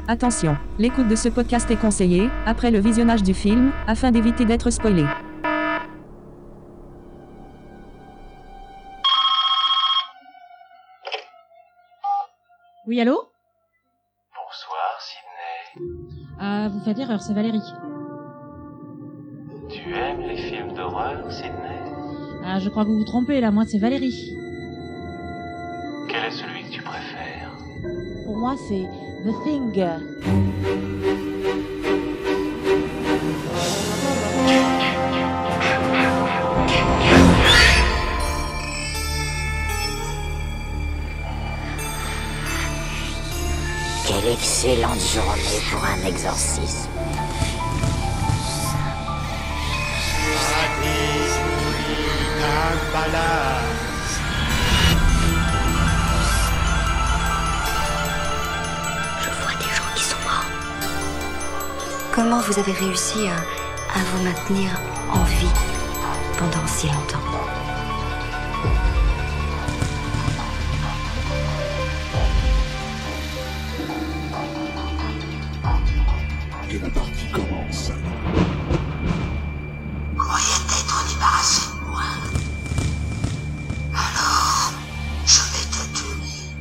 Attention, l'écoute de ce podcast est conseillée, après le visionnage du film, afin d'éviter d'être spoilé. Oui, allô ? Bonsoir, Sydney. Vous faites erreur, c'est Valérie. Tu aimes les films d'horreur, Sydney ? Je crois que vous vous trompez, là, moi c'est Valérie. Quel est celui que tu préfères ? Pour moi, c'est The Thing. Quelle excellente journée pour un exorcisme. Je vois des gens qui sont morts. Comment vous avez réussi à vous maintenir en vie pendant si longtemps ? Et la partie commence. Croyez t'être débarrassé de moi. Alors, je vais te tuer.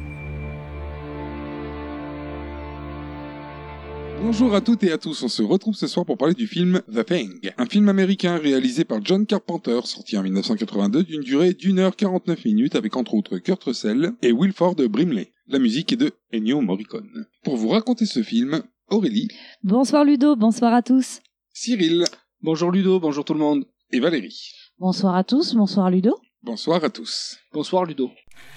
Bonjour à toutes et à tous, on se retrouve ce soir pour parler du film The Thing, un film américain réalisé par John Carpenter, sorti en 1982 d'une durée d'1h49 avec entre autres Kurt Russell et Wilford Brimley. La musique est de Ennio Morricone. Pour vous raconter ce film, Aurélie. Bonsoir Ludo, bonsoir à tous. Cyril. Bonjour Ludo, bonjour tout le monde. Et Valérie. Bonsoir à tous, bonsoir Ludo. Bonsoir à tous. Bonsoir Ludo.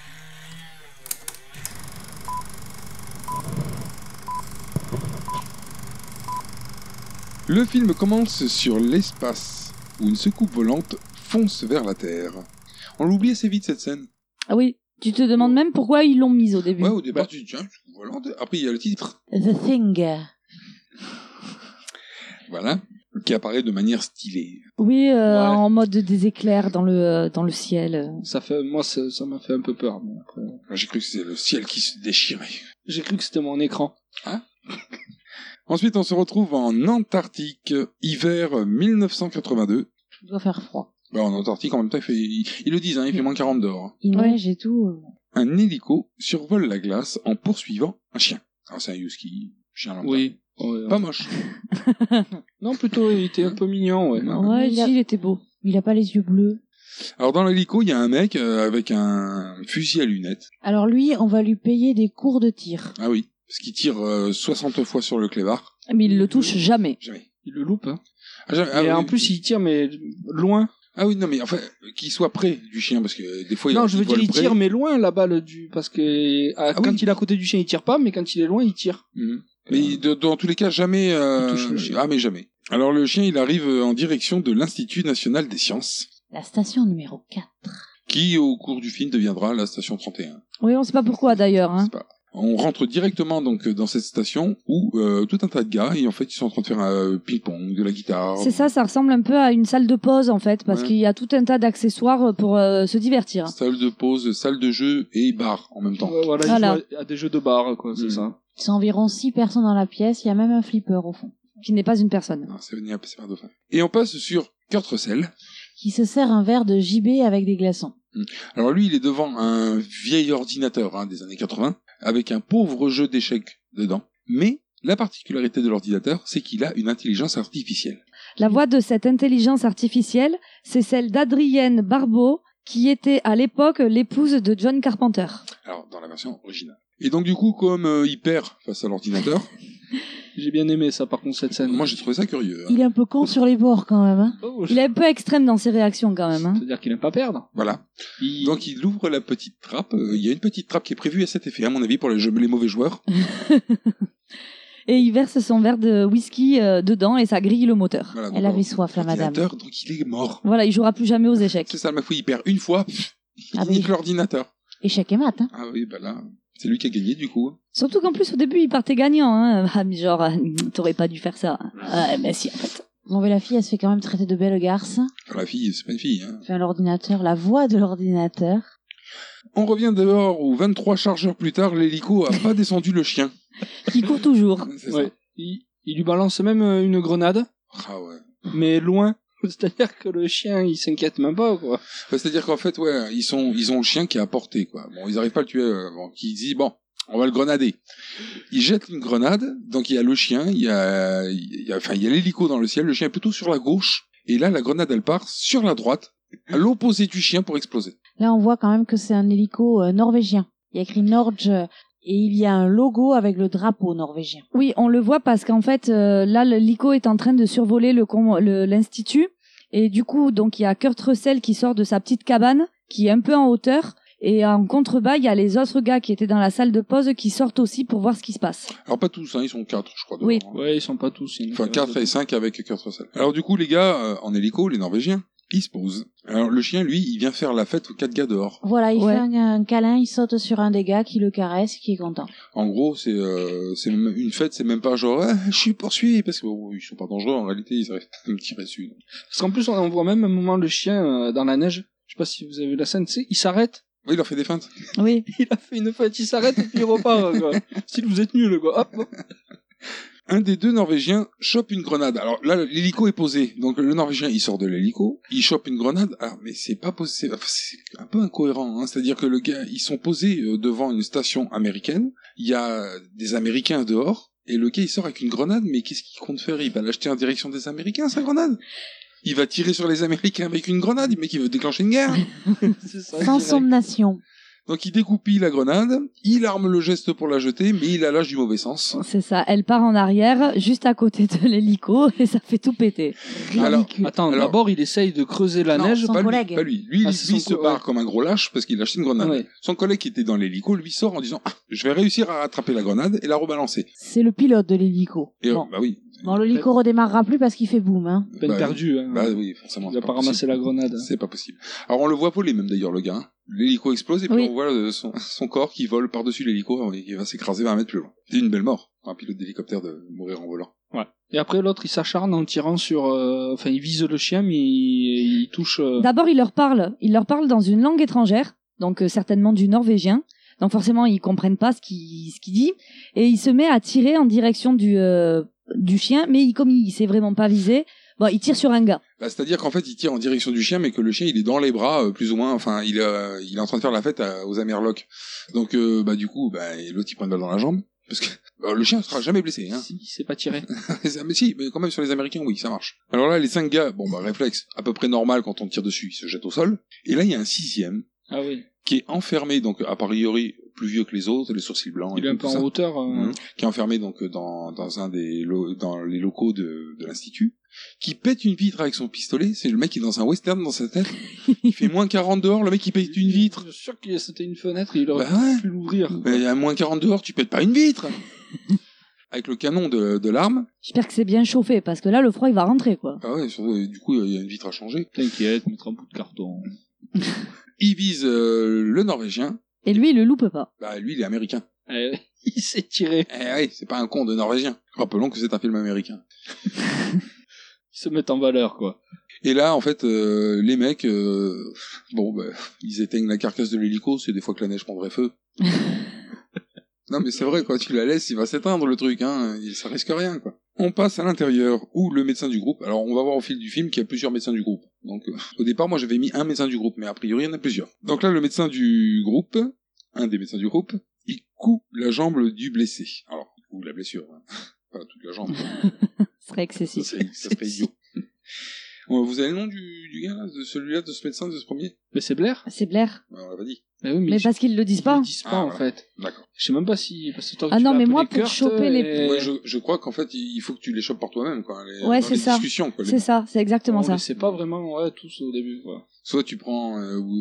Le film commence sur l'espace, où une soucoupe volante fonce vers la Terre. On l'oublie assez vite cette scène. Ah oui, tu te demandes même pourquoi ils l'ont mise au début. Ouais, au départ tu dis tiens, soucoupe volante. Après il y a le titre. The Thing. Voilà, qui apparaît de manière stylée. Oui, en mode des éclairs dans le ciel. Ça m'a fait un peu peur. Mais après... J'ai cru que c'était le ciel qui se déchirait. J'ai cru que c'était mon écran. Hein? Ensuite, on se retrouve en Antarctique, hiver 1982. Il doit faire froid. Bah, en Antarctique, en même temps, ils le disent, hein, il fait moins 40 dehors. Il neige et tout. Un hélico survole la glace en poursuivant un chien. Alors, c'est un husky, chien lambda. Oui. Ouais, Pas moche. Non, plutôt, il était un peu mignon, ouais. Ouais, il était beau. Il a pas les yeux bleus. Alors, dans l'hélico, il y a un mec avec un fusil à lunettes. Alors lui, on va lui payer des cours de tir. Ah oui, parce qu'il tire 60 fois sur le clébar. Mais il le touche jamais. Jamais. Il le loupe, hein. Ah, jamais. Et Ah, en oui. plus, il tire, mais loin. Ah oui, non, mais enfin, qu'il soit près du chien, parce que des fois, Non, je veux dire, vole il près. tire, mais loin, la balle du... Parce que quand oui. il est à côté du chien, il tire pas, mais quand il est loin, il tire. Mhm. Mais dans tous les cas, jamais... Il touche le chien. Ah, mais jamais. Alors, le chien, il arrive en direction de l'Institut National des Sciences, La station numéro 4. qui, au cours du film, deviendra la station 31. Oui, on sait pas pourquoi d'ailleurs. Hein. C'est pas... On rentre directement donc dans cette station où tout un tas de gars, et en fait, ils sont en train de faire un ping-pong, de la guitare. C'est ça ressemble un peu à une salle de pause en fait, parce Ouais. qu'il y a tout un tas d'accessoires pour se divertir. Salle de pause, salle de jeu et bar en même temps. Ouais, voilà, Voilà. il joue à des jeux de bar, quoi, c'est ça. Il y a environ 6 personnes dans la pièce, il y a même un flipper au fond. Qui n'est pas une personne. Non, c'est venu passer par dauphin. Et on passe sur Kurt Russell. Qui se sert un verre de JB avec des glaçons. Alors lui, il est devant un vieil ordinateur des années 80, avec un pauvre jeu d'échecs dedans. Mais la particularité de l'ordinateur, c'est qu'il a une intelligence artificielle. La voix de cette intelligence artificielle, c'est celle d'Adrienne Barbeau, qui était à l'époque l'épouse de John Carpenter. Alors, dans la version originale. Et donc du coup, comme il perd face à l'ordinateur, J'ai bien aimé ça, par contre, cette scène. moi j'ai trouvé ça curieux. Il est un peu con sur les bords quand même. Hein. Oh, Il est un peu extrême dans ses réactions quand même. Hein. C'est-à-dire qu'il n'aime pas perdre. Voilà. Donc il ouvre la petite trappe. Il y a une petite trappe qui est prévue à cet effet, à mon avis, pour les mauvais joueurs. Et il verse son verre de whisky dedans et ça grille le moteur. Voilà, Elle donc, avait soif, la madame. l'ordinateur, donc il est mort. Voilà, il jouera plus jamais aux échecs. C'est ça, le mafouille, il perd une fois, il Ah oui. nique l'ordinateur. Échec et maths. Hein. Ah oui, bah là, c'est lui qui a gagné du coup. Surtout qu'en plus au début il partait gagnant. Hein. Ah, mais genre, t'aurais pas dû faire ça. Ah, mais si en fait. Bon, mais la fille, elle se fait quand même traiter de belle garce. Enfin, la fille, c'est pas une fille. Hein. Enfin, l'ordinateur, la voix de l'ordinateur. On revient dehors où 23 chargeurs plus tard, l'hélico a pas descendu le chien. Qui court toujours. C'est ça. Ouais. Il lui balance même une grenade, Ah ouais. mais loin. C'est-à-dire que le chien, il s'inquiète même pas, quoi. C'est-à-dire qu'en fait, ouais, ils ont le chien qui est à portée, quoi. Bon, ils arrivent pas à le tuer, qui dit, bon, on va le grenader. Ils jettent une grenade, donc il y a le chien, il y a l'hélico dans le ciel, le chien est plutôt sur la gauche, et là, la grenade, elle part sur la droite, à l'opposé du chien pour exploser. Là, on voit quand même que c'est un hélico norvégien. Il y a écrit Norge et il y a un logo avec le drapeau norvégien. Oui, on le voit parce qu'en fait, là, l'hélico est en train de survoler l'institut. Et du coup, donc, il y a Kurt Russell qui sort de sa petite cabane, qui est un peu en hauteur. Et en contrebas, il y a les autres gars qui étaient dans la salle de pause qui sortent aussi pour voir ce qui se passe. Alors pas tous, hein, ils sont 4, je crois. Oui. Dehors, hein. Ouais, ils sont pas tous. Enfin, 4 et 5 avec Kurt Russell. Alors du coup, les gars, en hélico, les Norvégiens, ils se posent. Alors le chien, lui, il vient faire la fête aux 4 gars dehors. Voilà, il Ouais. fait un câlin, il saute sur un des gars qui le caresse, qui est content. En gros, c'est même une fête, c'est même pas genre je suis poursuivi parce que ils sont pas dangereux en réalité, ils arrivent à me tirer dessus. Parce qu'en plus, on voit même un moment le chien dans la neige. Je sais pas si vous avez vu la scène, tu sais, il s'arrête. Oui, il leur fait des feintes. Oui. Il a fait une fête, il s'arrête et puis il repart, quoi. Si vous êtes nuls, quoi. Hop. Un des deux Norvégiens chope une grenade. Alors là, l'hélico est posé. Donc le Norvégien, il sort de l'hélico, il chope une grenade. Alors, mais c'est pas possible. C'est un peu incohérent. Hein. C'est-à-dire que le gars, ils sont posés devant une station américaine. Il y a des Américains dehors. Et le gars, il sort avec une grenade. Mais qu'est-ce qu'il compte faire? Il va l'acheter en direction des Américains, sa grenade? Il va tirer sur les Américains avec une grenade. Le mec, il veut déclencher une guerre. C'est ça, Sans direct. somnation. Donc il dégoupille la grenade, il arme le geste pour la jeter, mais il la lâche du mauvais sens. C'est ça. Elle part en arrière, juste à côté de l'hélico, et ça fait tout péter. Alors, Ridicule. Attends, Alors- d'abord, il essaye de creuser la Non, neige. son pas collègue. lui, pas lui. Lui, Ah, lui, c'est son se co- barre ouais. comme un gros lâche parce qu'il a acheté une grenade. Ouais. Son collègue qui était dans l'hélico, lui sort en disant je vais réussir à rattraper la grenade et la rebalancer. C'est le pilote de l'hélico. Et Bon. bah oui. Bon, l'hélico redémarrera plus parce qu'il fait boom, hein. Peine Bah, perdue, hein. Bah oui, forcément. Il c'est a pas possible. ramassé la grenade. C'est pas possible. Alors on le voit voler même d'ailleurs le gars. Hein. L'hélico explose et puis Oui. on voit son corps qui vole par-dessus l'hélico et qui va s'écraser 20 mètres plus loin. C'est une belle mort pour un pilote d'hélicoptère de mourir en volant. Ouais. Et après, l'autre, il s'acharne en tirant sur... Enfin, il vise le chien, mais il touche... D'abord, il leur parle dans une langue étrangère, donc certainement du norvégien. Donc forcément, ils comprennent pas ce qu'il dit. Et il se met à tirer en direction du chien, mais comme il sait vraiment pas viser, bon, il tire sur un gars. Bah, c'est-à-dire qu'en fait il tire en direction du chien mais que le chien il est dans les bras plus ou moins. Enfin il est en train de faire la fête aux Amerlocs. Donc bah du coup et l'autre il prend une balle dans la jambe. Parce que le chien ne sera jamais blessé. Hein. Si, il s'est pas tiré. Mais si, mais quand même sur les Américains, oui, ça marche. Alors là, les 5 gars, réflexe à peu près normal quand on tire dessus, ils se jettent au sol. Et là, il y a un 6e Ah oui. qui est enfermé, donc a priori plus vieux que les autres, les sourcils blancs. Il est un peu en hauteur. Qui est enfermé donc dans un dans les locaux de l'institut, qui pète une vitre avec son pistolet. C'est le mec qui est dans un western dans sa tête. Il fait moins 40 dehors, le mec il pète une vitre. Je suis sûr que c'était une fenêtre, il aurait Bah ouais. pu l'ouvrir. Mais à moins 40 dehors, tu pètes pas une vitre. Avec le canon de l'arme. J'espère que c'est bien chauffé, parce que là, le froid, il va rentrer, quoi. Ah ouais, du coup, il y a une vitre à changer. T'inquiète, mettre un bout de carton. Il vise le Norvégien. Et lui, il le loupe pas. Bah, lui, il est américain. Il s'est tiré. Eh oui, c'est pas un con de Norvégien. Rappelons que c'est un film américain. Ils se mettent en valeur, quoi. Et là, en fait, les mecs, ils éteignent la carcasse de l'hélico, c'est des fois que la neige prendrait feu. Non, mais c'est vrai, quand tu la laisses, il va s'éteindre le truc, hein. Ça risque rien, quoi. On passe à l'intérieur, où le médecin du groupe, alors on va voir au fil du film qu'il y a plusieurs médecins du groupe. Donc, au départ, moi j'avais mis un médecin du groupe, mais a priori, il y en a plusieurs. Donc là, le médecin du groupe, un des médecins du groupe, il coupe la jambe du blessé. Alors, il coupe la blessure, hein. Pas toute la jambe. Ce serait excessif. Ça serait idiot. Vous avez le nom du gars, là, de celui-là, de ce médecin, de ce premier? Mais c'est Blair. C'est Blair. Ouais, on l'a pas dit. Oui, Mais parce qu'ils le disent pas. Ils le disent pas, en voilà. fait. D'accord. Je sais même pas si... Parce que toi, Ah tu non, l'as mais appelé moi, pour Kurt, choper les- et- Ouais, je crois qu'en fait, il faut que tu les chopes par toi-même, quoi. Ouais, dans c'est les ça. discussions, quoi. C'est ça, c'est exactement On ça. les sait pas vraiment, tous au début, quoi. Soit tu prends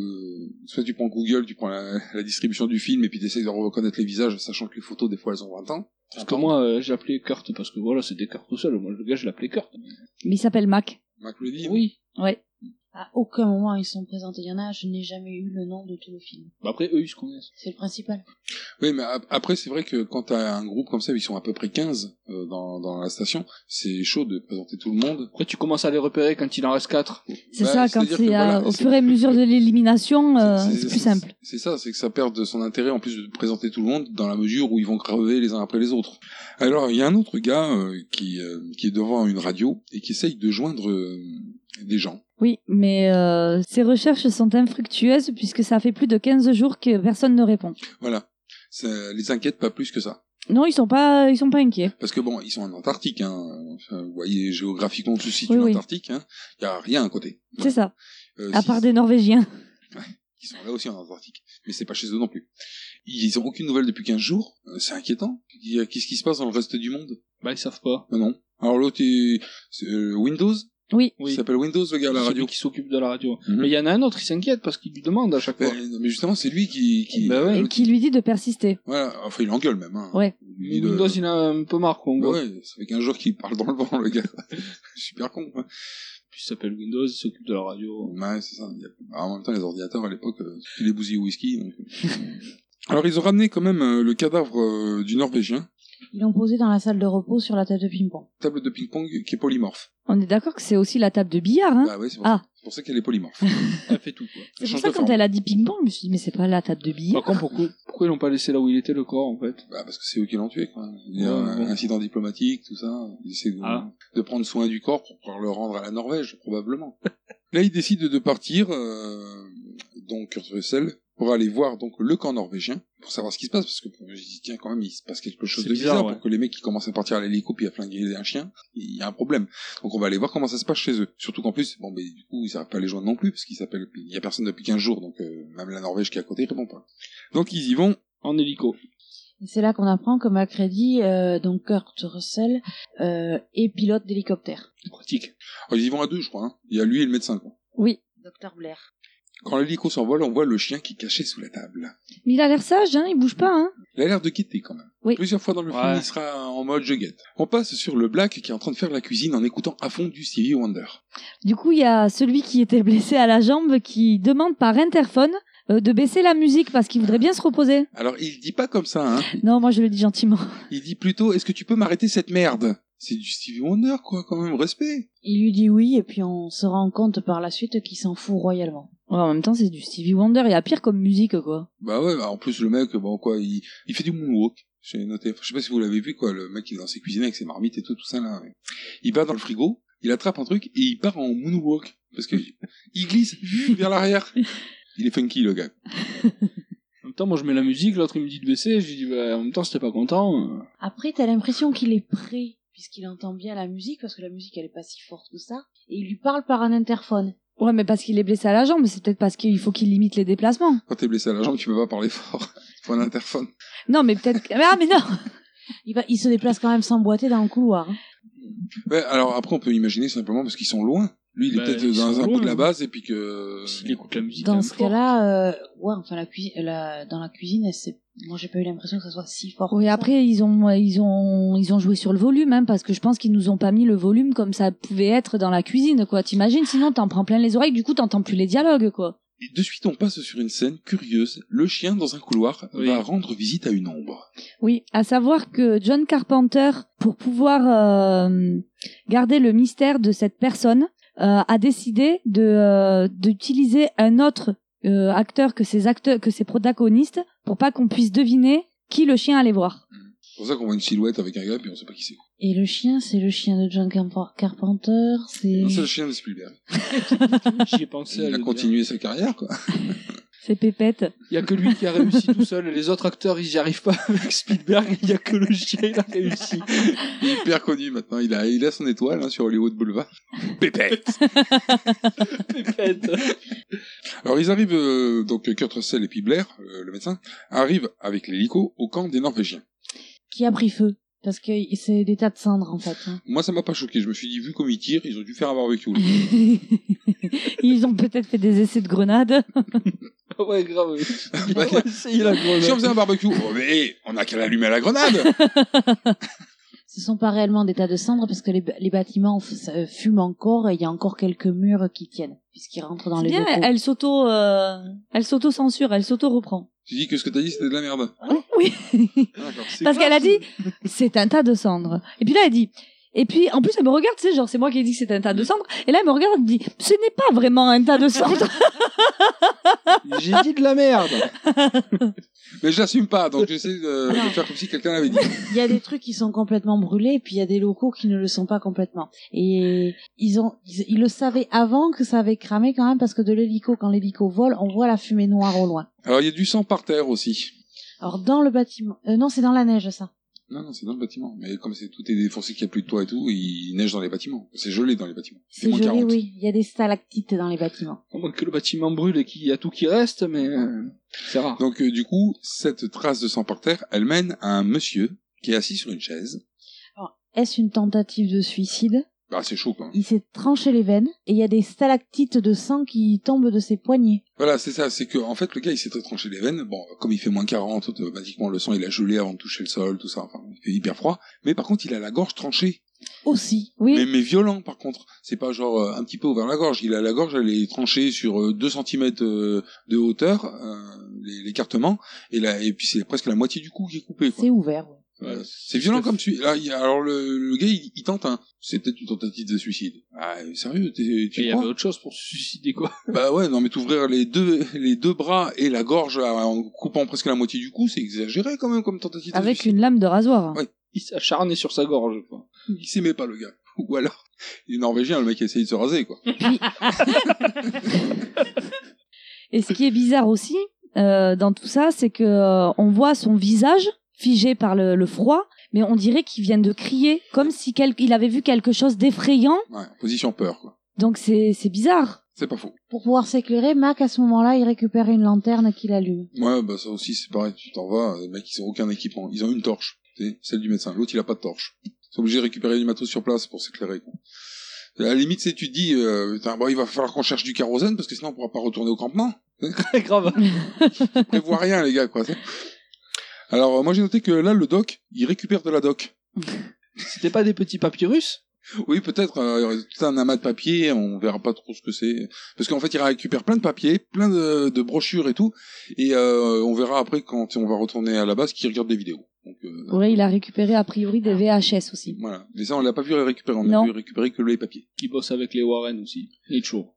Google, tu prends la distribution du film et puis tu essaies de reconnaître les visages, sachant que les photos, des fois, elles ont 20 ans. Parce que moi, j'ai appelé Kurt parce que voilà, c'était Kurt tout seul. Moi, le gars, je l'appelais Kurt. Mais il s'appelle Mac. Mac le dit. Oui. Ouais. À aucun moment ils sont présentés. Il y en a, je n'ai jamais eu le nom de tout le film. Bah après, eux, ils se connaissent. C'est le principal. Oui, mais après, c'est vrai que quand t'as un groupe comme ça, ils sont à peu près 15 dans la station, c'est chaud de présenter tout le monde. Après, tu commences à les repérer quand il en reste 4. C'est Bah, ça, quand c'est-à-dire c'est que voilà, au c'est- fur et à mesure de l'élimination, c'est plus simple. C'est ça, c'est que ça perd de son intérêt en plus de présenter tout le monde dans la mesure où ils vont crever les uns après les autres. Alors, il y a un autre gars qui est devant une radio et qui essaye de joindre des gens. Oui, mais ces recherches sont infructueuses puisque ça fait plus de 15 jours que personne ne répond. Voilà. Ça les inquiète pas plus que ça. Non, ils sont pas inquiets. Parce que bon, ils sont en Antarctique, hein. Enfin, vous voyez géographiquement où se situe Oui. l'Antarctique, hein. Il y a rien à côté. C'est ça. À Si- part des Norvégiens. Qui sont là aussi en Antarctique. Mais c'est pas chez eux non plus. Ils ont aucune nouvelle depuis 15 jours. C'est inquiétant. Qu'est-ce qui se passe dans le reste du monde? Bah, ils savent pas. Non. Alors l'autre c'est Windows? Oui. Il s'appelle Windows, le gars à la radio. Celui qui s'occupe de la radio. Mhm. Mais il y en a un autre, il s'inquiète parce qu'il lui demande à chaque fois. Mais justement, c'est lui qui... Bah ouais. Et qui lui dit de persister. Voilà. Enfin, il engueule même, hein. Ouais. Il de- Windows, il a un peu marre, quoi. en Bah gros. ouais, ça fait 15 jours qu'il parle dans le vent, le gars. Super con, quoi. Puis il s'appelle Windows, il s'occupe de la radio. Ouais, c'est ça. En même temps, les ordinateurs, à l'époque, tu les bousillais au whisky. Donc... Alors, ils ont ramené quand même le cadavre du Norvégien, Ils l'ont posé dans la salle de repos sur la table de ping-pong. table de ping-pong qui est polymorphe. On est d'accord que c'est aussi la table de billard, hein. Bah ouais, c'est pour, Ah. c'est pour ça qu'elle est polymorphe. Elle fait tout, quoi. C'est pour change ça de quand forme. elle a dit ping-pong, je me suis dit mais c'est pas la table de billard. Par contre, pourquoi ils l'ont pas laissé là où il était, le corps, en fait? Bah, parce que c'est eux qui l'ont tué, quoi. Il y a Ouais, un bon. incident diplomatique, tout ça. Ils essaient de prendre soin du corps pour pouvoir le rendre à la Norvège, probablement. Là, ils décident de partir, donc Kurt Russell, pour aller voir donc le camp norvégien, pour savoir ce qui se passe, parce que je dis, tiens, quand même, il se passe quelque chose C'est de bizarre, ouais. pour que les mecs qui commencent à partir à l'hélico puis à flinguer un chien, il y a un problème. Donc on va aller voir comment ça se passe chez eux. Surtout qu'en plus, bon, mais du coup, ils n'arrivent pas à les joindre non plus, parce il y a personne depuis 15 jours, donc même la Norvège qui est à côté répond pas. Donc ils y vont. En hélico. Et c'est là qu'on apprend que Macready, donc Kurt Russell, est pilote d'hélicoptère. Pratique. Alors, ils y vont à deux, je crois, hein. Il y a lui et le médecin, quoi. Oui. Dr Blair. Quand l'hélico s'envole, on voit le chien qui est caché sous la table. Mais il a l'air sage, hein, il bouge pas, hein. Il a l'air de guetter quand même. Oui. Plusieurs fois dans le film, Ouais. il sera en mode je guette. On passe sur le Black qui est en train de faire la cuisine en écoutant à fond du Stevie Wonder. Du coup, il y a celui qui était blessé à la jambe qui demande par interphone de baisser la musique parce qu'il voudrait bien se reposer. Alors il dit pas comme ça, hein. Non, moi je le dis gentiment. Il dit plutôt est-ce que tu peux m'arrêter cette merde? C'est du Stevie Wonder, quoi, quand même, respect. Il lui dit oui, et puis on se rend compte par la suite qu'il s'en fout royalement. Ouais, en même temps, c'est du Stevie Wonder. Il y a pire comme musique, quoi. Bah ouais, bah en plus le mec, bon quoi, il fait du moonwalk. J'ai noté, je sais pas si vous l'avez vu, quoi, le mec qui est dans ses cuisines avec ses marmites et tout ça là. Il va dans le frigo, il attrape un truc et il part en moonwalk. Parce que il glisse vers l'arrière. Il est funky, le gars. En même temps, moi je mets la musique, l'autre il me dit de baisser, je lui dis, bah, en même temps, si t'es pas content. Après, t'as l'impression qu'il est prêt, puisqu'il entend bien la musique, parce que la musique, elle est pas si forte que ça, et il lui parle par un interphone. Ouais, mais parce qu'il est blessé à la jambe, c'est peut-être parce qu'il faut qu'il limite les déplacements. Quand t'es blessé à la jambe, tu peux pas parler fort. Il faut un interphone. Non, mais peut-être... Ah, mais non. Il se déplace quand même sans boiter dans le couloir. Hein. Ouais, alors après on peut imaginer simplement parce qu'ils sont loin. Lui, il est Bah, peut-être ils dans sont un bout loin, de la hein. base et puis que... S'il écoute la musique. Dans un ce peu fort. cas-là, ouais, enfin dans la cuisine, moi j'ai pas eu l'impression que ça soit si fort. Oui, que ça. après, ils ont joué sur le volume, hein, parce que je pense qu'ils nous ont pas mis le volume comme ça pouvait être dans la cuisine, quoi. T'imagines, sinon t'en prends plein les oreilles, du coup t'entends plus les dialogues, quoi. Et de suite, on passe sur une scène curieuse. Le chien, dans un couloir, Oui. va rendre visite à une ombre. Oui, à savoir que John Carpenter, pour pouvoir garder le mystère de cette personne, a décidé d'utiliser un autre acteur que ses protagonistes pour pas qu'on puisse deviner qui le chien allait voir. C'est pour ça qu'on voit une silhouette avec un gars puis on sait pas qui c'est. Et le chien, c'est le chien de John Carpenter, c'est... Non, c'est le chien de Spielberg. J'y ai pensé à Il a le continué sa carrière, quoi. C'est Pépette. Il y a que lui qui a réussi tout seul, les autres acteurs ils y arrivent pas avec Spielberg, il y a que le chien il a réussi. Il est hyper connu maintenant. Il a son étoile hein, sur Hollywood Boulevard. Pépette. Pépette. Alors ils arrivent, donc Kurt Russell et puis Blair, le médecin, arrivent avec l'hélico au camp des Norvégiens. Qui a pris feu. Parce que c'est des tas de cendres, en fait. Hein. Moi, ça m'a pas choqué. Je me suis dit, vu comme ils tirent, ils ont dû faire un barbecue. Ils ont peut-être fait des essais de grenades. Ouais, grave. Il Bah, a essayé la grenade. Si on faisait un barbecue, oh, mais on a qu'à l'allumer à la grenade. C'est sont pas réellement des tas de cendres parce que les bâtiments fument encore et il y a encore quelques murs qui tiennent puisqu'ils rentrent dans C'est les bien, locaux. elle s'auto-censure, elle s'auto-reprend. Tu dis que ce que t'as dit c'était de la merde. Oui. Ah, d'accord. Parce qu'elle a dit, c'est un tas de cendres. Et puis là, elle dit, et puis, en plus, elle me regarde, tu sais, genre, c'est moi qui ai dit que c'était un tas de cendres. Et là, elle me regarde, elle me dit, ce n'est pas vraiment un tas de cendres. J'ai dit de la merde. Mais je l'assume pas, donc j'essaie de faire comme si quelqu'un l'avait dit. Il y a des trucs qui sont complètement brûlés, et puis il y a des locaux qui ne le sont pas complètement. Et ils le savaient avant que ça avait cramé quand même, parce que de l'hélico, quand l'hélico vole, on voit la fumée noire au loin. Alors il y a du sang par terre aussi. Alors dans le bâtiment, non, c'est dans la neige ça. Non, c'est dans le bâtiment. Mais comme tout est défoncé, qu'il n'y a plus de toit et tout, il neige dans les bâtiments. C'est gelé dans les bâtiments. C'est moins joli, 40. oui. Il y a des stalactites dans les bâtiments. À moins que le bâtiment brûle et qu'il y a tout qui reste, mais c'est rare. Donc du coup, cette trace de sang par terre, elle mène à un monsieur qui est assis sur une chaise. Alors, est-ce une tentative de suicide? Bah c'est chaud quand même. Il s'est tranché les veines et il y a des stalactites de sang qui tombent de ses poignets. Voilà, c'est ça, c'est que en fait le gars il s'est tranché les veines. Bon, comme il fait moins 40, automatiquement le sang il a gelé avant de toucher le sol, tout ça, enfin il fait hyper froid. Mais par contre il a la gorge tranchée. Aussi. Oui. Mais violent par contre. C'est pas genre un petit peu ouvert la gorge. Il a la gorge, elle est tranchée sur 2 cm de hauteur, l'écartement, et puis c'est presque la moitié du cou qui est coupé. Quoi. C'est ouvert. Ouais. C'est violent comme celui. Là, alors le gars, il tente c'est peut-être une tentative de suicide. Ah, sérieux, tu il y crois avait autre chose pour se suicider, quoi. Bah ouais, non mais t'ouvrir les deux bras et la gorge en coupant presque la moitié du cou, c'est exagéré quand même comme tentative de Avec suicide. une lame de rasoir. Ouais. Il s'acharnait sur sa gorge, quoi. Il s'aimait pas le gars. Ou alors, il est norvégien, le mec a essayé de se raser, quoi. Et ce qui est bizarre aussi, dans tout ça, c'est que on voit son visage figé par le froid, mais on dirait qu'il vient de crier, comme si il avait vu quelque chose d'effrayant. Ouais, position peur, quoi. Donc c'est bizarre. C'est pas faux. Pour pouvoir s'éclairer, Mac, à ce moment-là, il récupère une lanterne qu'il allume. Ouais, bah ça aussi, c'est pareil. Tu t'en vas, les mecs, ils ont aucun équipement. Ils ont une torche, c'est celle du médecin. L'autre, il a pas de torche. Ils sont obligés de récupérer du matos sur place pour s'éclairer, quoi. À la limite, tu te dis, bon, il va falloir qu'on cherche du kérosène parce que sinon on pourra pas retourner au campement. Très grave. Ils prévoient rien, les gars, quoi. Alors, moi, j'ai noté que là, le doc, il récupère de la doc. C'était pas des petits papyrus? Oui, peut-être, tout un amas de papier, on verra pas trop ce que c'est. Parce qu'en fait, il récupère plein de papiers, plein de brochures et tout, et on verra après quand on va retourner à la base qu'il regarde des vidéos. Donc, Ouais, il a récupéré a priori des VHS aussi. voilà. Mais ça, on l'a pas vu récupérer, on Non. a vu récupérer que les papiers. Qui bosse avec les Warren aussi. Il est chaud.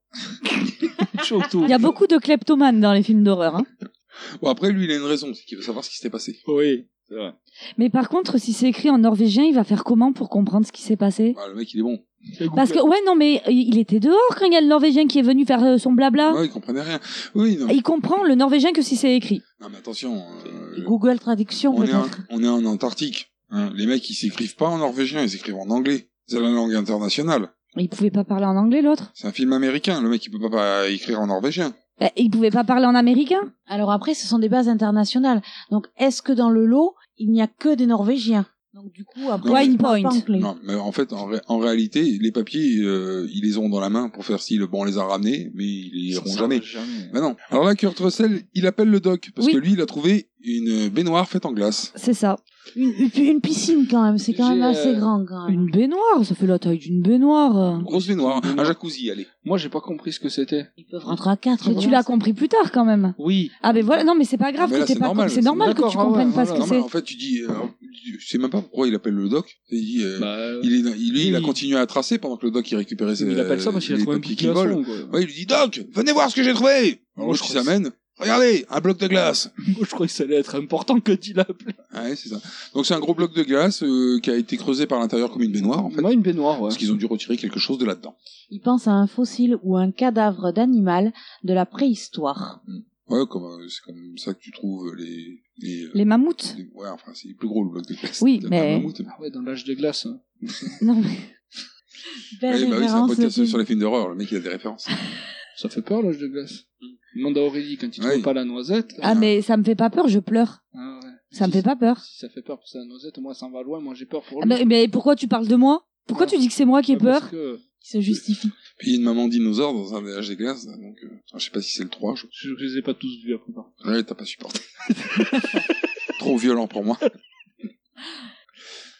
Chaud tout. Il y a beaucoup de kleptomanes dans les films d'horreur. Hein. Bon, après, lui, il a une raison, c'est qu'il veut savoir ce qui s'est passé. Oui, c'est vrai. Mais par contre, si c'est écrit en norvégien, il va faire comment pour comprendre ce qui s'est passé? Bah, le mec, il est bon. Parce que, ouais, non, mais il était dehors quand il y a le norvégien qui est venu faire son blabla. Ouais, il comprenait rien. Oui, non. Il comprend le norvégien que si c'est écrit. Non, mais attention. Google Traduction, peut-être. On est en Antarctique. Hein. Les mecs, ils s'écrivent pas en norvégien, ils écrivent en anglais. C'est la langue internationale. Il pouvait pas parler en anglais, l'autre. C'est un film américain. Le mec, il peut pas écrire en norvégien. Il pouvait pas parler en américain. Alors après, ce sont des bases internationales. Donc, est-ce que dans le lot, il n'y a que des Norvégiens? Donc du coup, après, Wine ils parlent point. pas anglais. Non, mais en fait, en réalité, les papiers, ils les ont dans la main pour faire style, bon, on les a ramenés, mais ils les iront jamais. Mais non. Alors là, Kurt Russell, il appelle le doc, parce Oui. que lui, il a trouvé une baignoire faite en glace. C'est ça. Une piscine quand même, c'est quand même assez grand quand même. Une baignoire, ça fait la taille d'une baignoire. Grosse baignoire, un jacuzzi, allez. Moi, j'ai pas compris ce que c'était. Ils peuvent rentrer à 4. Mais tu l'as compris plus tard quand même. Oui. Ah ben voilà, non mais c'est pas grave, Mais là, que t'aies c'est pas normal, c'est normal que d'accord, tu ah ouais, comprennes pas voilà. ce que Normal, c'est. en fait, tu dis, je sais même pas pourquoi il appelle le doc. Il dit, il a continué à tracer pendant que le doc il récupérait ses Il appelle ça parce qu'il a les trouvé un papiers petit qui volent. glaçon, quoi. Ouais, il lui dit, doc, venez voir ce que j'ai trouvé. Alors, Moi, je je s'amène. Regardez, un bloc de glace. Moi, je crois que ça allait être important quand il a appelé. Ouais, c'est ça. Donc c'est un gros bloc de glace qui a été creusé par l'intérieur comme une baignoire, en fait. Moi, une baignoire, ouais. Parce qu'ils ont dû retirer quelque chose de là-dedans. Ils pensent à un fossile ou un cadavre d'animal de la préhistoire. Ouais, c'est comme ça que tu trouves Les mammouths. ouais, enfin, c'est plus gros le bloc de glace. Oui, C'est mais- pas un mammouth. Ah ouais, dans l'âge de glace. Hein. Non mais Belle Oui, bah oui, c'est un référence, podcast le sur les films d'horreur. Le mec, il a des références. Ça fait peur, l'âge de glace. Demande à Aurélie quand il Ouais. trouve pas la noisette. ah mais ça me fait pas peur, je pleure. Ah ouais. Ça me fait pas peur. Si ça fait peur pour sa noisette, moi, ça en va loin. Moi, j'ai peur pour Ah, lui. mais pourquoi tu parles de moi? Pourquoi Ouais. tu dis que c'est moi qui ai Ouais, parce peur? que qui se justifie. Puis il y a une maman dinosaure dans un des âges des glaces, donc je sais pas si c'est le 3. je les ai pas tous vus après. Par contre. Ouais, t'as pas supporté. Trop violent pour moi.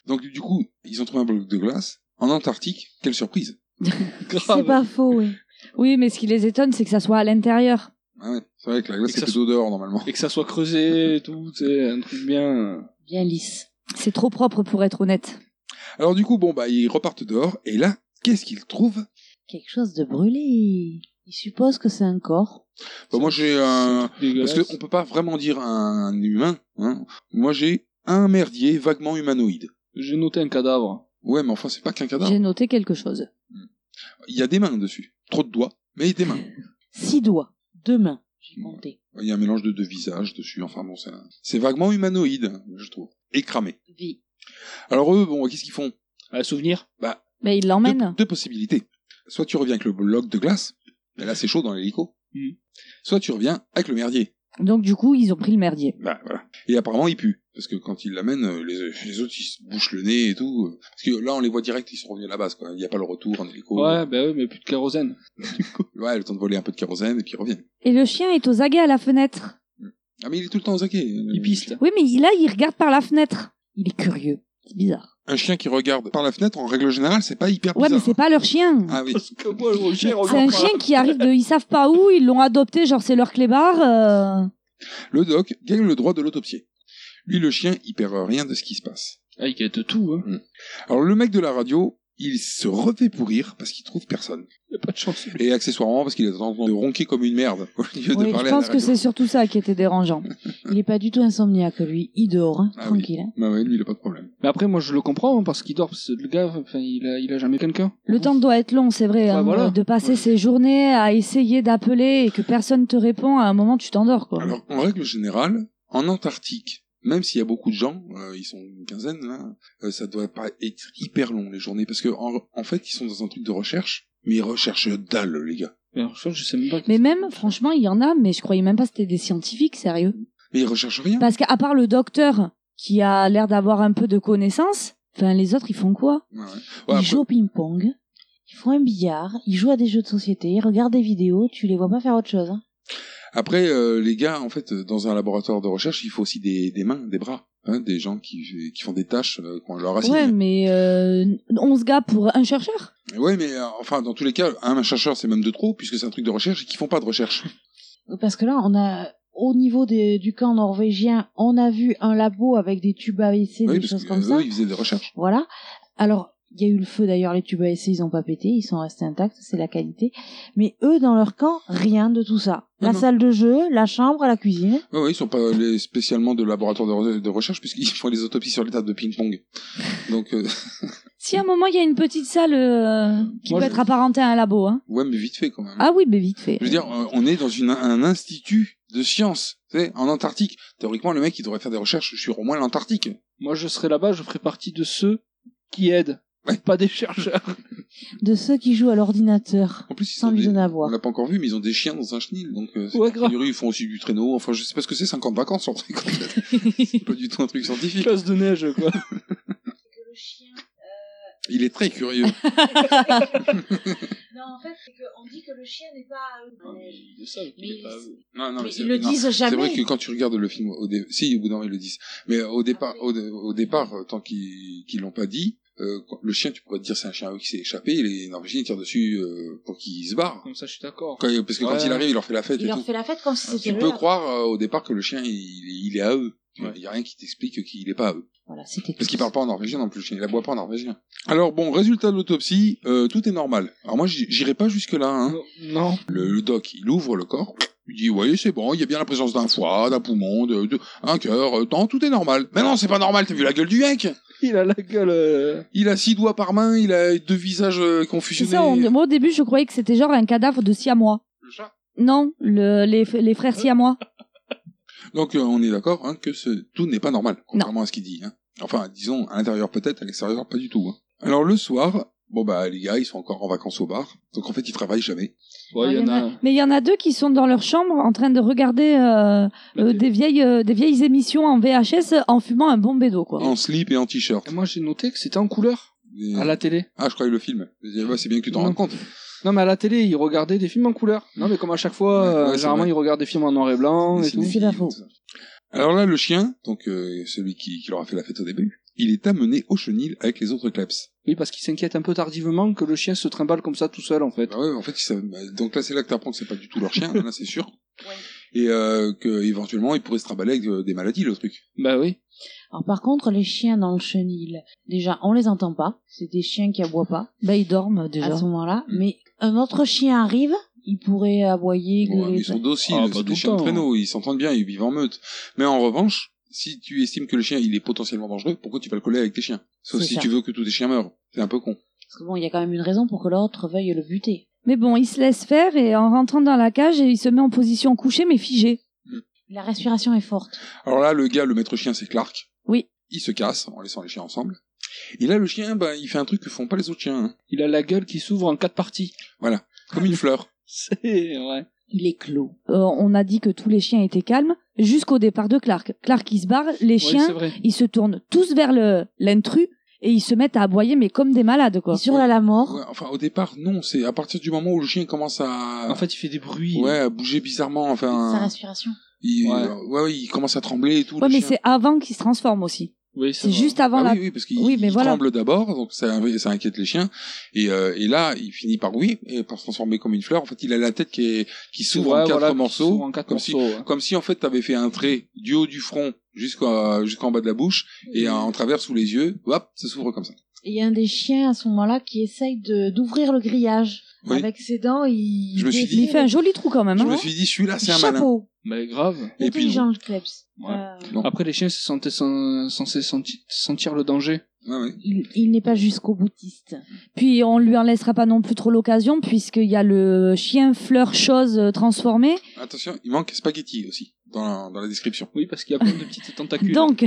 Donc du coup, ils ont trouvé un bloc de glace en Antarctique. Quelle surprise. C'est pas faux, oui. Oui, mais ce qui les étonne, c'est que ça soit à l'intérieur. Ah ouais, c'est vrai que la glace Et que c'est ça plutôt dehors normalement. Et que ça soit creusé et tout, c'est un truc bien... Bien lisse. C'est trop propre pour être honnête. Alors du coup, bon bah ils repartent dehors et là, qu'est-ce qu'ils trouvent? Quelque chose de brûlé. Il suppose que c'est un corps. Bah, moi j'ai un... dégueulasse. Parce qu'on peut pas vraiment dire un humain, hein. Moi j'ai un merdier vaguement humanoïde. J'ai noté un cadavre. Ouais, mais enfin c'est pas qu'un cadavre. J'ai noté quelque chose. Il y a des mains dessus. Trop de doigts, mais des mains. 6 doigts. 2 mains. J'ai compté. Il y a un mélange de deux visages dessus. Enfin bon, c'est vaguement humanoïde, je trouve. Et cramé. Vie. Alors eux, bon, qu'est-ce qu'ils font? Un souvenir? Bah, Mais il l'emmène. deux possibilités. Soit tu reviens avec le bloc de glace, mais là c'est chaud dans l'hélico. Soit tu reviens avec le merdier. Donc du coup, ils ont pris le merdier. Bah voilà. Et apparemment il pue. Parce que quand ils l'amènent, les autres ils se bouchent le nez et tout. Parce que là on les voit direct, ils sont revenus à la base, quoi. Il n'y a pas le retour en hélico. Ouais, bah oui, mais plus de kérosène. Ouais, le temps de voler un peu de kérosène et puis ils reviennent. Et le chien est aux aguets à la fenêtre. Ah mais il est tout le temps aux aguets. Il piste. Oui, mais là, il regarde par la fenêtre. Il est curieux. C'est bizarre. Un chien qui regarde par la fenêtre, en règle générale, c'est pas hyper Ouais, bizarre. mais c'est pas leur chien. Ah oui. Parce que moi, le chien C'est regarde un pas. chien qui arrive de... Ils savent pas où, ils l'ont adopté, genre c'est leur clébard. Le doc gagne le droit de l'autopsie. Lui, le chien, il perd rien de ce qui se passe. Ah, il guette tout, hein. Alors le mec de la radio, il se refait pourrir parce qu'il trouve personne. Il y a pas de chance. Et accessoirement parce qu'il a tendance de ronquer comme une merde au lieu de Oui, parler Je à la pense que radio. c'est surtout ça qui était dérangeant. Il est pas du tout insomniaque, lui. Il dort, hein, Ah tranquille. Hein. Bah ouais, lui, il a pas de problème. Mais après, moi, je le comprends, hein, parce qu'il dort, parce que le gars, enfin, il a jamais quelqu'un. Le temps doit être long, c'est vrai, Ouais, hein, voilà. de passer ses journées à essayer d'appeler et que personne te répond, à un moment tu t'endors, quoi. Alors, en règle générale, en Antarctique, même s'il y a beaucoup de gens, ils sont une quinzaine là, ça doit pas être hyper long les journées, parce que en fait, ils sont dans un truc de recherche, mais ils recherchent dalle, les gars. Alors, je sais même pas. Mais même, franchement, il y en a, mais je croyais même pas que c'était des scientifiques, sérieux. Mais ils recherchent rien. Parce qu'à part le docteur, qui a l'air d'avoir un peu de connaissances, enfin, les autres, ils font quoi? Ouais, ouais. Ouais, Ils après- jouent au ping-pong. Ils font un billard. Ils jouent à des jeux de société. Ils regardent des vidéos. Tu les vois pas faire autre chose. Hein. Après, les gars, en fait, dans un laboratoire de recherche, il faut aussi des mains, des bras, hein, des gens qui font des tâches qu'on leur assigne. Ouais, mais 11 gars pour un chercheur? Ouais, mais enfin, dans tous les cas, un chercheur, c'est même de trop, puisque c'est un truc de recherche et qu'ils font pas de recherche. Parce que là, on a, au niveau du camp norvégien, on a vu un labo avec des tubes à essai, Oui, des parce choses que comme ça. eux, ils faisaient des recherches. Voilà. Alors, il y a eu le feu d'ailleurs, les tubes à essai, ils ont pas pété, ils sont restés intacts, c'est la qualité. Mais eux, dans leur camp, rien de tout ça. La Non. salle de jeu, la chambre, la cuisine. Ouais, ouais, ils sont pas spécialement de laboratoire de recherche, puisqu'ils font des autopsies sur les tables de ping-pong. Donc, Si à un moment il y a une petite salle qui Moi, peut je- être apparentée à un labo, hein. ouais, mais vite fait quand même. Ah oui, mais vite fait. Je veux dire, on est dans un institut de sciences, tu sais, en Antarctique. Théoriquement, le mec, il devrait faire des recherches sur au moins l'Antarctique. Moi, je serais là-bas, je ferais partie de ceux qui aident. Ouais. Pas des chercheurs. De ceux qui jouent à l'ordinateur. En plus, ils Sans ont lui des- donner à on voir. l'a pas encore vu, mais ils ont des chiens dans un chenil, donc Ouais, a grave. priori, ils font aussi du traîneau. Enfin, je sais pas ce que c'est, 50 vacances, en truc, en fait. C'est pas du tout un truc scientifique. Classe de neige, quoi. Il est très curieux. Non, en fait, c'est qu'on dit que le chien n'est pas à eux. Ils le savent qu'il est pas à eux. Non, non, Mais c'est- ils le non. disent jamais. C'est vrai que quand tu regardes le film, si, au bout d'un moment, ils le disent. Mais au départ, tant qu'ils l'ont pas dit, le chien, tu pourrais te dire c'est un chien qui s'est échappé, et les Norvégiens ils tirent dessus pour qu'il se barre. Comme ça, je suis d'accord. Parce que quand Ouais. il arrive, il leur fait la fête Il et leur tout. fait la fête comme si c'était Tu le peux leur. croire au départ que le chien, il est à eux. Ouais. Il y a rien qui t'explique qu'il est pas à eux. Voilà, c'était tout. Parce qu'il parle pas en norvégien non plus, le chien, il aboie pas en norvégien. Alors bon, résultat de l'autopsie, tout est normal. Alors moi, j'irai pas jusque là, hein. Non. Le doc, il ouvre le corps, il dit, oui, c'est bon, il y a bien la présence d'un foie, d'un poumon, un cœur, tout est normal. Mais non, c'est pas normal, t'as vu la gueule du mec? Il a la gueule. Il a 6 doigts par main, il a 2 visages C'est confusionnés. ça, moi au début je croyais que c'était genre un cadavre de siamois. Le chat. Non, les frères siamois. Donc on est d'accord hein, que tout n'est pas normal, contrairement à ce qu'il dit. Hein. Enfin, disons, à l'intérieur peut-être, à l'extérieur pas du tout. Hein. Alors le soir, bon bah les gars, ils sont encore en vacances au bar, donc en fait ils travaillent jamais. Ouais, il y en a. Mais il y en a deux qui sont dans leur chambre en train de regarder des vieilles émissions en VHS en fumant un bon bédo, quoi. En slip et en t-shirt. Et moi, j'ai noté que c'était en couleur. Et- À la télé. Ah, je croyais le film. Je disais, ouais, c'est bien que tu t'en Non. rendes compte. Non, mais à la télé, ils regardaient des films en couleur. Non, mais comme à chaque fois, Ouais, c'est généralement, vrai. ils regardent des films en noir et blanc et C'est tout. des C'est pas films, faux. tout ça. Alors là, le chien, donc celui qui leur a fait la fête au début, il est amené au chenil avec les autres kleps. Oui, parce qu'il s'inquiète un peu tardivement que le chien se trimballe comme ça tout seul, en fait. Bah ouais, en fait, donc là, c'est là que t'apprends que c'est pas du tout leur chien, là, c'est sûr. Et que éventuellement, il pourrait se trimballer avec des maladies, le truc. Bah oui. Alors par contre, les chiens dans le chenil, déjà, on les entend pas. C'est des chiens qui aboient pas. Bah, ils dorment déjà. À ce moment-là. Mais un autre chien arrive, il pourrait aboyer. Ouais, mais ils sont dociles, c'est des chiens de traîneau, ils s'entendent bien, ils vivent en meute. Mais en revanche, si tu estimes que le chien, il est potentiellement dangereux, pourquoi tu vas le coller avec tes chiens? Sauf si tu veux que tous tes chiens meurent. C'est un peu con. Parce que bon, il y a quand même une raison pour que l'autre veuille le buter. Mais bon, il se laisse faire et en rentrant dans la cage, il se met en position couchée mais figée. La respiration est forte. Alors là, le gars, le maître chien, c'est Clark. Oui. Il se casse en laissant les chiens ensemble. Et là, le chien, bah, il fait un truc que font pas les autres chiens. Hein. Il a la gueule qui s'ouvre en 4 parties. Voilà. Comme une fleur. C'est, ouais. Il est clos. On a dit que tous les chiens étaient calmes jusqu'au départ de Clark. Clark, il se barre, les chiens, ils se tournent tous vers l'intrus et ils se mettent à aboyer, mais comme des malades, quoi. Il hurle à la mort. Ouais, enfin, au départ, non, c'est à partir du moment où le chien commence à... En fait, il fait des bruits. Ouais, à bouger bizarrement, enfin... Sa respiration. Il commence à trembler et tout. Ouais, mais c'est avant qu'il se transforme aussi. Oui, c'est juste avant oui, parce qu'il tremble d'abord, donc ça inquiète les chiens. Et là, il finit par par se transformer comme une fleur. En fait, il a la tête qui s'ouvre en 4 morceaux, comme si en fait t'avais fait un trait du haut du front jusqu'en bas de la bouche et en travers sous les yeux. Hop, ça s'ouvre comme ça. Et il y a un des chiens à ce moment-là qui essaye d'ouvrir le grillage. Oui. Avec ses dents, il fait un joli trou quand même. Je me suis dit, celui-là, c'est un malin. Mais grave. Et puis Jean le Kleps. Ouais. Après, les chiens sont censés sentir le danger. Ouais. Il n'est pas jusqu'au boutiste. Puis on lui en laissera pas non plus trop l'occasion puisqu'il y a le chien fleur chose transformé. Attention, il manque spaghetti aussi dans la description. Oui, parce qu'il y a plein de petites tentacules. Donc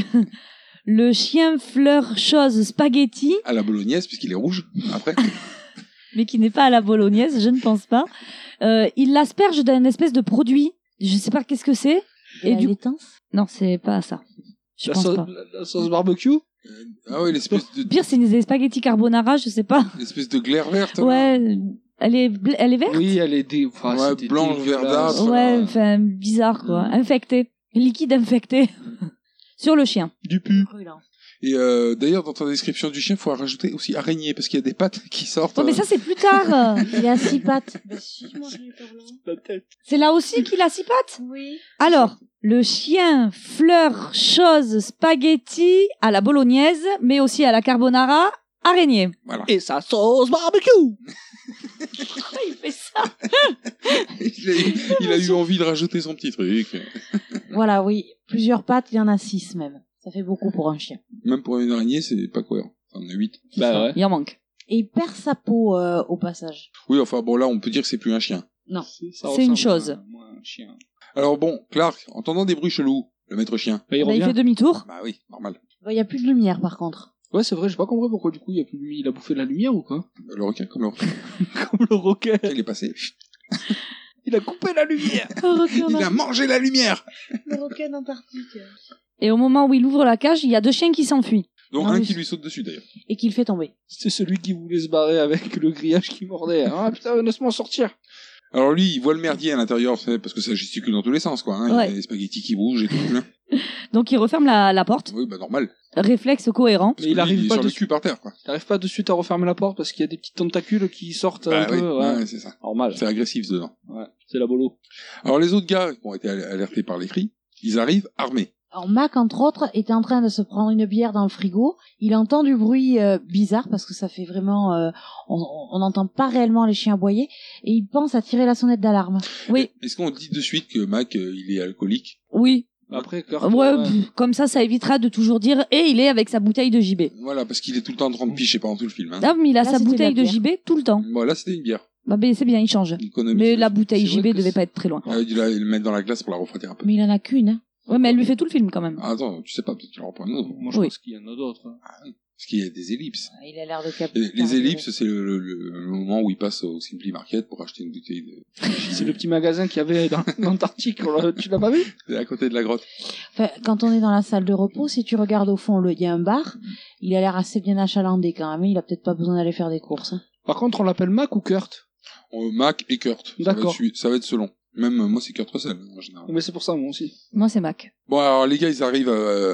le chien fleur chose spaghetti à la bolognaise puisqu'il est rouge après. Mais qui n'est pas à la bolognaise, je ne pense pas. Il l'asperge d'un espèce de produit. Je sais pas qu'est-ce que c'est. Et du non, c'est pas ça. Je pense pas. La sauce barbecue. Ah ouais, l'espèce de... Pire, c'est des spaghettis carbonara, je sais pas. L'espèce de glaire verte. Ouais, elle est verte. Oui, elle est blanche, verdâtre. Ouais, enfin bizarre quoi, infecté, liquide infecté sur le chien. Du pu. Et d'ailleurs, dans ta description du chien, il faut rajouter aussi araignée, parce qu'il y a des pattes qui sortent. Oh, mais ça, c'est plus tard. Il a 6 pattes. Bah, si, moi, je l'ai pas là. C'est là aussi qu'il a 6 pattes? Oui. Alors, le chien fleur chose spaghetti à la bolognaise, mais aussi à la carbonara, araignée. Voilà. Et sa sauce barbecue. Pourquoi il fait ça? il a eu envie de rajouter son petit truc. Voilà, oui. Plusieurs pattes, il y en a 6 même. Ça fait beaucoup pour un chien. Même pour une araignée, c'est pas cohérent. On a 8. Bah ouais. Il en manque. Et il perd sa peau au passage. Oui, enfin bon, là, on peut dire que c'est plus un chien. Non. C'est une chose. Un chien. Alors bon, Clark, entendant des bruits chelous, le maître chien. Bah, il fait demi-tour. Bah oui, normal. Il y a plus de lumière, par contre. Ouais, c'est vrai, j'ai pas compris pourquoi du coup il a bouffé de la lumière ou quoi? Le requin, comme le requin. Comme le requin. Il est passé. Il a coupé la lumière. Il a mangé la lumière. Le requin antarctique. Et au moment où il ouvre la cage, il y a 2 chiens qui s'enfuient. Donc un qui lui saute dessus d'ailleurs. Et qui le fait tomber. C'était celui qui voulait se barrer avec le grillage qui mordait. Ah putain, laisse-moi sortir. Alors lui, il voit le merdier à l'intérieur, parce que ça gesticule dans tous les sens, quoi. Hein. Ouais. Il y a des spaghettis qui bougent et tout. Hein. Donc il referme la porte. Oui, bah normal. Réflexe cohérent. Mais il arrive pas sur le cul par terre, quoi. Il arrive pas de suite à refermer la porte parce qu'il y a des petites tentacules qui sortent un oui. peu. Ouais, c'est ça. Normal. C'est agressif dedans. Ouais, c'est la bolo. Alors les autres gars qui ont été alertés par les cris, ils arrivent armés. Alors Mac, entre autres, était en train de se prendre une bière dans le frigo. Il entend du bruit bizarre parce que ça fait vraiment... on n'entend pas réellement les chiens aboyer. Et il pense à tirer la sonnette d'alarme. Oui. Est-ce qu'on dit de suite que Mac, il est alcoolique? Oui. Après, comme ça évitera de toujours dire « et il est avec sa bouteille de JB ». Voilà, parce qu'il est tout le temps en train de picher pendant tout le film. Hein. Non, mais il a sa bouteille de JB tout le temps. Bon, là, c'était une bière. Bah, ben, c'est bien, il change. Mais la bouteille JB devait pas être très loin. Il va le mettre dans la glace pour la refroidir un peu. Mais il en a qu'une, hein. Ouais, mais elle lui fait tout le film quand même. Ah, attends, tu sais pas, peut-être qu'il en reprend une autre. Moi, je pense qu'il y en a d'autres. Ah, oui. Parce qu'il y a des ellipses. Il a l'air de capter. Les ellipses, c'est le moment où il passe au Simply Market pour acheter une bouteille de... C'est le petit magasin qu'il y avait dans l'Antarctique, tu l'as pas vu? C'est à côté de la grotte. Enfin, quand on est dans la salle de repos, si tu regardes au fond, il y a un bar, il a l'air assez bien achalandé quand même, il a peut-être pas besoin d'aller faire des courses. Hein. Par contre, on l'appelle Mac ou Kurt? Mac et Kurt. D'accord. Ça va être selon. Même moi, c'est Kurt Russell, en général. Mais c'est pour ça, moi aussi. Moi, c'est Mac. Bon, alors les gars, ils arrivent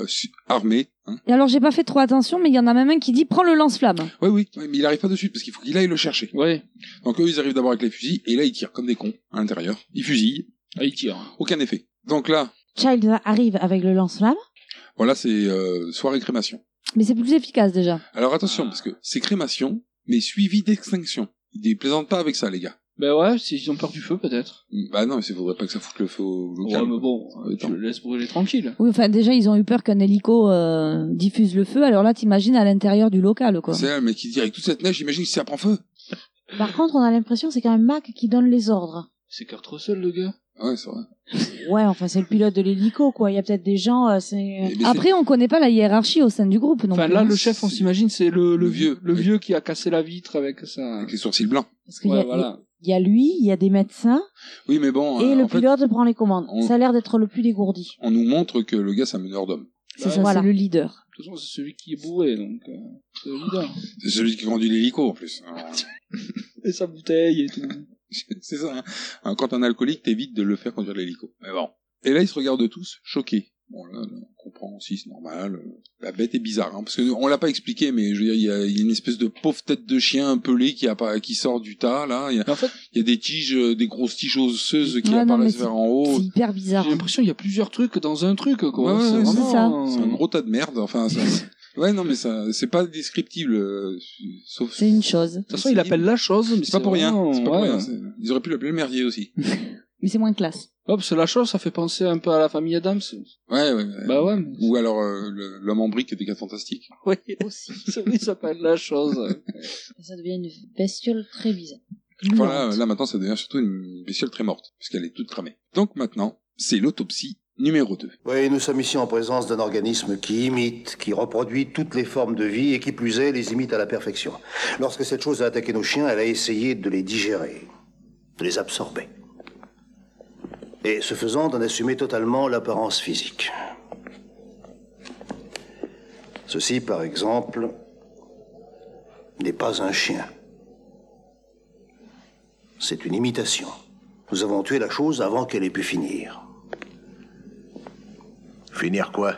armés. Hein. Et alors, j'ai pas fait trop attention, mais il y en a même un qui dit prends le lance-flamme. Oui, mais il arrive pas de suite parce qu'il faut qu'il aille le chercher. Ouais. Donc eux, ils arrivent d'abord avec les fusils et là, ils tirent comme des cons à l'intérieur. Ils fusillent. Ah, ils tirent. Aucun effet. Donc là, Child arrive avec le lance-flamme. voilà, c'est soirée crémation. Mais c'est plus efficace déjà. Alors attention, parce que c'est crémation, mais suivi d'extinction. Ils plaisantent pas avec ça, les gars. Ben ouais, s'ils ont peur du feu, peut-être. Bah non, mais il faudrait pas que ça foute le feu au local. Ouais, mais bon, tu le laisses brûler tranquille. Oui, enfin, déjà, ils ont eu peur qu'un hélico diffuse le feu. Alors là, t'imagines à l'intérieur du local, quoi. C'est là, le mec qui dit avec toute cette neige, j'imagine que ça prend feu. Par contre, on a l'impression que c'est quand même Mac qui donne les ordres. C'est Kurt Russell, le gars. Ouais, c'est vrai. Ouais, enfin, c'est le pilote de l'hélico, quoi. Il y a peut-être des gens, Après, on connaît pas la hiérarchie au sein du groupe, non Enfin, plus. là, le chef, on s'imagine, c'est le vieux. Le vieux qui a cassé la vitre avec ça. Avec les sourcils blancs. Parce qu'il Ouais, y a, voilà. il y a lui, il y a des médecins, Oui, mais bon. et le en fait, pilote prend les commandes. on- Ça a l'air d'être le plus dégourdi. on nous montre que le gars, c'est un meneur d'hommes. C'est Bah, ça, voilà. c'est le leader. De toute façon, c'est celui qui est bourré, donc c'est le leader. C'est celui qui conduit l'hélico, en plus. Alors, Et sa bouteille et tout. c'est ça, hein. Quand t'es un alcoolique, t'évites de le faire conduire l'hélico. Mais bon. Et là, ils se regardent tous, choqués. Bon, là, on comprend aussi, c'est normal. La bête est bizarre, hein, parce que on l'a pas expliqué, mais je veux dire, il y a une espèce de pauvre tête de chien pelé qui sort du tas, là. Il y a, Mais en fait, il y a des tiges, des grosses tiges osseuses qui Ouais, non, mais apparaissent vers en haut. C'est hyper bizarre. j'ai l'impression qu'il y a plusieurs trucs dans un truc, quoi. Ouais, c'est ouais, c'est ça. C'est un gros tas de merde, enfin, ça... Ouais, non, mais ça, c'est pas descriptible, sauf... C'est une chose. De toute façon, il appelle la chose, mais C'est pas pour rien, vraiment- c'est pas pour ouais. rien. Ils auraient pu l'appeler le merdier aussi. Mais c'est moins classe. Hop, c'est la chose, ça fait penser un peu à la famille Adams. Ouais. Bah ouais. Ou alors, l'homme en brique des 4 Fantastiques. Oui, c'est lui, il s'appelle la chose. Ça devient une bestiole très bizarre. Enfin, là, maintenant, ça devient surtout une bestiole très morte, puisqu'elle est toute cramée. Donc maintenant, c'est l'autopsie numéro 2. Oui, nous sommes ici en présence d'un organisme qui imite, qui reproduit toutes les formes de vie et qui plus est, les imite à la perfection. Lorsque cette chose a attaqué nos chiens, elle a essayé de les digérer, de les absorber. Et ce faisant, d'en assumer totalement l'apparence physique. Ceci, par exemple, n'est pas un chien. C'est une imitation. Nous avons tué la chose avant qu'elle ait pu finir. Finir quoi?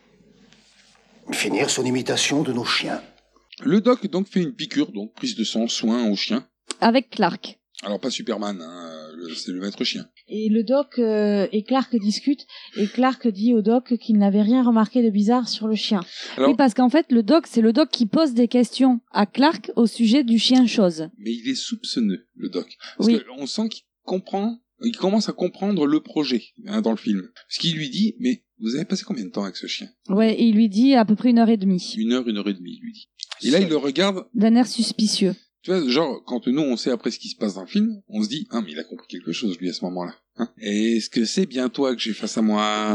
Finir son imitation de nos chiens. Le doc, donc, fait une piqûre, donc, prise de sang, soin au chien. Avec Clark. Alors, pas Superman, hein, c'est le maître chien. Et le doc et Clark discutent, et Clark dit au doc qu'il n'avait rien remarqué de bizarre sur le chien. Alors- Oui, parce qu'en fait, c'est le doc qui pose des questions à Clark au sujet du chien chose. Mais il est soupçonneux, le doc. Parce Oui. qu'on sent qu'il commence à comprendre le projet, hein, dans le film. Parce qu'il lui dit, mais vous avez passé combien de temps avec ce chien? Ouais, et il lui dit à peu près 1h30. 1 heure et demie, il lui dit. Et là, il le regarde, D'un air suspicieux. tu vois, genre, quand nous, on sait après ce qui se passe dans le film, on se dit, ah, mais il a compris quelque chose, lui, à ce moment-là. Hein, est-ce que c'est bien toi que j'ai face à moi?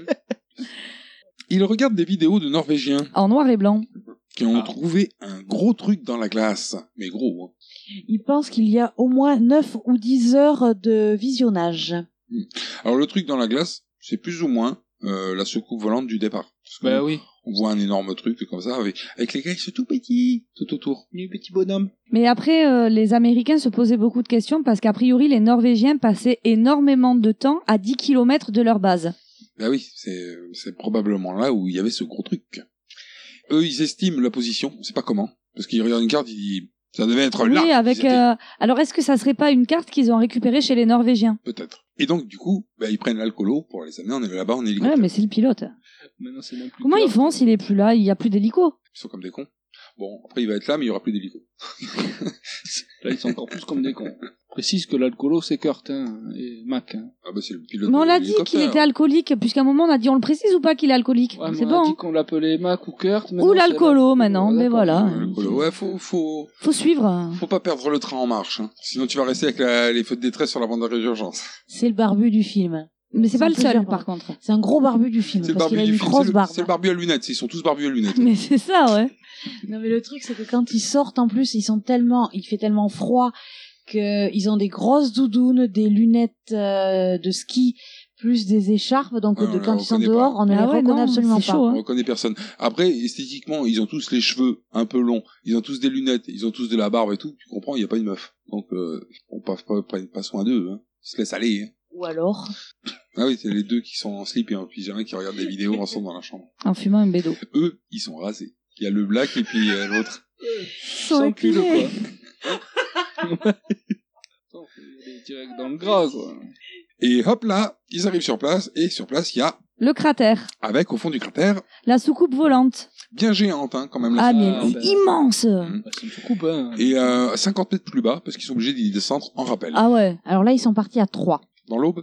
Il regarde des vidéos de Norvégiens En noir et blanc. qui ont trouvé un gros truc dans la glace. Mais gros, hein. Il pense qu'il y a au moins 9 ou 10 heures de visionnage. Alors, le truc dans la glace, c'est plus ou moins la soucoupe volante du départ. Parce que Bah oui. on voit un énorme truc comme ça, avec les gars, ils sont tout petits, tout autour. Les petits bonhommes. Mais après, les Américains se posaient beaucoup de questions parce qu'a priori, les Norvégiens passaient énormément de temps à 10 km de leur base. Bah oui, c'est probablement là où il y avait ce gros truc. Eux, ils estiment la position, on sait pas comment. Parce qu'ils regardent une carte, ils disent, ça devait être là. Oui, avec. Ils étaient- Alors, est-ce que ça serait pas une carte qu'ils ont récupérée chez les Norvégiens? Peut-être. Et donc, du coup, bah, ils prennent l'alcoolo pour les amener là-bas en hélicoptère. Ouais, mais c'est le pilote. Maintenant, c'est même plus Comment clair. ils font s'il est plus là? Il y a plus d'hélico. Ils sont comme des cons. Bon, après, il va être là, mais il y aura plus d'hélico. Là, ils sont encore plus comme des cons. Précise que l'alcoolo, c'est Kurt, hein, et Mac. Hein. Ah bah, c'est le pilote Mais on de l'a dit qu'il l'hélicoptère. était alcoolique, puisqu'à un moment on a dit on le précise ou pas qu'il est alcoolique. Ouais, mais C'est on a bon. dit hein. qu'on l'appelait Mac ou Kurt. Ou l'alcoolo maintenant, mais D'accord. voilà. L'alcoolo. Ouais, faut Faut suivre. Faut pas perdre le train en marche, hein. Sinon tu vas rester avec les feux de détresse sur la bande d'arrêt d'urgence. C'est le barbu du film. Mais c'est Ils pas sont le seul plusieurs, par contre. C'est un gros barbu du film, C'est le parce barbu qu'il a du une film, grosse barbe. c'est le barbu à lunettes, ils sont tous barbus à lunettes. Mais c'est ça, ouais. Non, mais le truc, c'est que quand ils sortent, en plus, il fait tellement froid qu'ils ont des grosses doudounes, des lunettes de ski, plus des écharpes. Donc, Ouais, on quand les ils sont reconnaît dehors, pas. on ne Ah les ouais, reconnaît non, absolument c'est pas. chaud, hein. On reconnaît personne. Après, esthétiquement, ils ont tous les cheveux un peu longs, ils ont tous des lunettes, ils ont tous de la barbe et tout. Tu comprends, il y a pas une meuf. Donc, on pas soin d'eux, hein. Ils se laissent aller, hein. Ou alors... Ah oui, c'est les deux qui sont en slip et en pyjama qui regardent des vidéos ensemble dans la chambre. En fumant un bédo. Eux, ils sont rasés. Il y a le black et puis l'autre. Sans cul, quoi. Direct dans le gras, quoi. Et hop là, ils arrivent sur place, et sur place, il y a, Le cratère. avec au fond du cratère, La soucoupe volante. bien géante, hein, quand même. Ah, mais Ah, elle est immense. C'est une soucoupe, hein. Et 50 mètres plus bas, parce qu'ils sont obligés d'y descendre en rappel. Ah ouais. Alors là, ils sont partis à 3. Dans l'aube.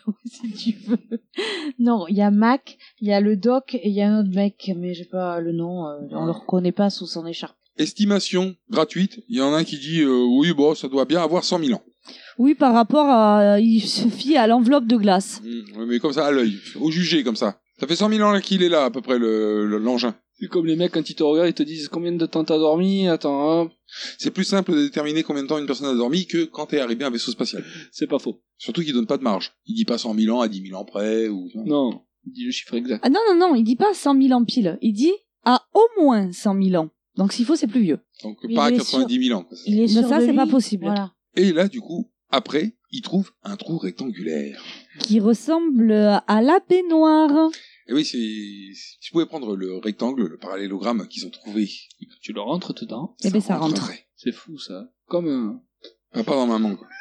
Si tu veux. Non, il y a Mac, il y a le Doc et il y a un autre mec, mais j'ai pas le nom, on le reconnaît pas sous son écharpe. Estimation gratuite, il y en a un qui dit oui, bon, ça doit bien avoir 100 000 ans. Oui, par rapport à... Il se fie à l'enveloppe de glace. Mais comme ça, à l'œil, au jugé, comme ça. Ça fait 100 000 ans là qu'il est là, à peu près, l'engin. C'est comme les mecs, quand ils te regardent, ils te disent combien de temps t'as dormi, attends, hein. C'est plus simple de déterminer combien de temps une personne a dormi que quand t'es arrivé à un vaisseau spatial. C'est pas faux. Surtout qu'il donne pas de marge. Il dit pas 100 000 ans à 10 000 ans près, ou... Non, il dit le chiffre exact. Ah non, il dit pas 100 000 ans pile. Il dit à au moins 100 000 ans. Donc s'il faut, c'est plus vieux. Donc Mais pas à il est 90 000 ans. Quoi. Il est Mais sûr ça, de c'est lui. pas possible. Voilà. Et là, du coup, après, il trouve un trou rectangulaire. Qui ressemble à la baignoire. Et oui, si tu pouvais prendre le rectangle, le parallélogramme qu'ils ont trouvé, Tu le rentres dedans. Eh ben, ça rentre. rentrerait. C'est fou, ça. Comme un... Pas dans maman, quoi.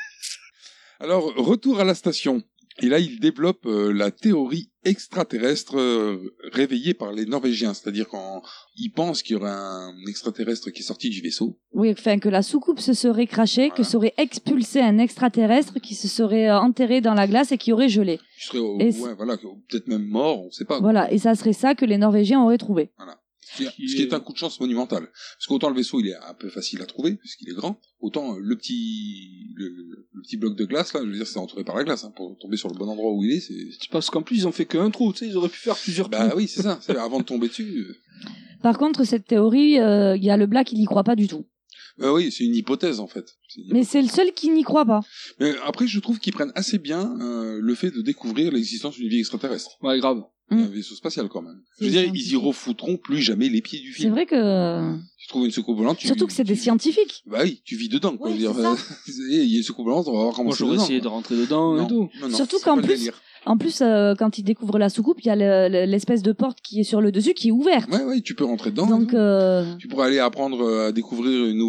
Alors, retour à la station. Et là, il développe la théorie extraterrestre réveillée par les Norvégiens. C'est-à-dire quand ils pensent qu'il y aurait un extraterrestre qui est sorti du vaisseau. Oui, enfin que la soucoupe se serait crachée, Voilà. que serait expulsé un extraterrestre qui se serait enterré dans la glace et qui aurait gelé. Qui serait, Et ouais, voilà, peut-être même mort, on sait pas. Voilà, et ça serait ça que les Norvégiens auraient trouvé. Ce qui est un coup de chance monumental. Parce qu'autant le vaisseau, il est un peu facile à trouver, puisqu'il est grand, autant le petit bloc de glace, là, je veux dire, c'est entouré par la glace, hein, pour tomber sur le bon endroit où il est, c'est... Parce qu'en plus, ils ont fait qu'un trou, tu sais, ils auraient pu faire plusieurs trous. Bah oui, c'est ça, avant de tomber dessus. Par contre, cette théorie, il y a le Black qui n'y croit pas du tout. Oui, c'est une hypothèse, en fait. Mais c'est le seul qui n'y croit pas. Mais après, je trouve qu'ils prennent assez bien le fait de découvrir l'existence d'une vie extraterrestre. Ouais, grave. Un vaisseau spatial, quand même. Je veux dire, ils y refoutront plus jamais les pieds du film. C'est vrai que... Tu trouves une soucoupe volante, Surtout que c'est des scientifiques. Bah oui, tu vis dedans, quoi. Ouais, je veux c'est dire, ça. il y a une soucoupe volante, on va voir comment Moi, c'est j'aurais dedans, essayé quoi. de rentrer dedans et tout. Non, Surtout c'est qu'en pas le plus- délire. En plus, quand ils découvrent la soucoupe, il y a l'espèce de porte qui est sur le dessus qui est ouverte. Ouais, tu peux rentrer dedans. Donc, Tu pourrais aller apprendre à découvrir une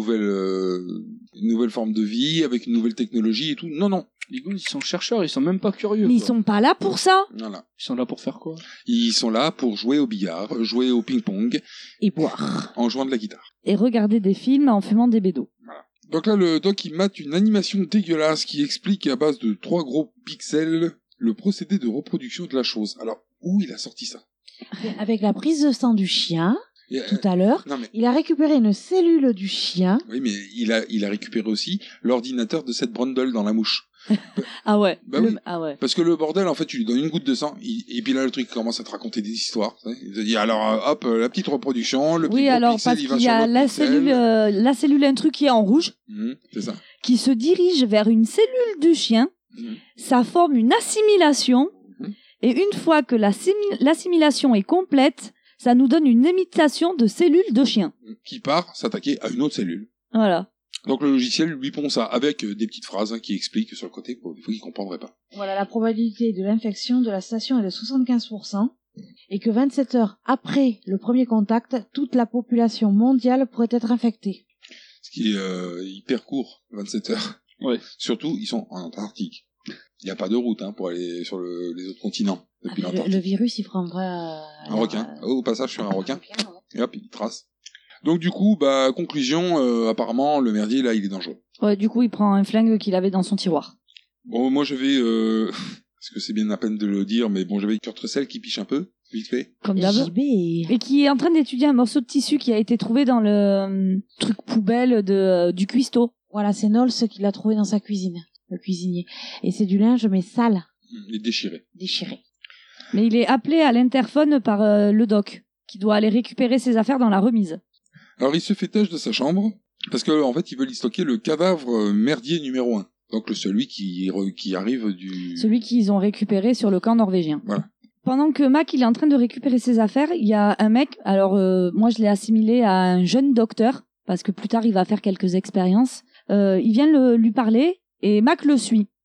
nouvelle forme de vie avec une nouvelle technologie et tout. Non. Les gars, ils sont chercheurs, ils sont même pas curieux. mais ils quoi. sont pas là pour ça. Voilà. Ils sont là pour faire quoi? Ils sont là pour jouer au billard, jouer au ping-pong, Et boire. en jouant de la guitare. Et regarder des films en fumant des bédos. Donc là, le doc, il mate une animation dégueulasse qui explique à base de 3 gros pixels le procédé de reproduction de la chose. Alors, où il a sorti ça? Avec la prise de sang du chien, Et, tout à l'heure, non mais, il a récupéré une cellule du chien. oui, mais il a récupéré aussi l'ordinateur de cette Brundle dans la mouche. Ah ouais. Bah oui. Ah ouais. Parce que le bordel, en fait, tu lui donnes une goutte de sang, et puis là, le truc commence à te raconter des histoires. Tu sais. Il te dit, alors, hop, la petite reproduction, le petit Oui, gros alors pixel, parce il va qu'il y sur a l'autre la pixel. cellule, la cellule intrus qui est en rouge, C'est ça. qui se dirige vers une cellule du chien. Mhm. Ça forme une assimilation. Mhm. Et une fois que l'assimilation est complète, ça nous donne une imitation de cellule de chien. Qui part s'attaquer à une autre cellule. Voilà. Donc le logiciel lui pond ça avec des petites phrases qui expliquent sur le côté pour des fois qu'il comprendrait pas. Voilà, la probabilité de l'infection de la station est de 75%, et que 27 heures après le premier contact, toute la population mondiale pourrait être infectée. Ce qui est hyper court, 27 heures. Ouais. Surtout, ils sont en Antarctique. Il n'y a pas de route pour aller sur les autres continents depuis l'Antarctique. Le virus, il prend un vrai... Un requin. Au passage, sur un requin. Et hop, il trace. Donc du coup, conclusion, apparemment, le merdier, là, il est dangereux. Ouais, du coup, il prend un flingue qu'il avait dans son tiroir. Bon, moi, j'avais... parce que c'est bien la peine de le dire, mais bon, j'avais Kurt Russell qui piche un peu, vite fait. Comme d'hab. JB. Et qui est en train d'étudier un morceau de tissu qui a été trouvé dans le truc poubelle du cuistot. Voilà, c'est Knowles qui l'a trouvé dans sa cuisine, le cuisinier. Et c'est du linge, mais sale, Il est déchiré. déchiré. Mais il est appelé à l'interphone par le doc, qui doit aller récupérer ses affaires dans la remise. Alors, il se fait tâche de sa chambre, parce que en fait, ils veulent y stocker le cadavre merdier numéro 1. Donc, celui qui arrive du... Celui qu'ils ont récupéré sur le camp norvégien. Voilà. Pendant que Mac il est en train de récupérer ses affaires, il y a un mec, alors moi je l'ai assimilé à un jeune docteur, parce que plus tard il va faire quelques expériences. Il vient lui parler, et Mac le suit.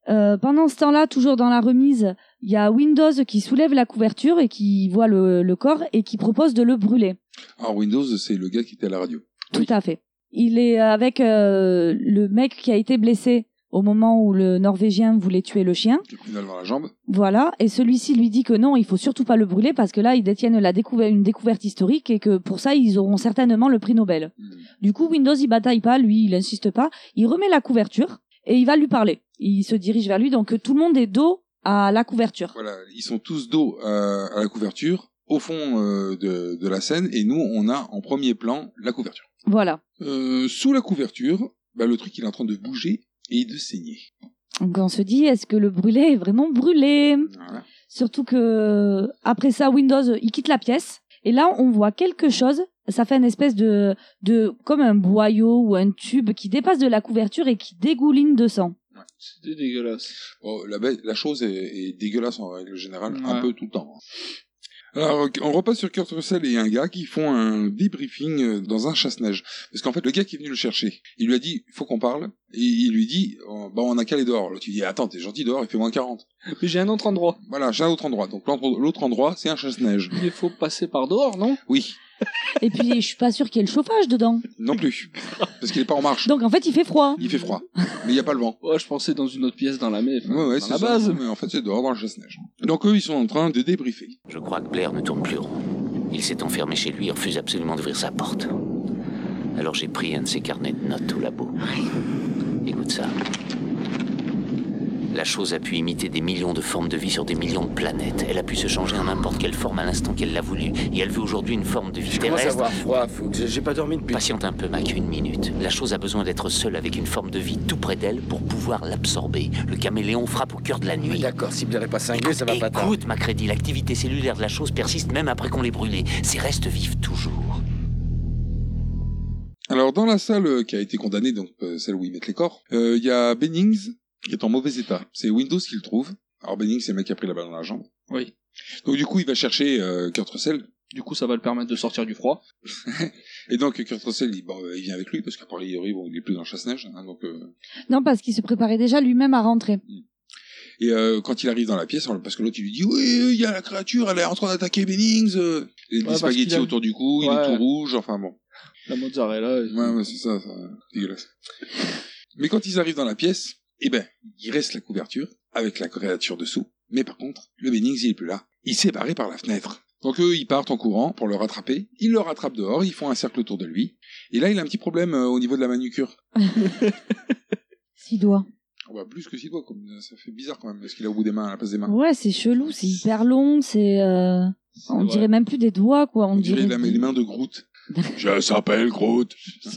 Pendant ce temps-là, toujours dans la remise, il y a Windows qui soulève la couverture et qui voit le corps et qui propose de le brûler. Alors Windows, c'est le gars qui était à la radio. Tout à fait. Il est avec le mec qui a été blessé au moment où le Norvégien voulait tuer le chien. Qui a pris une balle dans la jambe. Voilà, et celui-ci lui dit que non, il faut surtout pas le brûler parce que là, ils détiennent une découverte historique et que pour ça, ils auront certainement le prix Nobel. Du coup, Windows, il bataille pas, lui, il insiste pas. Il remet la couverture et il va lui parler. Il se dirige vers lui, donc tout le monde est dos à la couverture. Voilà, ils sont tous dos à la couverture, au fond de la scène, et nous, on a en premier plan la couverture. Voilà. Sous la couverture, le truc, il est en train de bouger et de saigner. Donc on se dit, est-ce que le brûlé est vraiment brûlé ? Voilà. Surtout que après ça, Windows, il quitte la pièce. Et là, on voit quelque chose. Ça fait une espèce de comme un boyau ou un tube qui dépasse de la couverture et qui dégouline de sang. Ouais. C'était dégueulasse. Bon, la chose est dégueulasse en règle générale, Ouais. un peu tout le temps. Alors, on repasse sur Kurt Russell et un gars qui font un debriefing dans un chasse-neige. Parce qu'en fait, le gars qui est venu le chercher, il lui a dit, faut qu'on parle. Et il lui dit, on a qu'à aller dehors. L'autre, il dit, attends, t'es gentil dehors, il fait moins 40. Mais j'ai un autre endroit. Voilà, j'ai un autre endroit. Donc, l'autre endroit, c'est un chasse-neige. Il faut passer par dehors, non ? Oui. Et puis, je suis pas sûre qu'il y ait le chauffage dedans. Non plus. Parce qu'il est pas en marche. Donc, en fait, il fait froid. Il fait froid. Mais il n'y a pas le vent. Ouais, je pensais dans une autre pièce dans la mer. Ouais, dans c'est la ça. base. Mais en fait, c'est dehors dans le chasse-neige. Donc, eux, ils sont en train de débriefer. Je crois que Blair ne tourne plus rond. Il s'est enfermé chez lui et refuse absolument d'ouvrir sa porte. Alors j'ai pris un de ses carnets de notes au labo. Écoute ça. La chose a pu imiter des millions de formes de vie sur des millions de planètes. Elle a pu se changer en n'importe quelle forme à l'instant qu'elle l'a voulu. Et elle veut aujourd'hui une forme de vie Je commence à terrestre. avoir froid, Fuchs. J'ai pas dormi depuis... Patiente un peu, Mac, 1 minute. La chose a besoin d'être seule avec une forme de vie tout près d'elle pour pouvoir l'absorber. Le caméléon frappe au cœur de la nuit. D'accord, si Blair est pas cinglé, ça va pas tarder. Écoute, Macready, l'activité cellulaire de la chose persiste même après qu'on l'ait brûlée. Ses restes vivent toujours. Alors, dans la salle qui a été condamnée, donc celle où ils mettent les corps, il y a Bennings qui est en mauvais état. C'est Windows qui le trouve. Alors, Bennings, c'est le mec qui a pris la balle dans la jambe. Oui. Donc, du coup, il va chercher Kurt Russell. Du coup, ça va le permettre de sortir du froid. Et donc, Kurt Russell, il vient avec lui, parce qu'à priori, il est plus dans le chasse-neige. Hein, donc, Non, parce qu'il se préparait déjà lui-même à rentrer. Et quand il arrive dans la pièce, parce que l'autre, il lui dit, oui, il y a la créature, elle est en train d'attaquer Bennings. Il y a des spaghettis autour du cou, il est tout rouge, enfin bon. La mozzarella. Ouais, c'est ça, dégueulasse. Mais quand ils arrivent dans la pièce, il reste la couverture, avec la créature dessous. Mais par contre, le Bennings, il est plus là. Il s'est barré par la fenêtre. Donc eux, ils partent en courant pour le rattraper. Ils le rattrapent dehors, ils font un cercle autour de lui. Et là, il a un petit problème au niveau de la manucure. 6 doigts. Plus que 6 doigts, comme ça fait bizarre quand même, parce qu'il a au bout des mains, à la place des mains. Ouais, c'est chelou, c'est hyper long, c'est... On dirait même plus des doigts, quoi. On dirait les mains de Groot. Je s'appelle Groot.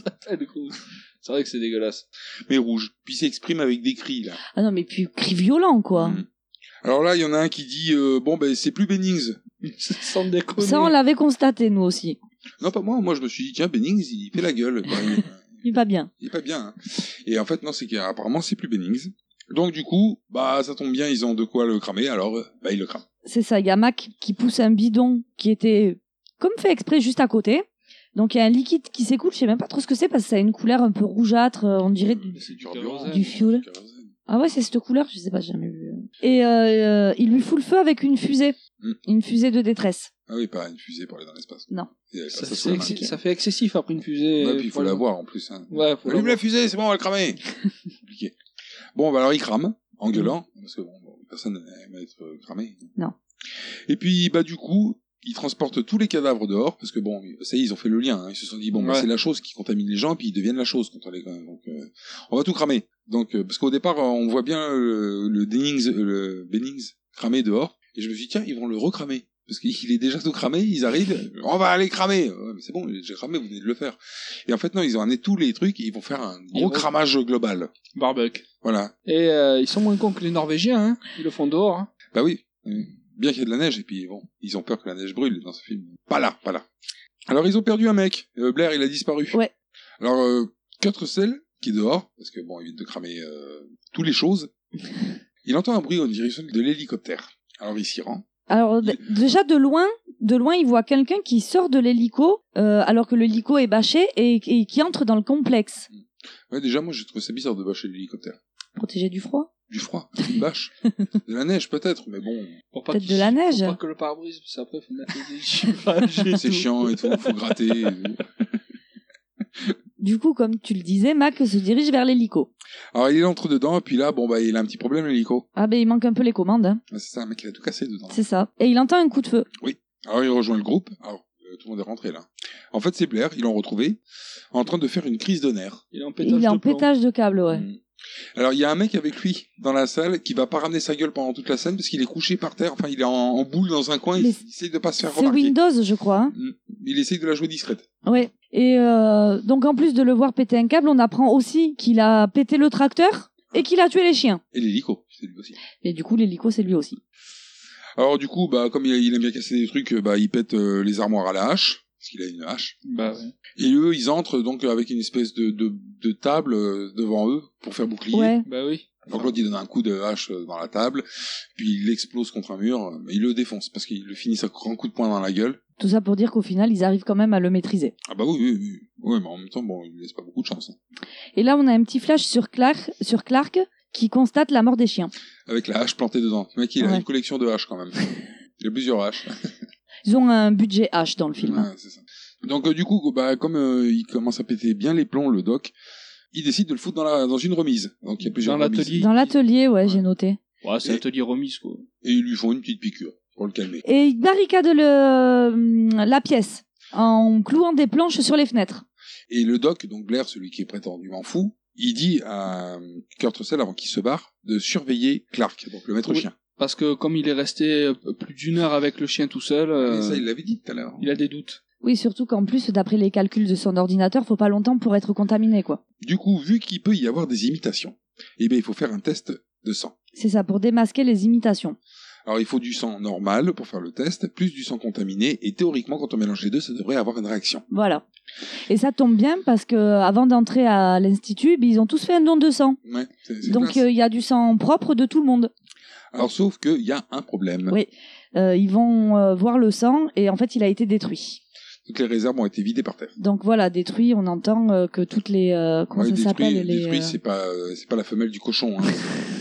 C'est vrai que c'est dégueulasse. Mais rouge. Puis il s'exprime avec des cris, là. Ah non, mais puis cris violents, quoi. Alors là, il y en a un qui dit, c'est plus Bennings. Sans déconner. Ça, on l'avait constaté, nous aussi. Non, pas moi. Moi, je me suis dit, tiens, Bennings, il fait la gueule. Il est pas bien. Il est pas bien. Hein. Et en fait, non, c'est qu'apparemment, c'est plus Bennings. Donc, du coup, ça tombe bien, ils ont de quoi le cramer, alors, ils le crament. C'est ça, il y a Mac qui pousse un bidon qui était, comme fait exprès, juste à côté. Donc, il y a un liquide qui s'écoule, je sais même pas trop ce que c'est, parce que ça a une couleur un peu rougeâtre, on dirait du fioul. Ah ouais, c'est cette couleur, je sais pas, j'ai jamais vu. Et il lui fout le feu avec une fusée. Une fusée de détresse. Ah oui, pas une fusée pour aller dans l'espace. Non. Ça fait excessif après une fusée. Ouais, puis il faut la voir en plus. Hein. Ouais, allume la fusée, c'est bon, on va le cramer. Compliqué. Bon, alors il crame, en gueulant, parce que personne n'aime être cramé. Non. Et puis, du coup, ils transportent tous les cadavres dehors, parce que ça y est, ils ont fait le lien. Hein. Ils se sont dit, c'est la chose qui contamine les gens, puis ils deviennent la chose quand on les crame. Donc, on va tout cramer. Donc, parce qu'au départ, on voit bien le Bennings cramé dehors, et je me suis dit, tiens, ils vont le recramer. Parce qu'il est déjà tout cramé, ils arrivent, on va aller cramer. Ouais, mais c'est bon, j'ai cramé, vous venez de le faire. Et en fait, non, ils ont amené tous les trucs et ils vont faire un gros cramage global. Barbecue. Voilà. Et ils sont moins cons que les Norvégiens, hein. Ils le font dehors. Hein. Bah oui. Bien qu'il y ait de la neige, et puis ils ont peur que la neige brûle dans ce film. Pas là. Alors, ils ont perdu un mec. Blair, il a disparu. Ouais. Alors, Kurt Russell, qui est dehors, parce que il vient de cramer toutes les choses, il entend un bruit en direction de l'hélicoptère. Alors, il s'y rend. Alors déjà de loin, il voit quelqu'un qui sort de l'hélico alors que l'hélico est bâché et qui entre dans le complexe. Ouais, déjà moi j'ai trouvé ça bizarre de bâcher l'hélicoptère. Protégé du froid. Du froid, une bâche, de la neige peut-être, mais bon. Peut-être de la neige. Faut pas que le pare-brise, parce qu'après faut mettre les égivages. C'est chiant et tout, faut gratter. Et tout. Du coup, comme tu le disais, Mac se dirige vers l'hélico. Alors il entre dedans et puis là, il a un petit problème l'hélico. Ah ben il manque un peu les commandes. Hein. C'est ça, un mec il a tout cassé dedans. C'est ça. Et il entend un coup de feu. Oui. Alors il rejoint le groupe. Alors tout le monde est rentré là. En fait c'est Blair, ils l'ont retrouvé en train de faire une crise de nerfs. Il est en pétage de câble, ouais. Alors il y a un mec avec lui dans la salle qui va pas ramener sa gueule pendant toute la scène parce qu'il est couché par terre, enfin il est en boule dans un coin, il essaye de pas se faire remarquer. C'est Windows, je crois. Hein. Il essaye de la jouer discrète. Ouais. Et donc en plus de le voir péter un câble, on apprend aussi qu'il a pété le tracteur et qu'il a tué les chiens. Et l'hélico, c'est lui aussi. Et du coup l'hélico c'est lui aussi. Alors du coup, comme il aime bien casser des trucs, il pète les armoires à la hache. Parce qu'il a une hache. Bah ouais. Et eux, ils entrent donc avec une espèce de table devant eux pour faire bouclier. Ouais. Bah oui. Donc l'autre, il donne un coup de hache dans la table, puis il l'explose contre un mur, mais il le défonce parce qu'il le finit à grand coup de poing dans la gueule. Tout ça pour dire qu'au final, ils arrivent quand même à le maîtriser. Ah bah oui. Ouais, mais en même temps, il laisse pas beaucoup de chance. Hein. Et là, on a un petit flash sur Clark qui constate la mort des chiens. Avec la hache plantée dedans. Le mec, il a une collection de haches quand même. Il a plusieurs haches. Ils ont un budget hache dans le film. Ouais, c'est ça. Donc du coup, comme il commence à péter bien les plombs, le doc, il décide de le foutre dans une remise. Donc il y a plusieurs remises. Dans l'atelier, ouais, j'ai noté. Ouais, c'est l'atelier remise, quoi. Et ils lui font une petite piqûre pour le calmer. Et il barricade la pièce en clouant des planches sur les fenêtres. Et le doc, donc Blair, celui qui est prétendument fou, il dit à Kurt Russell, avant qu'il se barre, de surveiller Clark, donc le maître chien. Parce que comme il est resté plus d'1 heure avec le chien tout seul... Et ça, il l'avait dit tout à l'heure. Il a des doutes. Oui, surtout qu'en plus, d'après les calculs de son ordinateur, faut pas longtemps pour être contaminé, quoi. Du coup, vu qu'il peut y avoir des imitations, il faut faire un test de sang. C'est ça, pour démasquer les imitations. Alors, il faut du sang normal pour faire le test, plus du sang contaminé, et théoriquement, quand on mélange les deux, ça devrait avoir une réaction. Voilà. Et ça tombe bien parce que avant d'entrer à l'institut, ils ont tous fait un don de sang. Ouais, c'est donc il y a du sang propre de tout le monde. Alors, sauf qu'il y a un problème. Oui, ils vont voir le sang et en fait, il a été détruit. Toutes les réserves ont été vidées par terre. Donc voilà, détruit, on entend que toutes les... comment ça s'appelle détruit, c'est pas la femelle du cochon. Hein.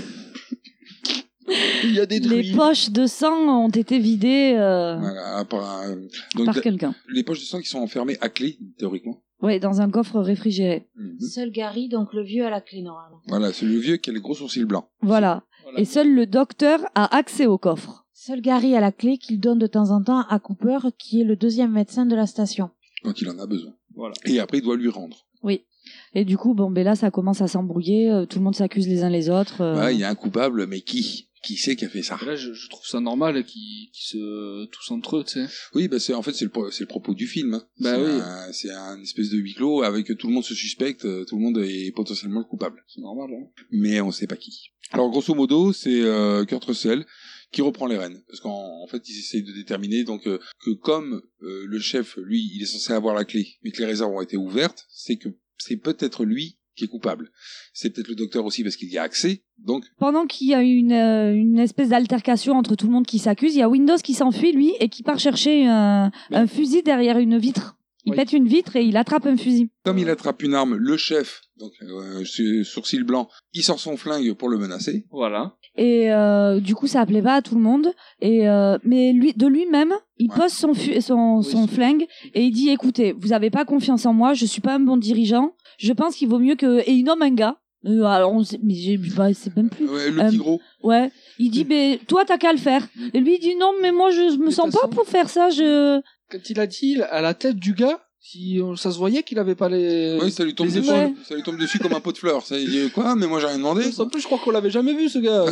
Il y a détruit. Les poches de sang ont été vidées voilà, par quelqu'un. Les poches de sang qui sont enfermées à clé, théoriquement. Oui, dans un coffre réfrigéré. Seul Gary, donc le vieux à la clé, normalement. Voilà, c'est le vieux qui a les gros sourcils blancs. Voilà. Et seul le docteur a accès au coffre. Seul Gary a la clé qu'il donne de temps en temps à Cooper, qui est le 2e médecin de la station. Quand il en a besoin. Voilà. Et après, il doit lui rendre. Oui. Et du coup, là, ça commence à s'embrouiller. Tout le monde s'accuse les uns les autres. Il y a un coupable, mais qui c'est qui a fait ça? Et là, je trouve ça normal qu'ils se tous entre eux, tu sais. Oui, c'est le propos du film. Hein. Bah oui. C'est un espèce de huis clos avec tout le monde se suspecte, tout le monde est potentiellement le coupable. C'est normal, hein. Mais on sait pas qui. Alors, grosso modo, c'est Kurt Russell qui reprend les rênes. Parce qu'en fait, ils essayent de déterminer donc que comme le chef, lui, il est censé avoir la clé, mais que les réserves ont été ouvertes, c'est que c'est peut-être lui qui est coupable. C'est peut-être le docteur aussi parce qu'il y a accès, donc... Pendant qu'il y a une espèce d'altercation entre tout le monde qui s'accuse, il y a Windows qui s'enfuit, lui, et qui part chercher un fusil derrière une vitre. Il pète une vitre et il attrape un fusil. Comme il attrape une arme, le chef, donc sourcil blanc, il sort son flingue pour le menacer. Voilà. Et du coup, ça plaît pas à tout le monde. Et mais de lui-même, il pose son flingue et il dit "Écoutez, vous avez pas confiance en moi, je suis pas un bon dirigeant. Je pense qu'il vaut mieux que..." Et il nomme un gars. Alors, c'est même plus. Ouais, le petit gros. Ouais. Il dit "Mais toi, t'as qu'à le faire." Et lui, il dit "Non, mais moi, je me sens pas pour faire ça. Quand il a dit à la tête du gars, ça se voyait qu'il avait pas les... Oui, ça lui tombe dessus. Ça lui tombe dessus comme un pot de fleurs. Ça, il dit quoi? Mais moi, j'ai rien demandé. En plus, je crois qu'on l'avait jamais vu, ce gars.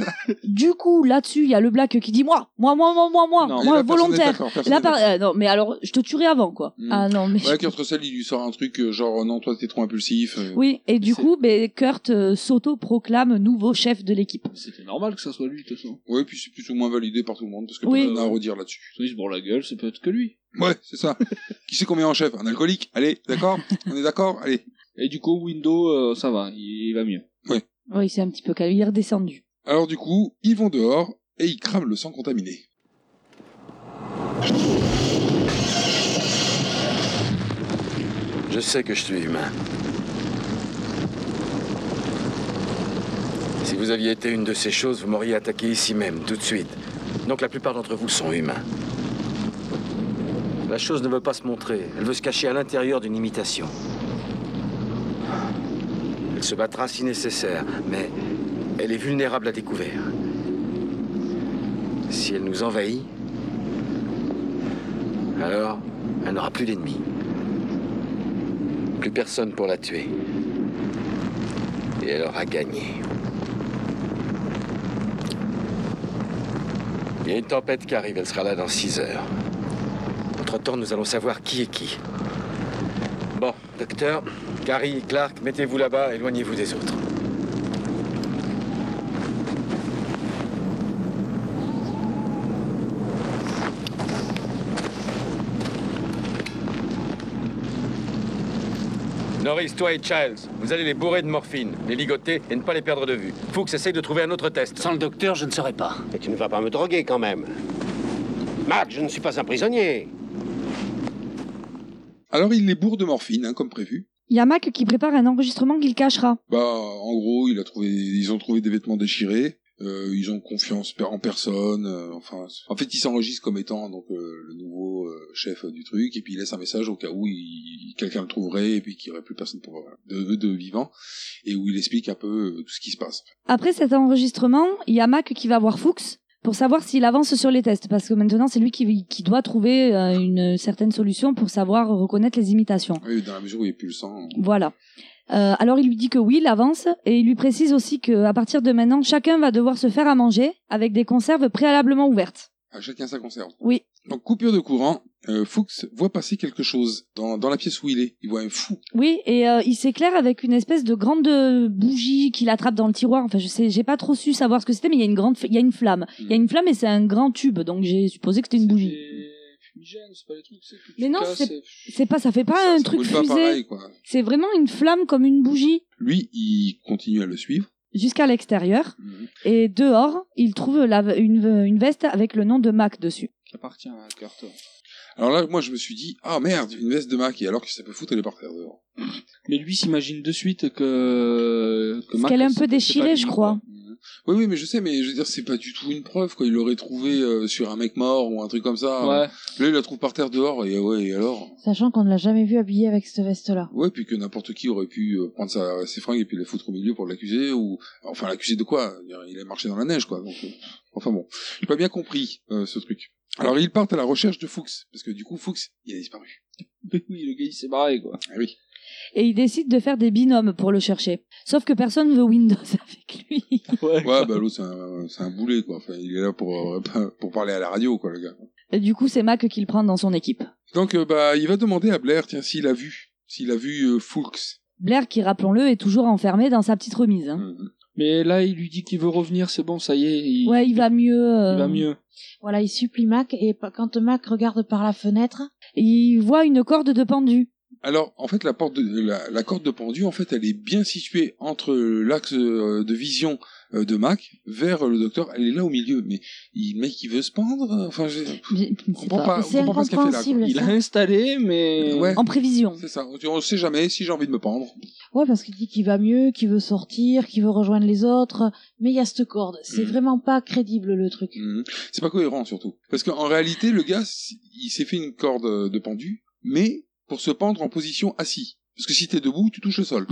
Du coup, là-dessus, il y a le black qui dit moi, volontaire. Non, mais alors, je te tuerai avant, quoi. Ah non, mais. Ouais, Kurt Russell, il lui sort un truc genre non, toi, t'es trop impulsif. Oui, et du coup, Kurt s'auto-proclame nouveau chef de l'équipe. C'était normal que ça soit lui, de toute façon. Oui, puis c'est plus ou moins validé par tout le monde, parce que personne n'a à redire là-dessus. Ils se bourrent la gueule, c'est peut-être que lui. Ouais, c'est ça. Qui c'est qu'on met en chef? Un alcoolique? Allez, d'accord? On est d'accord? Allez. Et du coup, Windows, ça va, il va mieux. Ouais. Oui, c'est un petit peu calme, il est redescendu. Alors du coup, ils vont dehors et ils crament le sang contaminé. Je sais que je suis humain. Si vous aviez été une de ces choses, vous m'auriez attaqué ici même, tout de suite. Donc la plupart d'entre vous sont humains. La chose ne veut pas se montrer. Elle veut se cacher à l'intérieur d'une imitation. Elle se battra si nécessaire, mais elle est vulnérable à découvert. Si elle nous envahit, alors elle n'aura plus d'ennemis. Plus personne pour la tuer. Et elle aura gagné. Il y a une tempête qui arrive, elle sera là dans 6 heures. Entre-temps, nous allons savoir qui est qui. Bon, docteur, Gary, Clark, mettez-vous là-bas, éloignez-vous des autres. Norris, toi et Childs, vous allez les bourrer de morphine, les ligoter et ne pas les perdre de vue. Fuchs essaye de trouver un autre test. Sans le docteur, je ne saurais pas. Et tu ne vas pas me droguer quand même. Mac, je ne suis pas un prisonnier. Alors il les bourre de morphine, hein, comme prévu. Il y a Mac qui prépare un enregistrement qu'il cachera. Bah, en gros, ils ont trouvé des vêtements déchirés. Ils ont confiance en personne. En fait, ils s'enregistrent comme étant donc le nouveau chef du truc, et puis il laisse un message au cas où quelqu'un le trouverait, et puis qu'il n'y aurait plus personne de vivant, et où il explique un peu tout ce qui se passe. Après cet enregistrement, il y a Mac qui va voir Fuchs pour savoir s'il avance sur les tests, parce que maintenant c'est lui qui doit trouver une certaine solution pour savoir reconnaître les imitations. Oui, dans la mesure où il n'y a plus le sang. Voilà. Alors il lui dit que oui, il avance, et il lui précise aussi qu'à partir de maintenant, chacun va devoir se faire à manger avec des conserves préalablement ouvertes. À chacun sa conserve. Oui. Donc coupure de courant, Fuchs voit passer quelque chose dans la pièce où il est. Il voit un fou. Oui, et il s'éclaire avec une espèce de grande bougie qu'il attrape dans le tiroir. Enfin, j'ai pas trop su savoir ce que c'était, mais il y a une flamme. Il y a une flamme et c'est un grand tube, donc j'ai supposé que c'était une bougie. C'est pas les trucs, c'est que tu mais non, casses ça fait pas un truc pas fusé. pareil, quoi. C'est vraiment une flamme comme une bougie. Lui, il continue à le suivre. Jusqu'à l'extérieur. Et dehors, il trouve une veste avec le nom de Mac dessus. Qui appartient à Kurt. Alors là, moi, je me suis dit, ah merde, une veste de Mac, et alors que ça peut foutre, elle est par terre dehors. Mais lui s'imagine de suite que Parce Mac, qu'elle est un peu déchirée, je crois. Oui, mais je sais, mais je veux dire, c'est pas du tout une preuve, quoi. Il l'aurait trouvé sur un mec mort ou un truc comme ça. Ouais. Là, il la trouve par terre dehors, et ouais, et alors? Sachant qu'on ne l'a jamais vu habillé avec cette veste-là. Ouais, puis que n'importe qui aurait pu prendre ses fringues et puis les foutre au milieu pour l'accuser, ou, enfin, l'accuser de quoi? Il a marché dans la neige, quoi. Donc, enfin bon. J'ai pas bien compris, ce truc. Alors, ils partent à la recherche de Fuchs, parce que du coup, Fuchs, il a disparu. Oui, le gars, il s'est barré, quoi. Ah oui. Et il décide de faire des binômes pour le chercher. Sauf que personne veut Windows avec lui. Ouais, bah l'autre, c'est un boulet, quoi. Enfin, il est là pour parler à la radio, quoi, le gars. Et du coup, c'est Mac qui le prend dans son équipe. Donc, il va demander à Blair, tiens, s'il a vu Fuchs. Blair, qui, rappelons-le, est toujours enfermé dans sa petite remise. Hein. Mais là, il lui dit qu'il veut revenir, c'est bon, ça y est. Il va mieux. Il va mieux. Voilà, il supplie Mac, et quand Mac regarde par la fenêtre, il voit une corde de pendu. Alors, en fait, la corde de pendu, en fait, elle est bien située entre l'axe de vision de Mac vers le docteur. Elle est là au milieu, mais le mec, il veut se pendre. Enfin, je comprends pas ce qu'il fait là. Il a installé, mais ouais, en prévision. C'est ça. On sait jamais si j'ai envie de me pendre. Ouais, parce qu'il dit qu'il va mieux, qu'il veut sortir, qu'il veut rejoindre les autres, mais il y a cette corde. C'est vraiment pas crédible, le truc. C'est pas cohérent, surtout. Parce qu'en réalité, le gars, il s'est fait une corde de pendu, mais pour se pendre en position assis. Parce que si t'es debout, tu touches le sol.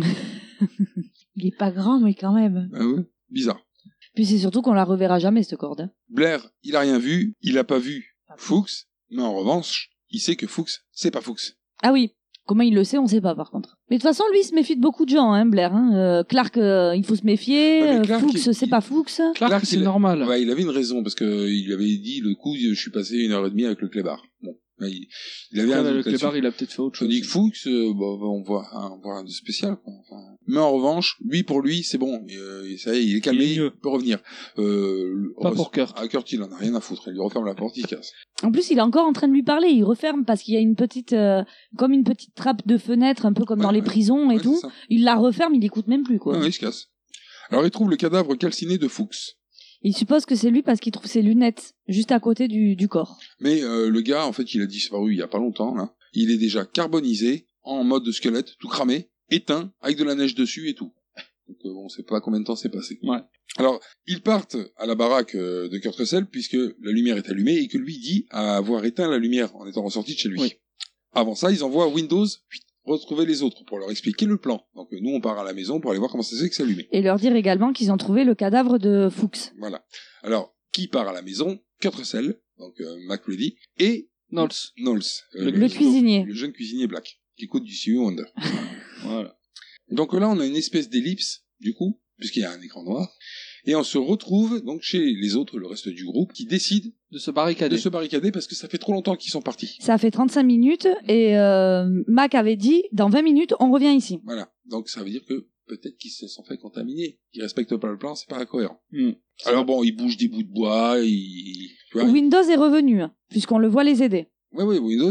Il est pas grand, mais quand même. Ah ouais, bizarre. Puis c'est surtout qu'on la reverra jamais, cette corde. Blair, il a rien vu, il a pas vu Fuchs, mais en revanche, il sait que Fuchs, c'est pas Fuchs. Ah oui. Comment il le sait, on sait pas, par contre. Mais de toute façon, lui, il se méfie de beaucoup de gens, hein, Blair. Hein. Clark, il faut se méfier. Fuchs, c'est pas Fuchs. Clark, c'est normal. Ouais, il avait une raison, parce que il lui avait dit, le coup, je suis passé 1h30 avec le clébard. Bon. Il avait le clébard, il a peut-être fait autre chose. Tandis que Fuchs, on voit rien de spécial, quoi. Enfin, mais en revanche, pour lui, c'est bon. Ça y est, il est calmé, il peut revenir. Pas pour Kurt. À Kurt, il en a rien à foutre. Il lui referme la porte, il casse. En plus, il est encore en train de lui parler. Il referme parce qu'il y a une petite, comme une petite trappe de fenêtre, un peu comme dans les prisons et tout. Il la referme, il écoute même plus, quoi. Ouais, il se casse. Alors, il trouve le cadavre calciné de Fuchs. Il suppose que c'est lui parce qu'il trouve ses lunettes juste à côté du corps. Mais le gars, en fait, il a disparu il y a pas longtemps, là. Il est déjà carbonisé, en mode squelette, tout cramé, éteint, avec de la neige dessus et tout. Donc on sait pas combien de temps s'est passé. Ouais. Alors, ils partent à la baraque de Kurt Russell puisque la lumière est allumée et que lui dit avoir éteint la lumière en étant ressorti de chez lui. Oui. Avant ça, ils envoient Windows retrouver les autres pour leur expliquer le plan. Donc nous, on part à la maison pour aller voir comment ça se fait que c'est allumé. Et leur dire également qu'ils ont trouvé le cadavre de Fuchs. Voilà. Alors, qui part à la maison? Kurt Russell, donc MacReady, et Knowles, le cuisinier. Le jeune cuisinier Black, qui écoute du Stevie Wonder. Voilà. Donc là, on a une espèce d'ellipse, du coup, puisqu'il y a un écran noir, et on se retrouve donc chez les autres, le reste du groupe, qui décident de se barricader parce que ça fait trop longtemps qu'ils sont partis. Ça fait 35 minutes et Mac avait dit dans 20 minutes on revient ici. Voilà. Donc ça veut dire que peut-être qu'ils se sont fait contaminer, qu'ils respectent pas le plan, c'est pas cohérent. Mm. Alors bon, ils bougent des bouts de bois, tu vois, Windows est revenu puisqu'on le voit les aider. Oui, Windows,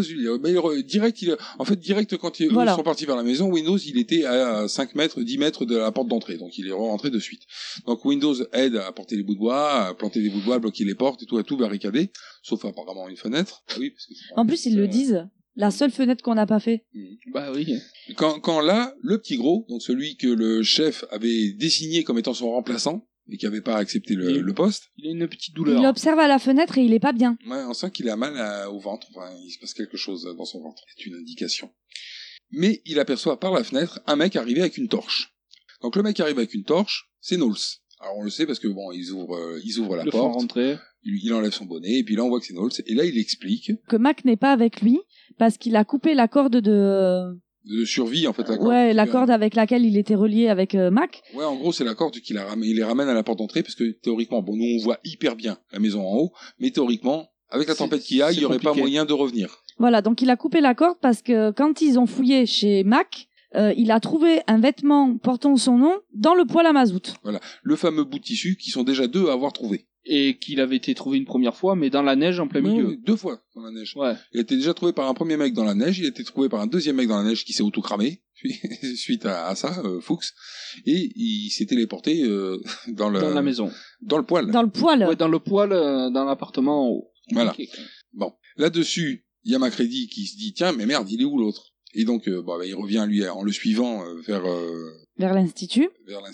direct quand ils sont partis vers la maison, Windows, il était à 5 mètres, 10 mètres de la porte d'entrée, donc il est rentré de suite. Donc Windows aide à porter les bouts de bois, à planter des bouts de bois, à bloquer les portes et tout, à tout barricader, sauf apparemment une fenêtre. Ah oui, parce que en plus, ils le disent, la seule fenêtre qu'on n'a pas fait. Bah oui. Quand là, le petit gros, donc celui que le chef avait désigné comme étant son remplaçant, et qui n'avait pas accepté le poste. Il a une petite douleur. Il observe à la fenêtre et il est pas bien. Ouais, on sent qu'il a mal au ventre. Enfin, il se passe quelque chose dans son ventre. C'est une indication. Mais il aperçoit par la fenêtre un mec arriver avec une torche. Donc le mec arrive avec une torche, c'est Knowles. Alors on le sait parce que bon, ils ouvrent la porte. Il enlève son bonnet et puis là on voit que c'est Knowles. Et là il explique que Mac n'est pas avec lui parce qu'il a coupé la corde de survie, en fait, la corde. Ouais, la corde avec laquelle il était relié avec Mac. Ouais, en gros, c'est la corde il les ramène à la porte d'entrée, parce que théoriquement, bon, nous, on voit hyper bien la maison en haut, mais théoriquement, avec la tempête qu'il y a, il n'y aurait pas moyen de revenir. Voilà, donc il a coupé la corde parce que quand ils ont fouillé chez Mac, il a trouvé un vêtement portant son nom dans le poêle à mazout. Voilà, le fameux bout de tissu qui sont déjà 2 à avoir trouvé. Et qu'il avait été trouvé une première fois, mais dans la neige en plein milieu. Oui, 2 fois dans la neige. Ouais. Il a été déjà trouvé par un premier mec dans la neige, il a été trouvé par un deuxième mec dans la neige qui s'est auto-cramé, suite à ça, Fuchs, et il s'est téléporté dans la maison. Dans le poêle. Dans le poêle. Ouais, dans le poêle, dans l'appartement en haut. Voilà. Okay. Bon. Là-dessus, il y a MacReady qui se dit, tiens, mais merde, il est où l'autre? Et donc, il revient, lui, en le suivant vers l'institut.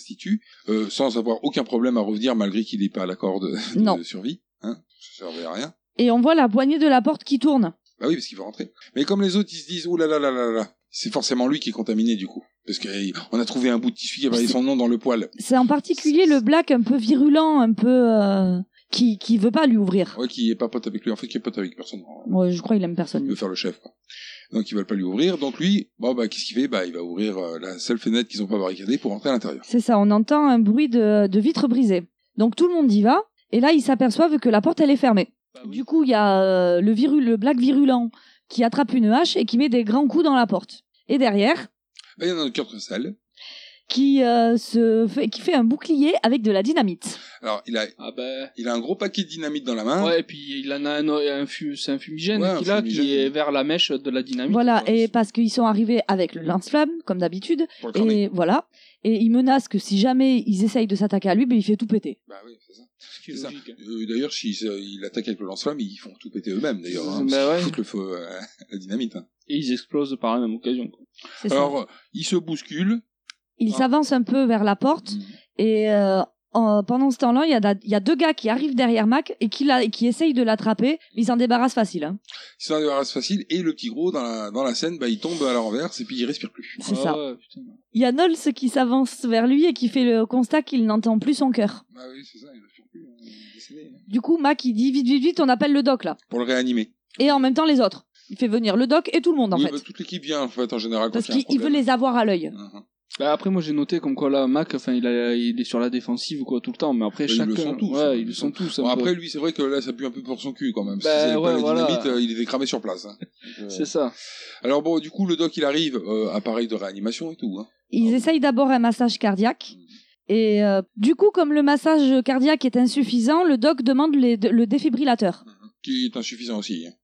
Sans avoir aucun problème à revenir, malgré qu'il n'ait pas la corde de survie. Hein, ça servait à rien. Et on voit la poignée de la porte qui tourne. Bah oui, parce qu'il veut rentrer. Mais comme les autres, ils se disent, oh là là là là là, c'est forcément lui qui est contaminé, du coup. Parce qu'on a trouvé un bout de tissu qui avait son nom dans le poêle. C'est en particulier le Black un peu virulent, un peu... qui veut pas lui ouvrir. Ouais, qui est pas pote avec lui. En fait, qui est pote avec personne. Ouais, je crois qu'il aime personne. Il veut faire le chef, quoi. Donc ils veulent pas lui ouvrir. Donc lui, qu'est-ce qu'il fait? Il va ouvrir la seule fenêtre qu'ils ont pas barricadée pour entrer à l'intérieur. C'est ça, on entend un bruit de vitre brisée. Donc tout le monde y va. Et là, ils s'aperçoivent que la porte, elle est fermée. Bah oui. Du coup, il y a le Black virulent qui attrape une hache et qui met des grands coups dans la porte. Et derrière... il y en a un Kurt Russell. Qui fait un bouclier avec de la dynamite. Alors, il a un gros paquet de dynamite dans la main. Ouais, et puis il en a c'est un fumigène qui est vers la mèche de la dynamite. Voilà, et parce qu'ils sont arrivés avec le lance-flamme, comme d'habitude. Et voilà. Et il menace que si jamais ils essayent de s'attaquer à lui, il fait tout péter. Bah oui, c'est ça. C'est ça. D'ailleurs, s'ils attaquent avec le lance-flamme, ils font tout péter eux-mêmes, d'ailleurs. Ils foutent le feu à la dynamite. Hein. Et ils explosent par la même occasion. Quoi. Alors, ils se bousculent. Il s'avance un peu vers la porte et pendant ce temps-là, il y a 2 gars qui arrivent derrière Mac et qui essayent de l'attraper, mais ils s'en débarrassent facile. Hein. Ils s'en débarrassent facile et le petit gros dans la scène, il tombe à la renverse et puis il respire plus. C'est ça. Il y a Knowles qui s'avance vers lui et qui fait le constat qu'il n'entend plus son cœur. Ah oui, c'est ça, il respire plus. Décédé. Du coup, Mac il dit vite, on appelle le doc là. Pour le réanimer. Et en même temps les autres. Il fait venir le doc et tout le monde en fait. Toute l'équipe vient en fait en général. Parce qu'il veut les avoir à l'œil. Après, moi j'ai noté comme quoi là, Mac, il est sur la défensive quoi tout le temps, mais après ils le sont tous. Ouais, ils le sont tous. Après, lui, c'est vrai que là, ça pue un peu pour son cul quand même. Dynamite, il était cramé sur place. Hein. C'est ça. Alors bon, du coup, le doc, il arrive, appareil de réanimation et tout. Hein. Ils essayent d'abord un massage cardiaque. Et du coup, comme le massage cardiaque est insuffisant, le doc demande le défibrillateur. Qui est insuffisant aussi. Hein.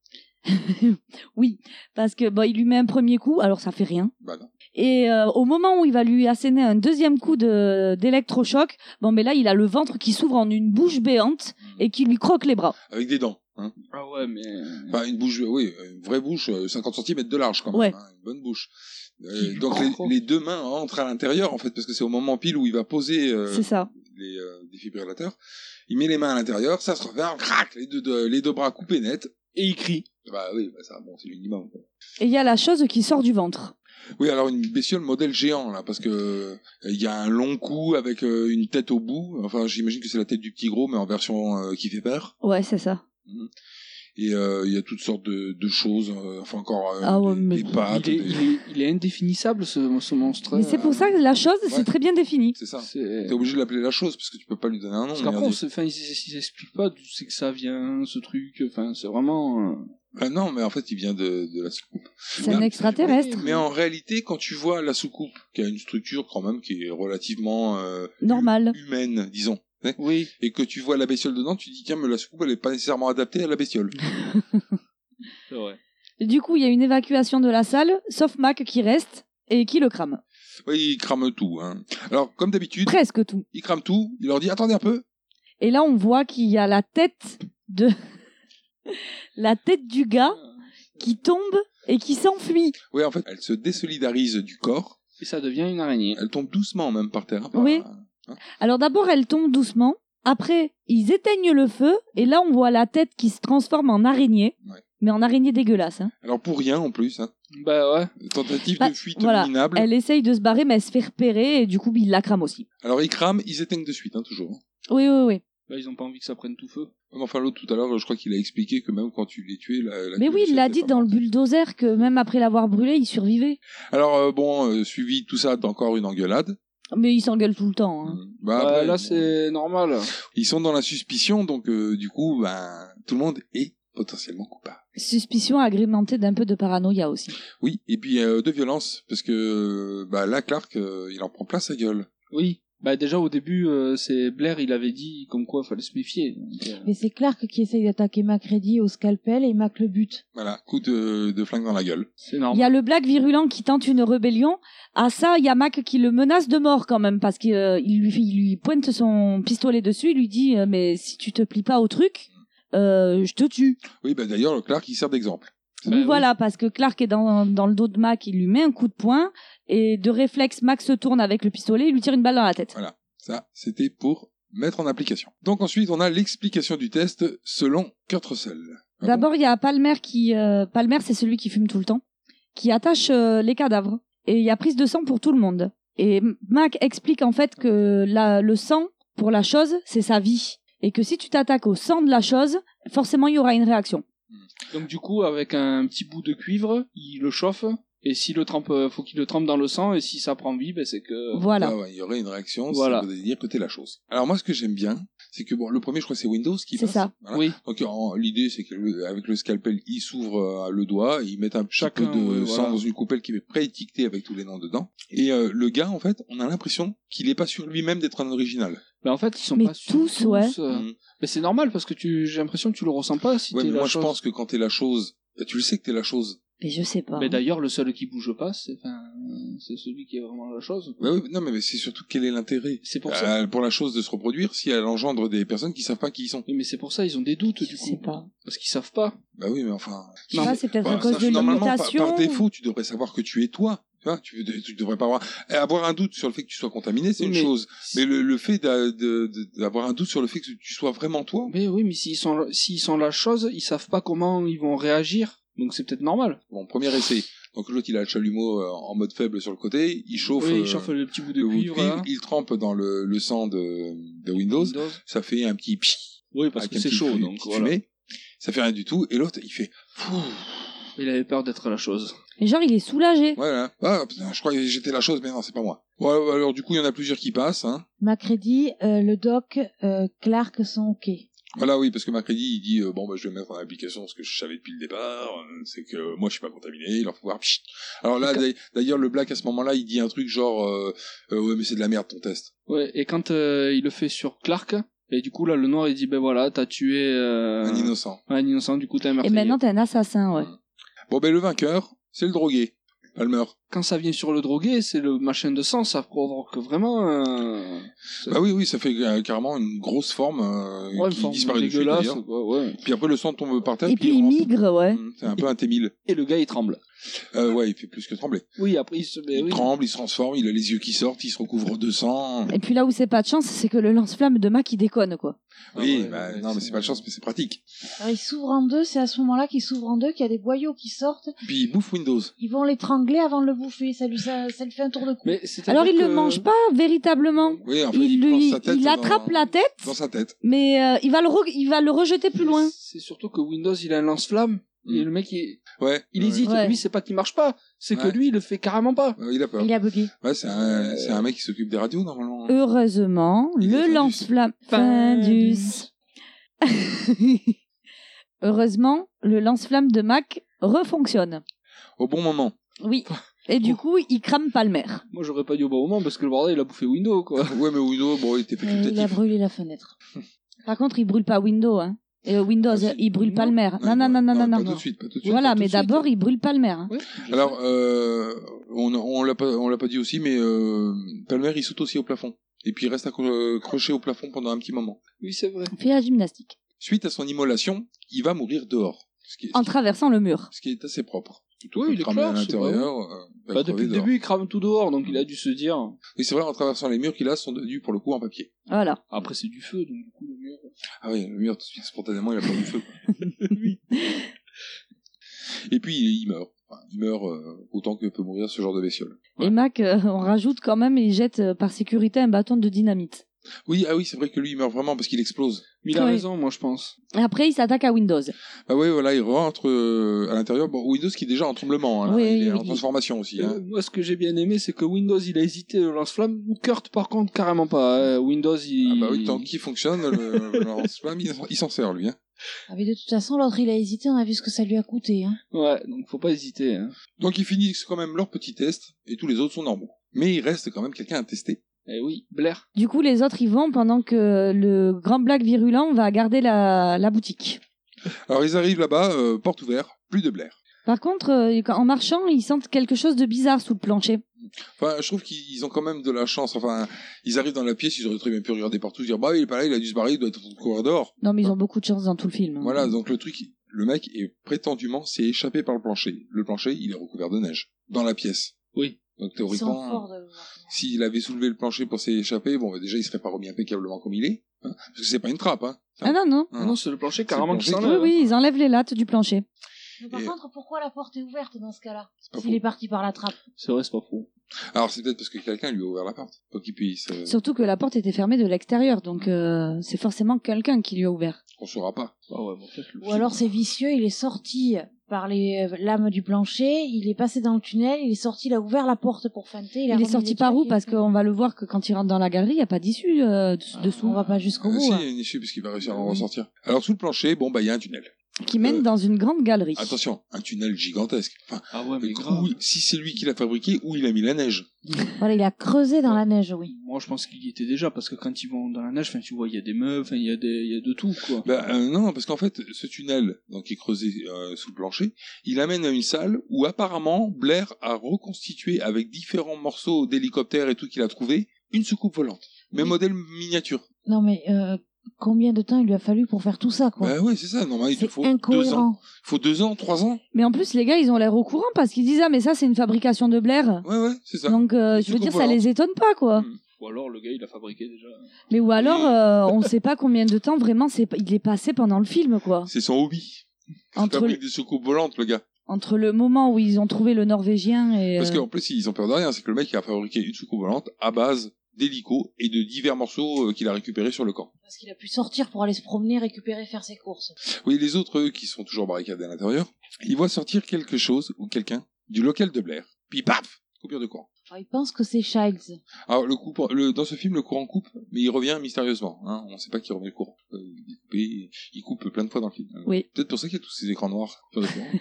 Oui, parce que il lui met un premier coup, alors ça fait rien. Bah non. Et au moment où il va lui asséner un deuxième coup d'électrochoc, là il a le ventre qui s'ouvre en une bouche béante et qui lui croque les bras. Avec des dents. Hein. Ah ouais, mais... Enfin, une bouche, une vraie bouche, 50 cm de large quand même. Ouais. Hein, une bonne bouche. Donc les deux mains entrent à l'intérieur en fait parce que c'est au moment pile où il va poser C'est ça. les défibrillateurs. Il met les mains à l'intérieur, ça se referme, crac, les deux bras coupés net et il crie. Bah oui, bah ça, bon, c'est le minimum. Quoi. Et il y a la chose qui sort du ventre. Oui, alors une bestiole modèle géant là, parce que il y a un long cou avec une tête au bout. Enfin, j'imagine que c'est la tête du petit gros, mais en version qui fait peur. Ouais, c'est ça. Et il y a toutes sortes de choses, enfin encore des mais pattes. il est indéfinissable ce monstre. Mais c'est pour ça que la chose, c'est très bien défini. C'est ça. T'es obligé de l'appeler la chose parce que tu peux pas lui donner un nom. Parce qu'après, ils expliquent pas d'où c'est que ça vient, ce truc. Enfin, c'est vraiment. Non, mais en fait, il vient de la soucoupe. C'est un extraterrestre. Mais en réalité, quand tu vois la soucoupe, qui a une structure quand même qui est relativement normale, humaine, disons. Oui. Et que tu vois la bestiole dedans, tu dis tiens, mais la soucoupe elle est pas nécessairement adaptée à la bestiole. C'est vrai. Du coup, il y a une évacuation de la salle, sauf Mac qui reste et qui le crame. Oui, il crame tout. Hein. Alors, comme d'habitude, presque tout. Il crame tout. Il leur dit attendez un peu. Et là, on voit qu'il y a la tête du gars qui tombe et qui s'enfuit. Oui, en fait, elle se désolidarise du corps. Et ça devient une araignée. Elle tombe doucement même par terre. Oui. Alors d'abord, elle tombe doucement. Après, ils éteignent le feu. Et là, on voit la tête qui se transforme en araignée. Ouais. Mais en araignée dégueulasse. Hein. Alors pour rien en plus. Hein. Bah ouais. Tentative de fuite minable. Elle essaye de se barrer, mais elle se fait repérer. Et du coup, il la crame aussi. Alors ils crament, ils éteignent de suite, hein, toujours. Oui. Bah, ils ont pas envie que ça prenne tout feu. Enfin, l'autre tout à l'heure, je crois qu'il a expliqué que même quand tu les tuais, mais oui, il l'a dit dans le bulldozer que même après l'avoir brûlé, il survivait. Alors suivi tout ça d'encore une engueulade. Mais ils s'engueulent tout le temps. Hein. Après, là, c'est normal. Ils sont dans la suspicion, donc du coup, tout le monde est potentiellement coupable. Suspicion agrémentée d'un peu de paranoïa aussi. Oui, et puis de violence, parce que là, Clark, il en prend plein sa gueule. Oui. Bah déjà au début, c'est Blair, il avait dit comme quoi fallait se méfier. Donc, Mais c'est Clark qui essaye d'attaquer Macready au scalpel et Mac le bute. Voilà, coup de flingue dans la gueule. C'est normal. Il y a le Black virulent qui tente une rébellion. À ça, il y a Mac qui le menace de mort quand même parce qu'il lui pointe son pistolet dessus. Il lui dit mais si tu te plies pas au truc, je te tue. Oui, d'ailleurs le Clark il sert d'exemple. Oui, voilà, parce que Clark est dans le dos de Mac, il lui met un coup de poing, et de réflexe, Mac se tourne avec le pistolet, il lui tire une balle dans la tête. Voilà, ça, c'était pour mettre en application. Donc ensuite, on a l'explication du test selon Kurt Russell. D'abord, il y a Palmer Palmer, c'est celui qui fume tout le temps, qui attache les cadavres, et il y a prise de sang pour tout le monde. Et Mac explique en fait que le sang, pour la chose, c'est sa vie, et que si tu t'attaques au sang de la chose, forcément, il y aura une réaction. Donc du coup, avec un petit bout de cuivre, il le chauffe, et s'il le trempe, faut qu'il le trempe dans le sang, et si ça prend vie, c'est que... Voilà. Il y aurait une réaction, ça veut dire que t'es la chose. Alors moi, ce que j'aime bien, c'est que le premier, je crois, c'est Windows qui passe. C'est ça. Voilà. Oui. Donc l'idée, c'est qu'avec le scalpel, il s'ouvre le doigt, ils mettent un petit peu de sang dans une coupelle qui est pré-étiquetée avec tous les noms dedans. Et le gars, en fait, on a l'impression qu'il est pas sûr lui-même d'être un original. Bah en fait, ils sont mais pas tous, ouais. Mais c'est normal parce que j'ai l'impression que tu le ressens pas si t'es la chose. Moi je pense que quand t'es la chose, tu le sais que t'es la chose. Mais je sais pas. Mais d'ailleurs, le seul qui bouge pas, c'est celui qui est vraiment la chose. Oui, non, mais c'est surtout quel est l'intérêt. C'est pour ça. Pour la chose de se reproduire, si elle engendre des personnes qui savent pas qui ils sont. Oui, mais c'est pour ça, ils ont des doutes du coup. Je sais pas. Parce qu'ils savent pas. Bah oui, mais enfin. Non, c'est peut-être à cause de normalement, l'imitation. Par défaut, tu devrais savoir que tu es toi. Tu devrais pas avoir un doute sur le fait que tu sois contaminé, c'est une chose. Mais le fait d'avoir un doute sur le fait que tu sois vraiment toi. Mais oui, mais s'ils sont la chose, ils savent pas comment ils vont réagir. Donc c'est peut-être normal. Bon, premier essai. Donc l'autre il a le chalumeau en mode faible sur le côté, il chauffe, il chauffe le petit bout de cuivre, il trempe dans le sang de Windows, ça fait un petit oui, parce que c'est chaud, donc voilà. Fumée. Ça fait rien du tout, et l'autre il fait il avait peur d'être la chose. Mais genre il est soulagé. Voilà. Putain, je crois que j'étais la chose, mais non, c'est pas moi. Bon, alors du coup il y en a plusieurs qui passent. Hein. Macready, le doc, Clark sont ok. Voilà, oui, parce que Macready, il dit je vais mettre en application ce que je savais depuis le départ, c'est que moi je suis pas contaminé, il leur faut voir. Alors là, d'ailleurs, le Black à ce moment-là, il dit un truc genre ouais, mais c'est de la merde ton test. Ouais, et quand il le fait sur Clark, et du coup là, le noir il dit voilà, t'as tué un innocent. Un innocent, du coup t'es un meurtrier. Et maintenant t'es un assassin, ouais. Bon, le vainqueur, c'est le drogué, Palmer. quand ça vient sur le drogué, c'est le machin de sang, ça provoque vraiment Bah oui, ça fait carrément une grosse forme qui forme disparaît du suite, d'ailleurs. Puis après, le sang tombe par terre. Et puis il migre, ouais. C'est un peu un T-1000. Et le gars, il tremble. Ouais, il fait plus que trembler. Oui, après, il tremble, il se transforme, il a les yeux qui sortent, il se recouvre de sang. Et puis là où c'est pas de chance, c'est que le lance-flamme de Mac, il déconne, quoi. Oui, non, mais c'est pas de chance, mais c'est pratique. Alors, il s'ouvre en deux, c'est à ce moment-là qu'il s'ouvre en deux, qu'il y a des boyaux qui sortent. Puis il bouffe Windows. Ils vont l'étrangler avant de le bouffer, ça lui fait un tour de cou. Alors il le mange pas véritablement. Oui, en fait, il attrape la tête. Dans sa tête. Mais il va le rejeter plus loin. C'est surtout que Windows, il a un lance-flamme. Et le mec, il hésite. Ouais. Lui, c'est pas qu'il marche pas, c'est que lui, il le fait carrément pas. Il a peur. Il a bugué. Ouais, c'est un mec qui s'occupe des radios, normalement. Heureusement, le lance-flamme... Findus. Heureusement, le lance-flamme de Mac refonctionne. Au bon moment. Oui. Et du coup, il crame Palmer. Moi, j'aurais pas dit au bon moment, parce que le bordel, il a bouffé Windows, quoi. Ouais, mais Windows, bon, il était facultatif. Il a brûlé la fenêtre. Par contre, il brûle pas Windows, hein. Et Windows, il brûle Palmer. Non. Pas tout de suite. Voilà, mais d'abord, il brûle Palmer. Hein. Ouais, alors, on l'a pas dit aussi, mais Palmer, il saute aussi au plafond. Et puis il reste accroché au plafond pendant un petit moment. Oui, c'est vrai. Il fait la gymnastique. Suite à son immolation, il va mourir dehors. En traversant le mur. Ce qui est assez propre. Oui, il est clair, à l'intérieur. Depuis le début, il crame tout dehors, donc il a dû se dire... Oui, c'est vrai, en traversant les murs qu'il a sont devenus pour le coup en papier. Voilà. Après, c'est du feu, donc du coup, le mur... Ah oui, le mur, tout de suite, spontanément, il a peur du feu. Oui. Et puis, il meurt. Enfin, il meurt autant que peut mourir ce genre de bestiole. Et Mac, on rajoute quand même, il jette par sécurité un bâton de dynamite. Oui, c'est vrai que lui, il meurt vraiment parce qu'il explose. Mais il a raison, moi, je pense. Et après, il s'attaque à Windows. Ah ouais, voilà, il rentre à l'intérieur. Bon, Windows qui est déjà en tremblement, hein, il est en transformation aussi. Hein. Moi, ce que j'ai bien aimé, c'est que Windows, il a hésité le lance-flamme. Kurt, par contre, carrément pas. Windows, il... Ah bah oui, tant qu'il fonctionne, le lance-flamme, il s'en sert, lui. Hein. Ah mais de toute façon, l'autre, il a hésité, on a vu ce que ça lui a coûté. Hein. Ouais, donc faut pas hésiter. Hein. Donc ils finissent quand même leur petit test, et tous les autres sont normaux. Mais il reste quand même quelqu'un à tester. Eh oui, Blair. Du coup, les autres, ils vont pendant que le grand black virulent va garder la boutique. Alors ils arrivent là-bas, porte ouverte, plus de Blair. Par contre, en marchant, ils sentent quelque chose de bizarre sous le plancher. Enfin, je trouve qu'ils ont quand même de la chance. Enfin, ils arrivent dans la pièce, ils auraient très bien pu regarder partout, se dire bah il est pas là, il a dû se barrer, il doit être en train de courir dehors. Non, mais ils ont beaucoup de chance dans tout le film. Voilà, donc le mec est prétendument s'est échappé par le plancher. Le plancher, il est recouvert de neige dans la pièce. Oui. Donc théoriquement, s'il avait soulevé le plancher pour s'échapper, bon, bah, déjà il serait pas remis impeccablement comme il est, hein, parce que c'est pas une trappe. Hein. Ah non. Non, c'est le plancher carrément qui s'enlève. Oui, ils enlèvent les lattes du plancher. Mais par contre, pourquoi la porte est ouverte dans ce cas-là s'il est parti par la trappe? C'est vrai, c'est pas faux. Alors c'est peut-être parce que quelqu'un lui a ouvert la porte pour qu'il puisse... Surtout que la porte était fermée de l'extérieur, donc c'est forcément quelqu'un qui lui a ouvert. On saura pas. Ah ouais, bon, ou alors c'est vicieux, il est sorti par les lames du plancher, il est passé dans le tunnel, il est sorti, il a ouvert la porte pour feinter. Il est sorti par où? Parce qu'on va le voir que quand il rentre dans la galerie, il n'y a pas d'issue dessous. On va pas jusqu'au bout. Si, il y a une issue parce qu'il va réussir à en ressortir. Alors sous le plancher, bon bah il y a un tunnel. Qui mène dans une grande galerie. Attention, un tunnel gigantesque. Enfin, ah ouais, mais grave. Si c'est lui qui l'a fabriqué, où il a mis la neige. Voilà, il a creusé dans la neige, oui. Moi, je pense qu'il y était déjà, parce que quand ils vont dans la neige, tu vois, il y a des meufs, il y a de tout, quoi. Non, parce qu'en fait, ce tunnel, donc, qui est creusé sous le plancher, il amène à une salle où apparemment Blair a reconstitué avec différents morceaux d'hélicoptères et tout qu'il a trouvé, une soucoupe volante. Mais modèle miniature. Non, mais combien de temps il lui a fallu pour faire tout ça, quoi? Bah ouais, c'est ça. Normalement, il faut incohérent. 2 ans. Il faut 2 ans, 3 ans. Mais en plus, les gars, ils ont l'air au courant parce qu'ils disent, ah, mais ça, c'est une fabrication de Blair. Ouais, c'est ça. Donc, je veux dire, ça les étonne pas, quoi. Ou alors, le gars, il a fabriqué déjà. Mais ou alors, on sait pas combien de temps vraiment il est passé pendant le film, quoi. C'est son hobby. Il fabrique des soucoupes volantes, le gars. Entre le moment où ils ont trouvé le Norvégien et... Parce qu'en plus, ils ont peur de rien, c'est que le mec a fabriqué une soucoupe volante à base d'hélicos et de divers morceaux qu'il a récupérés sur le camp. Parce qu'il a pu sortir pour aller se promener, récupérer, faire ses courses. Oui, les autres, eux, qui sont toujours barricadés à l'intérieur, ils voient sortir quelque chose, ou quelqu'un, du local de Blair. Puis paf, coupure de courant. Alors, ils pensent que c'est Childs. Alors, dans ce film, le courant coupe, mais il revient mystérieusement. Hein. On ne sait pas qui remet le courant. Il coupe plein de fois dans le film. Oui. Peut-être pour ça qu'il y a tous ces écrans noirs. Coupure de courant.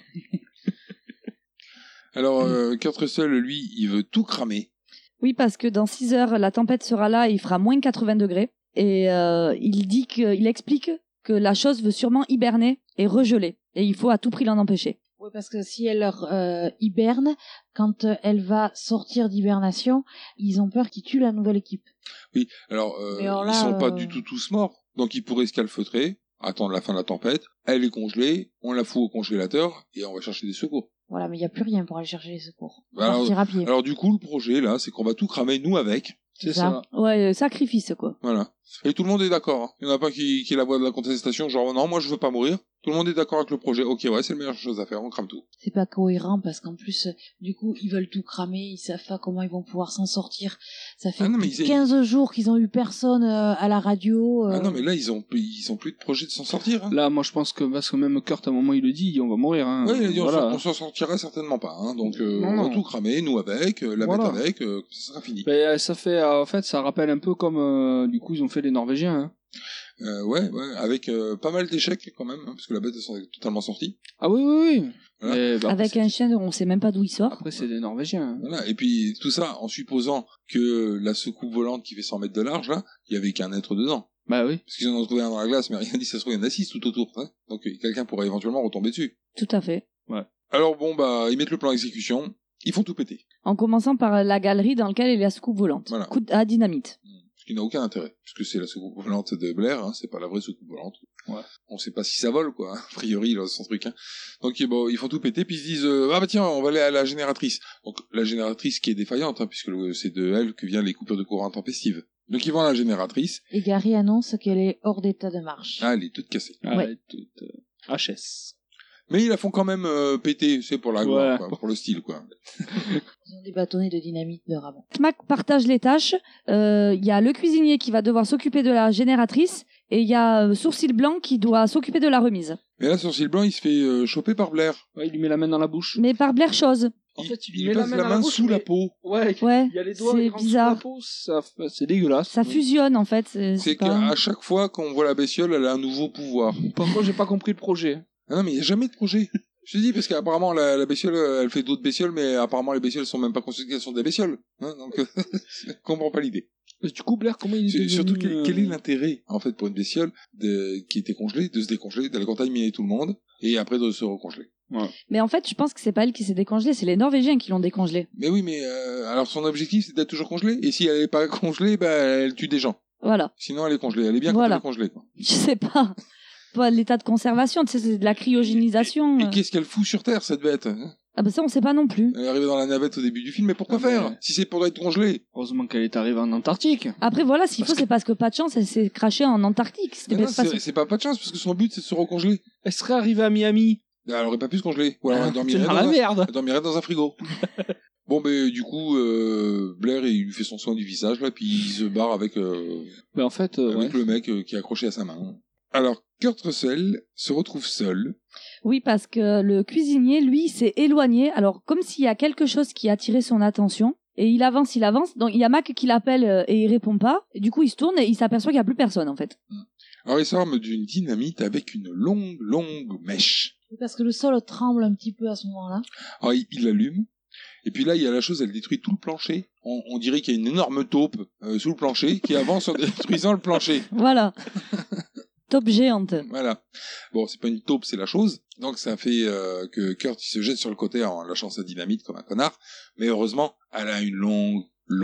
Alors, Kurt Russell, lui, il veut tout cramer. Oui, parce que dans 6 heures, la tempête sera là et il fera moins 80 degrés. Et il explique que la chose veut sûrement hiberner et regeler. Et il faut à tout prix l'en empêcher. Oui, parce que si elle leur hiberne, quand elle va sortir d'hibernation, ils ont peur qu'ils tuent la nouvelle équipe. Oui, alors, là, ils sont pas du tout tous morts, donc ils pourraient se calfeutrer, attendre la fin de la tempête, elle est congelée, on la fout au congélateur, et on va chercher des secours. Voilà, mais il n'y a plus rien pour aller chercher les secours. On Bah, va partir à pied. alors du coup, le projet, là, c'est qu'on va tout cramer, nous, avec. C'est ça. Ouais, sacrifice, quoi. Voilà. Et tout le monde est d'accord. Hein. Il n'y en a pas qui est la voix de la contestation, genre non, moi je veux pas mourir. Tout le monde est d'accord avec le projet. Ok, ouais, c'est la meilleure chose à faire, on crame tout. C'est pas cohérent parce qu'en plus, du coup, ils veulent tout cramer, ils savent pas comment ils vont pouvoir s'en sortir. Ça fait 15 jours qu'ils ont eu personne à la radio. Ah non, mais là, ils ont plus de projet de s'en sortir. Hein. Là, moi je pense que, parce que même Kurt, à un moment, il le dit, on va mourir. Hein. Oui, il a dit voilà. on s'en sortira certainement pas. Hein. Donc, on va tout cramer, nous avec, la mettre avec, ça sera fini. Mais ça fait, en fait, ça rappelle un peu comme, du coup, ils ont fait les Norvégiens. Hein. Ouais, avec pas mal d'échecs quand même, hein, parce que la bête est totalement sortie. Ah oui. Voilà. Mais, avec un chien, on sait même pas d'où il sort. Après, c'est des Norvégiens. Hein. Voilà. Et puis tout ça en supposant que la soucoupe volante qui fait 100 mètres de large, là, il y avait qu'un être dedans. Bah oui. Parce qu'ils en ont trouvé un dans la glace, mais rien dit, ça se trouve, il y en a 6 tout autour. Hein. Donc quelqu'un pourrait éventuellement retomber dessus. Tout à fait. Ouais. Alors bon, bah, ils mettent le plan d'exécution, ils font tout péter. En commençant par la galerie dans laquelle il y a la soucoupe volante. Voilà. Coup à dynamite. Ce qui n'a aucun intérêt, puisque c'est la soucoupe volante de Blair, hein, c'est pas la vraie soucoupe volante. Ouais. On sait pas si ça vole, quoi, a priori, là, son truc. Hein. Donc bon, ils font tout péter, puis ils se disent ah bah tiens, on va aller à la génératrice. Donc la génératrice qui est défaillante, hein, puisque c'est de elle que viennent les coupures de courant intempestives. Donc ils vont à la génératrice. Et Gary annonce qu'elle est hors d'état de marche. Ah, elle est toute cassée. Ah, ouais. elle est toute HS. Mais ils la font quand même péter, c'est pour la gloire, quoi, pour le style, quoi. Ils ont des bâtonnets de dynamite de rabat. Mac partage les tâches. Il y a le cuisinier qui va devoir s'occuper de la génératrice et il y a Sourcil Blanc qui doit s'occuper de la remise. Mais là, Sourcil Blanc, il se fait choper par Blair. Ouais, il lui met la main dans la bouche. Mais par Blair chose. En fait, il Il met passe la main sous la peau. Ouais, Ouais, il y a les doigts c'est les grands bizarre. sous la peau, c'est dégueulasse. Ça fusionne en fait. C'est pas... qu'à chaque fois qu'on voit la bestiole, elle a un nouveau pouvoir. Par contre, j'ai pas compris le projet. Ah non, mais il n'y a jamais de projet. Je te dis, parce qu'apparemment, la bestiole, elle fait d'autres bestioles, mais apparemment, les bestioles sont même pas considérées qu'elles sont des bestioles. Hein, donc, je comprends pas l'idée. Du coup, Blair, comment il est devenu... Surtout, quel est l'intérêt, en fait, pour une bestiole qui était congelée, de se décongeler, d'aller contaminer tout le monde, et après de se recongeler. Ouais. Mais en fait, je pense que c'est pas elle qui s'est décongelée, c'est les Norvégiens qui l'ont décongelée. Mais oui, mais alors son objectif, c'est d'être toujours congelée, et si elle est pas congelée, bah, elle tue des gens. Voilà. Sinon, elle est congelée. Elle est bien quand Voilà. elle est congelée, quoi. Je sais pas. Pas l'état de conservation, tu sais, c'est de la cryogénisation. Et qu'est-ce qu'elle fout sur Terre, cette bête, hein? Ah bah ça, on sait pas non plus. Elle est arrivée dans la navette au début du film, mais pourquoi faire? Si c'est pour être congelée. Heureusement qu'elle est arrivée en Antarctique. Après, voilà, s'il faut, c'est parce que pas de chance, elle s'est crachée en Antarctique. C'était Mais non, pas c'est pas de chance, parce que son but, c'est de se recongeler. Elle serait arrivée à Miami. Elle aurait pas pu se congeler. Ou alors elle C'est dormirait dans la merde. elle dormirait dans un frigo. Bon, ben, du coup, Blair, il lui fait son soin du visage, là, puis il se barre avec Mais en fait, avec ouais. le mec qui est accroché à sa main. Alors, Kurt Russell se retrouve seul. Oui, parce que le cuisinier, lui, s'est éloigné. Alors, comme s'il y a quelque chose qui a attiré son attention. Et il avance. Donc, il y a Mac qui l'appelle et il répond pas. Et du coup, il se tourne et il s'aperçoit qu'il n'y a plus personne, en fait. Alors, il s'arme d'une dynamite avec une longue mèche. Parce que le sol tremble un petit peu à ce moment-là. Alors, il l'allume. Et puis là, il y a la chose, elle détruit tout le plancher. On dirait qu'il y a une énorme taupe sous le plancher qui avance en détruisant le plancher. Voilà. Taupe géante. Voilà. Bon, c'est pas une taupe, c'est la chose. Donc ça fait que Kurt il se jette sur le côté en lâchant sa dynamite comme un connard. Mais heureusement, elle a une longue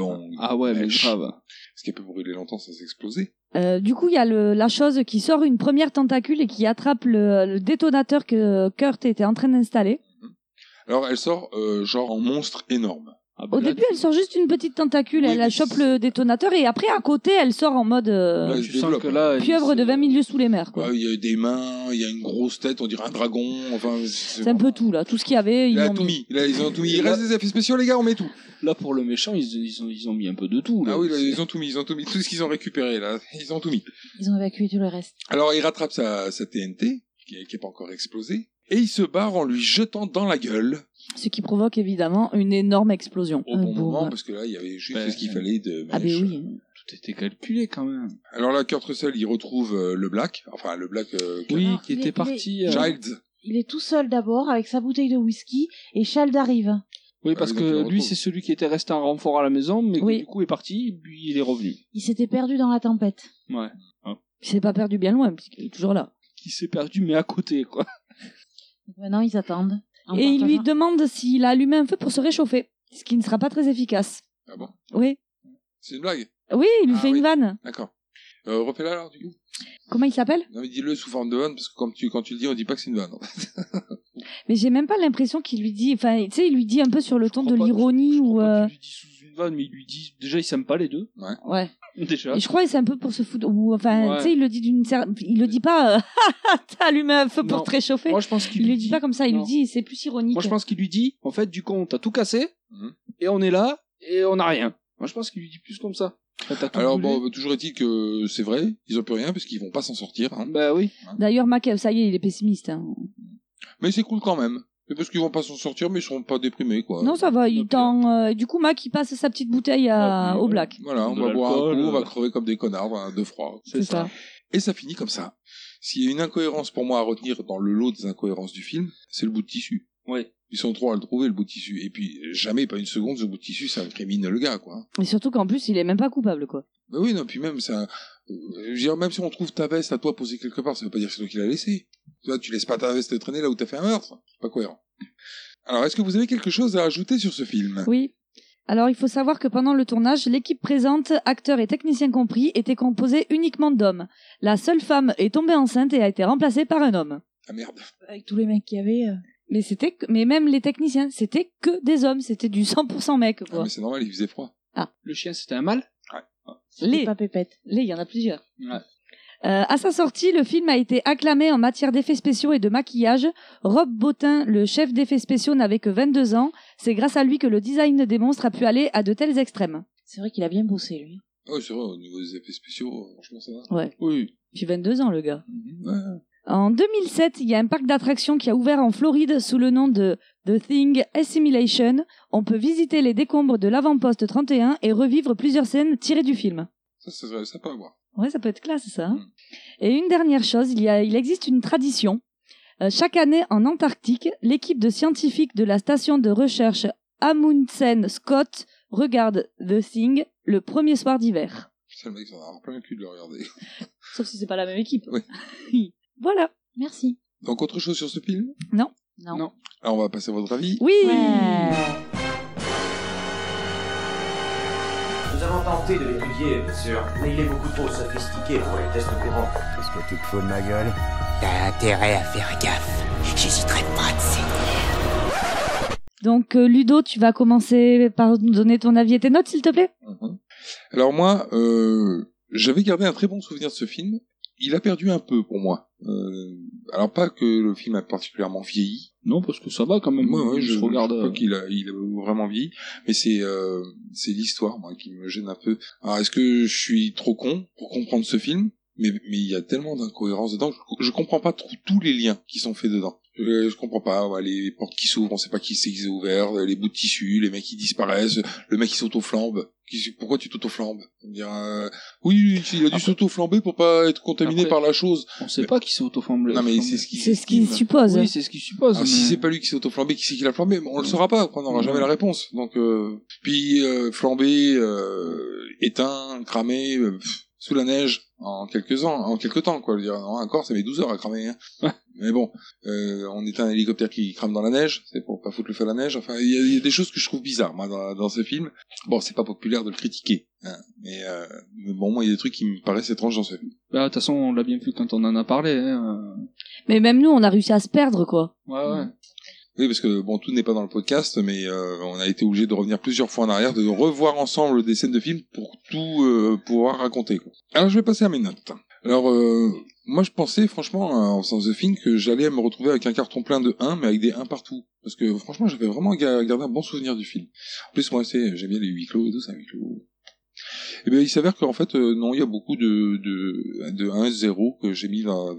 Ah ouais, mais mèche. grave. Parce qu'elle peut brûler longtemps sans s'exploser. Du coup, il y a la chose qui sort une première tentacule et qui attrape le détonateur que Kurt était en train d'installer. Alors elle sort genre en monstre énorme. Ah bah Au là, début, elle sort juste une petite tentacule, Oui, elle mais chope le détonateur et après, à côté, elle sort en mode Là, elle se tu sens développe, que hein. là, pieuvre de 20 milieux sous les mers. Quoi. Ouais, il y a des mains, il y a une grosse tête, on dirait un dragon. Enfin, C'est un peu tout, là. Tout ce qu'il y avait, Il ils a l'ont tout mis. mis. Là, ils ont tout mis. Il reste des effets spéciaux, les gars, on met tout. Là, pour le méchant, ils ont mis un peu de tout. Là. Ah oui, là, ils ont tout mis. Tout ce qu'ils ont récupéré, là, ils ont tout mis. Ils ont évacué tout le reste. Alors, il rattrape sa TNT, qui est pas encore explosée, et il se barre en lui jetant dans la gueule. Ce qui provoque évidemment une énorme explosion. Au bon moment, parce que là, il y avait juste ce qu'il fallait de Ah mèche. ben oui. Tout était calculé quand même. Alors là, Kurt Russell, il retrouve le Black, Oui, Non, qui il était est- parti. Childs. Il est tout seul d'abord avec sa bouteille de whisky et Chald arrive. Oui, parce donc il que le lui, retrouve. c'est celui qui était resté en renfort à la maison, mais Oui. qui, du coup est parti, puis il est revenu. Il s'était perdu dans la tempête. Ouais. Il s'est pas perdu bien loin, puisqu'il est toujours là. Qui s'est perdu, mais à côté, quoi. Donc maintenant, ils attendent. Et il lui demande s'il a allumé un feu pour se réchauffer, ce qui ne sera pas très efficace. Ah bon? Oui. C'est une blague? Oui, il lui fait une vanne. D'accord. Refais-la alors, du coup. Comment il s'appelle? Non, mais dis-le sous forme de vanne, parce que quand tu le dis, on dit pas que c'est une vanne, en fait. Mais j'ai même pas l'impression qu'il lui dit, enfin, tu sais, il lui dit un peu sur le ton de l'ironie ou. Il lui dit sous une vanne, mais il lui dit déjà ils s'aiment pas les deux. Ouais. Déjà. Et je crois que c'est un peu pour se foutre, ou enfin, Ouais. tu sais, il le dit il le dit pas, t'as allumé un feu pour Non. te réchauffer. Moi, je pense qu'il il lui le dit pas comme ça, il non. lui dit, c'est plus ironique. Moi, je pense qu'il lui dit, en fait, du con, t'as tout cassé, et on est là, et on a rien. Moi, je pense qu'il lui dit plus comme ça. Alors bon, toujours est-il que c'est vrai, ils ont plus rien parce qu'ils vont pas s'en sortir. Hein. Bah oui. D'ailleurs, Mac, ça y est, il est pessimiste. Hein. Mais c'est cool quand même. C'est parce qu'ils vont pas s'en sortir, mais ils seront pas déprimés, quoi. Non, ça va, il tend. Du coup, Mac, il passe sa petite bouteille au black. Voilà, on va boire un coup, on va crever comme des connards, de froid. C'est ça. Et ça finit comme ça. S'il y a une incohérence pour moi à retenir dans le lot des incohérences du film, c'est le bout de tissu. Oui. Ils sont trois à le trouver, le bout de tissu. Et puis, jamais, pas une seconde, ce bout de tissu, ça incrimine le gars, quoi. Et surtout qu'en plus, il est même pas coupable, quoi. Bah oui, non, puis même, ça, je veux dire, même si on trouve ta veste à toi posée quelque part, ça veut pas dire que c'est toi qui l'as laissée. Tu laisses pas ta veste traîner là où t'as fait un meurtre. C'est pas cohérent. Alors, est-ce que vous avez quelque chose à ajouter sur ce film? Oui. Alors, il faut savoir que pendant le tournage, l'équipe présente, acteurs et techniciens compris, était composée uniquement d'hommes. La seule femme est tombée enceinte et a été remplacée par un homme. Ah merde. Avec tous les mecs qu'il y avait. Mais même les techniciens, c'était que des hommes, c'était du 100% mec, quoi. Ah, mais c'est normal, il faisait froid. Ah. Le chien, c'était un mâle? Les pas Pépette. Il y en a plusieurs. Ouais. À sa sortie, le film a été acclamé en matière d'effets spéciaux et de maquillage. Rob Bottin, le chef d'effets spéciaux, n'avait que 22 ans. C'est grâce à lui que le design des monstres a pu aller à de tels extrêmes. C'est vrai qu'il a bien bossé, lui. Ah oui, c'est vrai, au niveau des effets spéciaux, franchement, ça va. Ouais. Oui. Puis 22 ans, le gars. Ouais. En 2007, il y a un parc d'attractions qui a ouvert en Floride sous le nom de The Thing Assimilation. On peut visiter les décombres de l'avant-poste 31 et revivre plusieurs scènes tirées du film. Ça serait sympa à voir. Ouais, ça peut être classe, ça. Hein. Et une dernière chose, il existe une tradition. Chaque année, en Antarctique, l'équipe de scientifiques de la station de recherche Amundsen Scott regarde The Thing le premier soir d'hiver. C'est le mec, ça va avoir plein le cul de le regarder. Sauf si c'est pas la même équipe. Oui. Voilà. Merci. Donc, autre chose sur ce film? Non. Non. Alors, on va passer à votre avis. Oui. Nous avons tenté de l'étudier, bien sûr, mais il est beaucoup trop sophistiqué pour les tests courants. Qu'est-ce que tu te fous de ma gueule? T'as intérêt à faire gaffe. J'hésiterai pas de s'aider. Donc, Ludo, tu vas commencer par nous donner ton avis et tes notes, s'il te plaît. Alors moi, j'avais gardé un très bon souvenir de ce film. Il a perdu un peu pour moi. Alors pas que le film a particulièrement vieilli. Non, parce que ça va quand même. Ouais, je regarde. crois qu'il a vraiment vieilli. Mais c'est l'histoire, moi, qui me gêne un peu. Alors est-ce que je suis trop con pour comprendre ce film? Mais il y a tellement d'incohérences dedans. Je comprends pas tous les liens qui sont faits dedans. Je comprends pas, les portes qui s'ouvrent, on sait pas qui c'est qui les a ouvert, les bouts de tissu, les mecs qui disparaissent, le mec qui s'auto-flambe. Pourquoi tu t'auto-flambes? Oui, il a dû s'auto-flamber pour pas être contaminé par la chose. On sait pas qui s'est auto-flambé. Non, mais c'est ce qu'il suppose. Oui, c'est ce qu'il suppose. Alors, si c'est pas lui qui s'est auto-flambé, qui c'est qui l'a flambé? On le saura pas, on n'aura jamais la réponse. Donc, puis, flambé, éteint, cramé, sous la neige, en quelques temps, quoi. Je veux dire, un corps, ça met 12 heures à cramer, hein. Mais bon, on est un hélicoptère qui crame dans la neige, c'est pour pas foutre le feu à la neige. Enfin, il y a des choses que je trouve bizarres, moi, dans ce film. Bon, c'est pas populaire de le critiquer, hein. Mais bon, moi, il y a des trucs qui me paraissent étranges dans ce film. Bah, de toute façon, on l'a bien vu quand on en a parlé, hein. Mais même nous, on a réussi à se perdre, quoi. Ouais. Oui, parce que bon, tout n'est pas dans le podcast, mais on a été obligé de revenir plusieurs fois en arrière, de revoir ensemble des scènes de films pour tout pouvoir raconter, quoi. Alors, je vais passer à mes notes. Alors, moi, je pensais, franchement, en faisant The Thing, que j'allais me retrouver avec un carton plein de 1, mais avec des 1 partout. Parce que, franchement, j'avais vraiment gardé un bon souvenir du film. En plus, moi, j'aime bien les huis clos et tout, c'est un huis clos. Et bien, il s'avère qu'en fait, non, il y a beaucoup de 1-0 que j'ai mis dans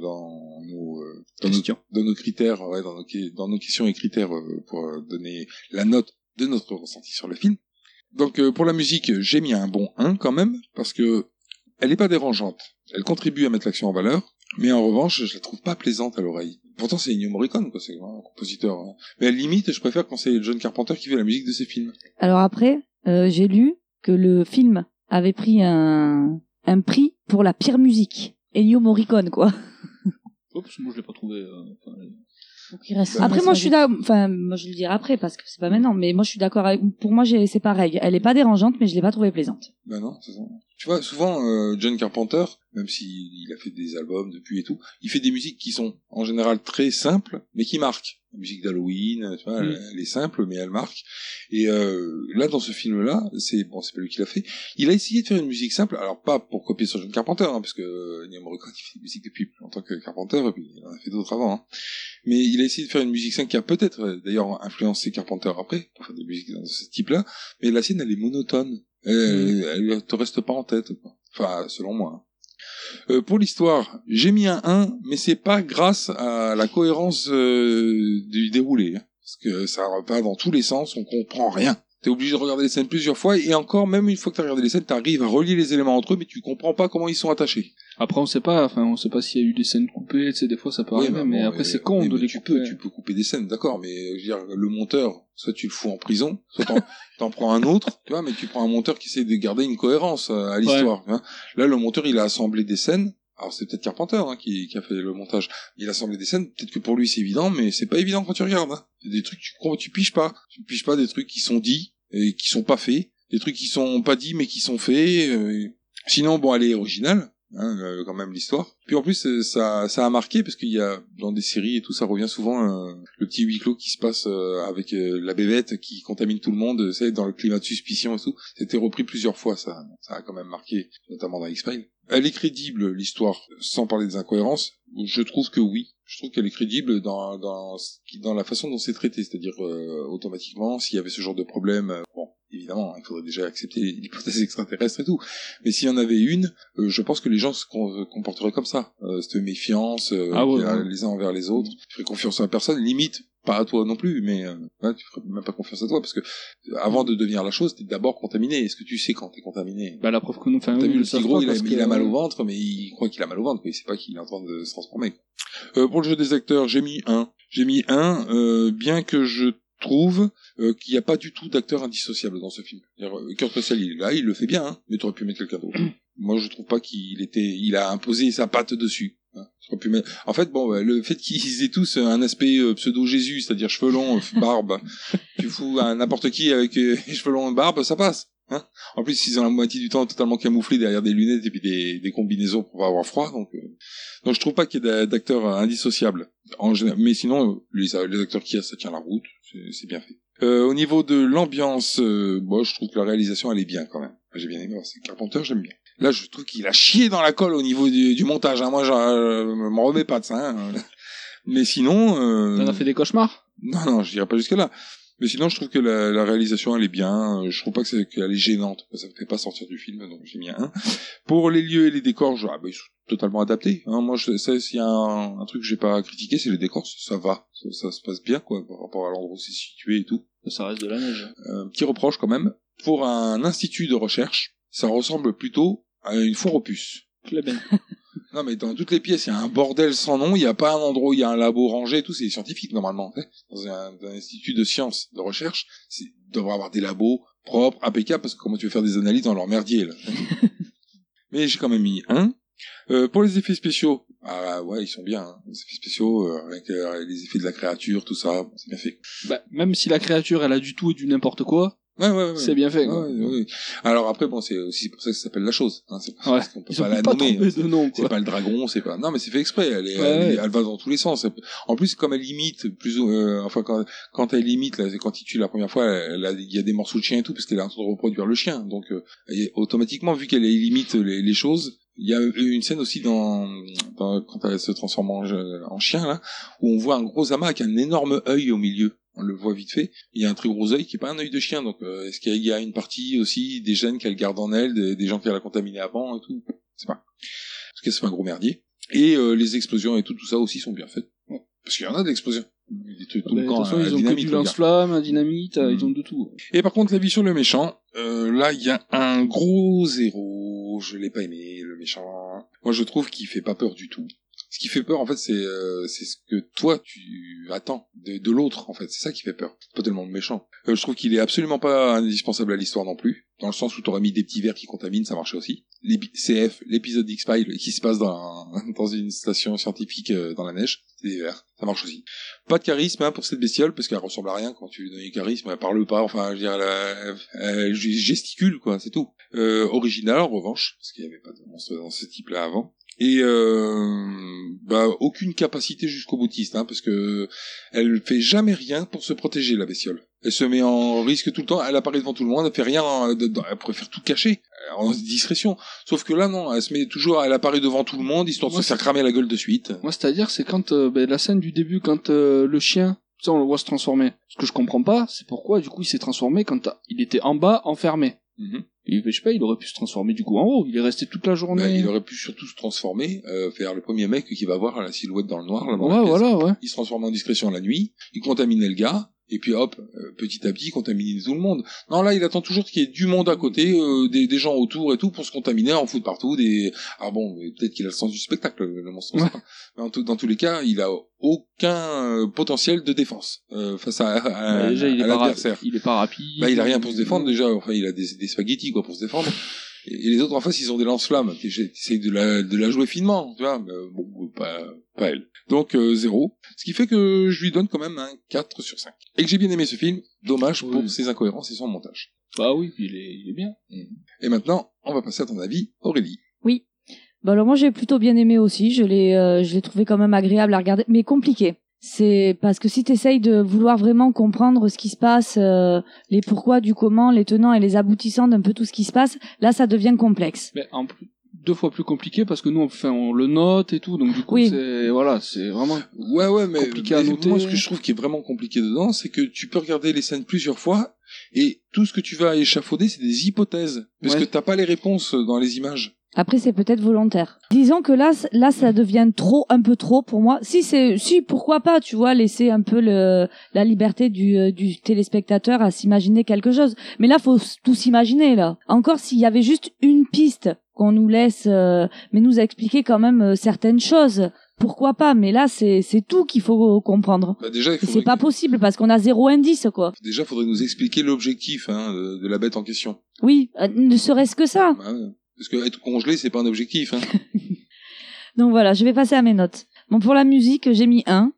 nos critères, dans nos questions et critères pour donner la note de notre ressenti sur le film. Donc, pour la musique, j'ai mis un bon 1 quand même, parce que elle est pas dérangeante. Elle contribue à mettre l'action en valeur, mais en revanche, je la trouve pas plaisante à l'oreille. Pourtant, c'est Ennio Morricone, quoi, c'est un compositeur. Hein. Mais à la limite, je préfère quand c'est John Carpenter qui fait la musique de ses films. Alors après, j'ai lu que le film avait pris un prix pour la pire musique. Ennio Morricone, quoi. Oups, moi je l'ai pas trouvé. Faut qu'il reste Après, moi, je suis d'accord, enfin, moi, je le dirai après, parce que c'est pas maintenant, mais moi, je suis d'accord avec, pour moi, c'est pareil. Elle est pas dérangeante, mais je l'ai pas trouvée plaisante. Ben non, c'est ça. Tu vois, souvent, John Carpenter, même s'il a fait des albums depuis et tout, il fait des musiques qui sont, en général, très simples, mais qui marquent. La musique d'Halloween, tu vois, elle est simple, mais elle marque. Et là, dans ce film-là, c'est pas lui qui l'a fait. Il a essayé de faire une musique simple, alors pas pour copier sur John Carpenter, hein, parce que Ennio Morricone, il fait des musiques depuis en tant que Carpenter, et puis il en a fait d'autres avant. Hein. Mais il a essayé de faire une musique simple qui a peut-être, d'ailleurs, influencé Carpenter après, pour faire des musiques de ce type-là, mais la sienne, elle est monotone. Elle te reste pas en tête, quoi. Enfin, selon moi. Pour l'histoire, j'ai mis un 1, mais c'est pas grâce à la cohérence du déroulé, hein, parce que ça va dans tous les sens, on comprend rien. T'es obligé de regarder les scènes plusieurs fois, et encore, même une fois que t'as regardé les scènes, t'arrives à relier les éléments entre eux, mais tu comprends pas comment ils sont attachés. Après, on sait pas s'il y a eu des scènes coupées, tu sais, des fois ça peut arriver, mais après c'est con de les couper. Tu peux couper des scènes, d'accord, mais je veux dire, le monteur, soit tu le fous en prison, soit t'en prends un autre, tu vois, mais tu prends un monteur qui essaie de garder une cohérence à l'histoire. Ouais. Hein. Là, le monteur, il a assemblé des scènes. Alors c'est peut-être Carpenter hein, qui a fait le montage. Il a assemblé des scènes. Peut-être que pour lui c'est évident, mais c'est pas évident quand tu regardes. Hein. C'est des trucs tu piges pas. Tu piges pas des trucs qui sont dits et qui sont pas faits. Des trucs qui sont pas dits mais qui sont faits. Sinon bon, elle est originale. Hein, quand même l'histoire. Puis en plus ça a marqué parce qu'il y a dans des séries et tout ça revient souvent le petit huis clos qui se passe avec la bébête qui contamine tout le monde, c'est dans le climat de suspicion et tout. C'était repris plusieurs fois ça a quand même marqué notamment dans X-Files. Elle est crédible l'histoire sans parler des incohérences. Je trouve que oui. Je trouve qu'elle est crédible dans la façon dont c'est traité, c'est-à-dire automatiquement s'il y avait ce genre de problème bon évidemment, il faudrait déjà accepter l'hypothèse extraterrestre et tout. Mais s'il y en avait une, je pense que les gens se comporteraient comme ça. Cette méfiance les uns envers les autres. Tu ferais confiance à la personne, limite, pas à toi non plus, mais tu ferais même pas confiance à toi, parce que avant de devenir la chose, t'es d'abord contaminé. Est-ce que tu sais quand t'es contaminé? Bah la preuve que nous... T'as vu le petit gros, il a mal au ventre, mais il croit qu'il a mal au ventre, mais il sait pas qu'il est en train de se transformer. Pour le jeu des acteurs, j'ai mis un, bien que je trouve qu'il n'y a pas du tout d'acteur indissociable dans ce film. Kurt Russell, il est là, il le fait bien, hein, mais t'aurais pu mettre quelqu'un d'autre. Moi, je trouve pas il a imposé sa patte dessus. Hein. En fait, bon, le fait qu'ils aient tous un aspect pseudo-Jésus, c'est-à-dire cheveux longs, barbe, tu fous à n'importe qui avec cheveux longs et barbe, ça passe. Hein. En plus, ils ont la moitié du temps totalement camouflés derrière des lunettes et puis des combinaisons pour pas avoir froid, donc je trouve pas qu'il y ait d'acteurs indissociables. Mais sinon, les acteurs qu'il y a, ça tient la route, c'est bien fait. Au niveau de l'ambiance, je trouve que la réalisation elle est bien quand même. J'ai bien aimé, c'est Carpenter, j'aime bien. Là, je trouve qu'il a chié dans la colle au niveau du montage. Hein. Moi, je m'en remets pas de ça. Hein. Mais sinon... T'en as fait des cauchemars? Non, je dirais pas jusque là. Mais sinon, je trouve que la réalisation, elle est bien. Je trouve pas qu'elle est gênante. Ça me fait pas sortir du film, donc j'ai mis un. Pour les lieux et les décors, ils sont totalement adaptés. Hein. Moi, s'il y a un truc que j'ai pas critiqué, c'est les décors. Ça va. Ça se passe bien, quoi, par rapport à l'endroit où c'est situé et tout. Ça reste de la neige. Petit reproche, quand même. Pour un institut de recherche, ça ressemble plutôt à une foire aux puces. Non, mais dans toutes les pièces, il y a un bordel sans nom, il n'y a pas un endroit où il y a un labo rangé et tout, c'est scientifique, normalement. Dans un institut de sciences, de recherche, il devrait avoir des labos propres, impeccables, parce que comment tu veux faire des analyses dans leur merdier, là. Mais j'ai quand même mis un. Pour les effets spéciaux, ils sont bien, hein. Les effets spéciaux, avec les effets de la créature, tout ça, c'est bien fait. Bah, même si la créature, elle a du tout et du n'importe quoi, Ouais. C'est bien fait, quoi. Ouais. Alors après, bon, c'est aussi pour ça que ça s'appelle la chose. Hein. C'est parce qu'on peut pas la nommer. C'est pas le dragon, c'est pas. Non, mais c'est fait exprès. Elle va dans tous les sens. En plus, comme elle imite quand elle imite, là, quand il tue la première fois, il y a des morceaux de chien et tout, parce qu'elle est en train de reproduire le chien. Donc, automatiquement, vu qu'elle imite les choses. Il y a une scène aussi quand elle se transforme en chien, là, où on voit un gros amas avec un énorme œil au milieu. On le voit vite fait. Il y a un très gros œil qui est pas un œil de chien. Donc, est-ce qu'il y a une partie aussi des gènes qu'elle garde en elle, des gens qu'elle a contaminés avant et tout? C'est pas. Parce que c'est un gros merdier. Et les explosions et tout ça aussi sont bien faites. Parce qu'il y en a d'explosions. Tout le camp, ils ont que du lance-flamme, un dynamite, ils ont de tout. Et par contre, l'avis sur le méchant, là, il y a un gros 0. Je l'ai pas aimé, le méchant. Moi, je trouve qu'il fait pas peur du tout. Ce qui fait peur, en fait, c'est ce que toi, tu attends de l'autre, en fait. C'est ça qui fait peur. C'est pas tellement le méchant. Je trouve qu'il est absolument pas indispensable à l'histoire non plus. dans le sens où t'aurais mis des petits verres qui contaminent, ça marchait aussi. CF, l'épisode d'X-Files qui se passe dans une station scientifique dans la neige, c'est des verres, ça marche aussi. Pas de charisme pour cette bestiole, parce qu'elle ressemble à rien quand tu lui donnes du charisme, elle parle pas, enfin, je veux dire, elle gesticule, quoi, c'est tout. Original, en revanche, parce qu'il y avait pas de monstre dans ce type-là avant. Et aucune capacité jusqu'au boutiste, parce que elle fait jamais rien pour se protéger, la bestiole. Elle se met en risque tout le temps, elle apparaît devant tout le monde, elle fait rien, elle préfère tout cacher, en discrétion. Sauf que là, non, elle apparaît devant tout le monde, histoire de se faire cramer la gueule de suite. Moi, c'est-à-dire, c'est quand, la scène du début, quand le chien, ça, on le voit se transformer. Ce que je comprends pas, c'est pourquoi, du coup, il s'est transformé quand il était en bas, enfermé. Et, je sais pas, il aurait pu se transformer du coup en haut, il est resté toute la journée. Il aurait pu surtout se transformer, faire le premier mec qui va voir la silhouette dans le noir, là, ouais. Il se transforme en discrétion la nuit, il contamine le gars, et puis hop, petit à petit, contamine tout le monde. Non, là, il attend toujours qu'il y ait du monde à côté, des gens autour et tout, pour se contaminer, en foutre partout, peut-être qu'il a le sens du spectacle, le monstre. Ouais. Mais dans tous les cas, il a aucun potentiel de défense, face à l'adversaire. Il est pas rapide. Il a rien pour se défendre, déjà, enfin, il a des spaghettis, quoi, pour se défendre. Et les autres en face, ils ont des lance-flammes. T'essayes de la jouer finement, tu vois, mais bon, pas elle. Donc 0. Ce qui fait que je lui donne quand même un 4 sur 5. Et que j'ai bien aimé ce film, dommage pour ses incohérences et son montage. Bah oui, il est bien. Et maintenant, on va passer à ton avis, Aurélie. Oui. Bah alors moi j'ai plutôt bien aimé aussi, je l'ai trouvé quand même agréable à regarder, mais compliqué. C'est parce que si t'essayes de vouloir vraiment comprendre ce qui se passe, les pourquoi, du comment, les tenants et les aboutissants d'un peu tout ce qui se passe, là ça devient complexe. Mais en plus, 2 fois plus compliqué parce que nous on le note et tout, donc du coup c'est vraiment compliqué à noter. Moi ce que je trouve qui est vraiment compliqué dedans, c'est que tu peux regarder les scènes plusieurs fois et tout ce que tu vas échafauder c'est des hypothèses parce que t'as pas les réponses dans les images. Après, c'est peut-être volontaire. Disons que là, ça devient un peu trop pour moi. Si, pourquoi pas, tu vois, laisser un peu la liberté du téléspectateur à s'imaginer quelque chose. Mais là, faut tout s'imaginer, là. Encore s'il y avait juste une piste qu'on nous laisse, mais nous expliquer quand même certaines choses. Pourquoi pas? Mais là, c'est tout qu'il faut comprendre. Déjà, c'est pas possible parce qu'on a 0 indice, quoi. Déjà, faudrait nous expliquer l'objectif, de la bête en question. Oui, ne serait-ce que ça. Ouais. Parce que être congelé, c'est pas un objectif. Donc voilà, je vais passer à mes notes. Bon, pour la musique, j'ai mis 1.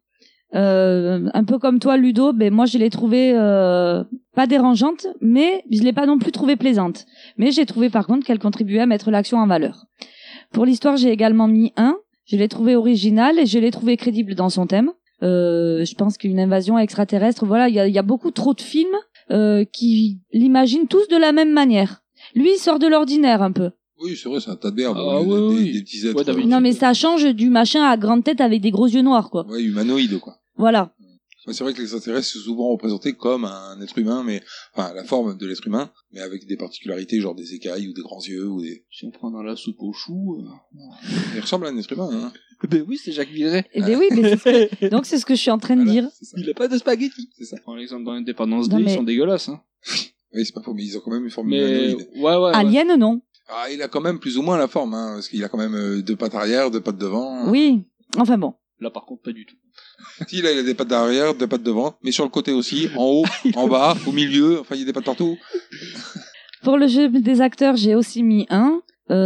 Un peu comme toi, Ludo, moi je l'ai trouvée pas dérangeante, mais je l'ai pas non plus trouvée plaisante. Mais j'ai trouvé par contre qu'elle contribuait à mettre l'action en valeur. Pour l'histoire, j'ai également mis 1. Je l'ai trouvée originale et je l'ai trouvée crédible dans son thème. Je pense qu'une invasion extraterrestre, voilà, il y a beaucoup trop de films qui l'imaginent tous de la même manière. Lui, il sort de l'ordinaire un peu. Oui, c'est vrai, c'est un tas de merde. Des petits êtres. Non, mais ça change du machin à grande tête avec des gros yeux noirs, quoi. Ouais, humanoïde, quoi. Voilà. C'est vrai que l'extraterrestre sont souvent représentés comme un être humain, la forme de l'être humain, mais avec des particularités, genre des écailles ou des grands yeux ou des... Si on prend dans la soupe aux choux... Il ressemble à un être humain, Ben oui, c'est Jacques Villeray. Ben oui, donc c'est ce que je suis en train de dire. Il a pas de spaghettis. C'est ça. Par exemple, dans Indépendance Day, ils sont dégueulasses, Oui, c'est pas faux, mais ils ont quand même une forme humanoïde. Ouais. Alien, non. Ah, il a quand même plus ou moins la forme, parce qu'il a quand même 2 pattes arrière, 2 pattes devant. Oui, enfin bon. Là, par contre, pas du tout. Si, là, il a des pattes derrière, 2 pattes devant, mais sur le côté aussi, en haut, en bas, au milieu, enfin, il y a des pattes partout. Pour le jeu des acteurs, j'ai aussi mis 1.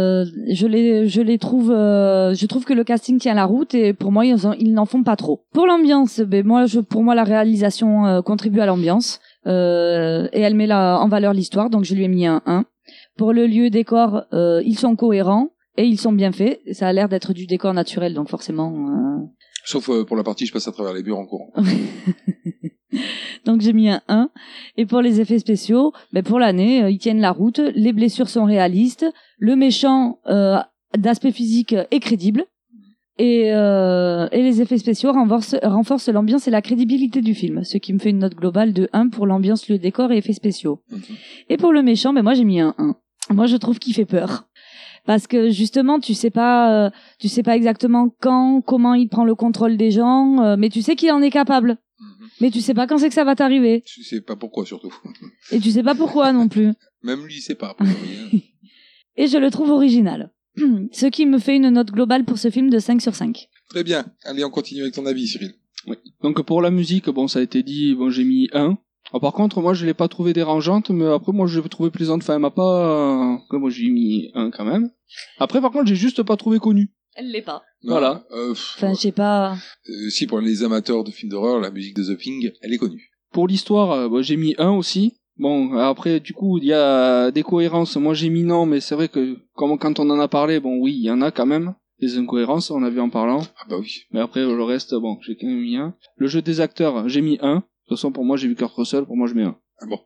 Je trouve que le casting tient la route et pour moi, ils n'en font pas trop. Pour l'ambiance, pour moi, la réalisation contribue à l'ambiance. Et elle met en valeur l'histoire, donc je lui ai mis un 1. Pour le lieu décor, ils sont cohérents et ils sont bien faits. Ça a l'air d'être du décor naturel, donc forcément... Sauf pour la partie, je passe à travers les murs en courant. Donc j'ai mis un 1. Et pour les effets spéciaux, pour l'année, ils tiennent la route. Les blessures sont réalistes. Le méchant, d'aspect physique, est crédible. Et les effets spéciaux renforcent l'ambiance et la crédibilité du film, ce qui me fait une note globale de 1 pour l'ambiance, le décor et effets spéciaux. Et pour le méchant, moi j'ai mis un 1. Moi je trouve qu'il fait peur. Parce que justement, tu sais pas exactement comment il prend le contrôle des gens, mais tu sais qu'il en est capable. Mais tu sais pas quand c'est que ça va t'arriver. Tu sais pas pourquoi surtout. Et tu sais pas pourquoi non plus. Même lui, il sait pas. Et je le trouve original. Ce qui me fait une note globale pour ce film de 5 sur 5. Très bien. Allez, on continue avec ton avis, Cyril. Oui. Donc pour la musique, ça a été dit, j'ai mis 1. Ah, par contre, moi, je l'ai pas trouvée dérangeante, mais après, moi, je l'ai trouvée plaisante. Enfin, elle m'a pas... Après, moi, j'ai mis 1 quand même. Après, par contre, j'ai juste pas trouvé connue. Elle l'est pas. Non, Voilà. Enfin, je sais pas. Si, pour les amateurs de films d'horreur, la musique de The Thing, elle est connue. Pour l'histoire, j'ai mis 1 aussi. Bon, après, du coup, il y a des cohérences. Moi, j'ai mis non, mais c'est vrai que quand on en a parlé, bon, oui, il y en a quand même. Des incohérences, on a vu en parlant. Ah bah oui. Mais après, le reste, bon, j'ai quand même mis 1. Le jeu des acteurs, j'ai mis 1. De toute façon, pour moi, j'ai vu Kurt Russell, pour moi, je mets 1. Ah bon.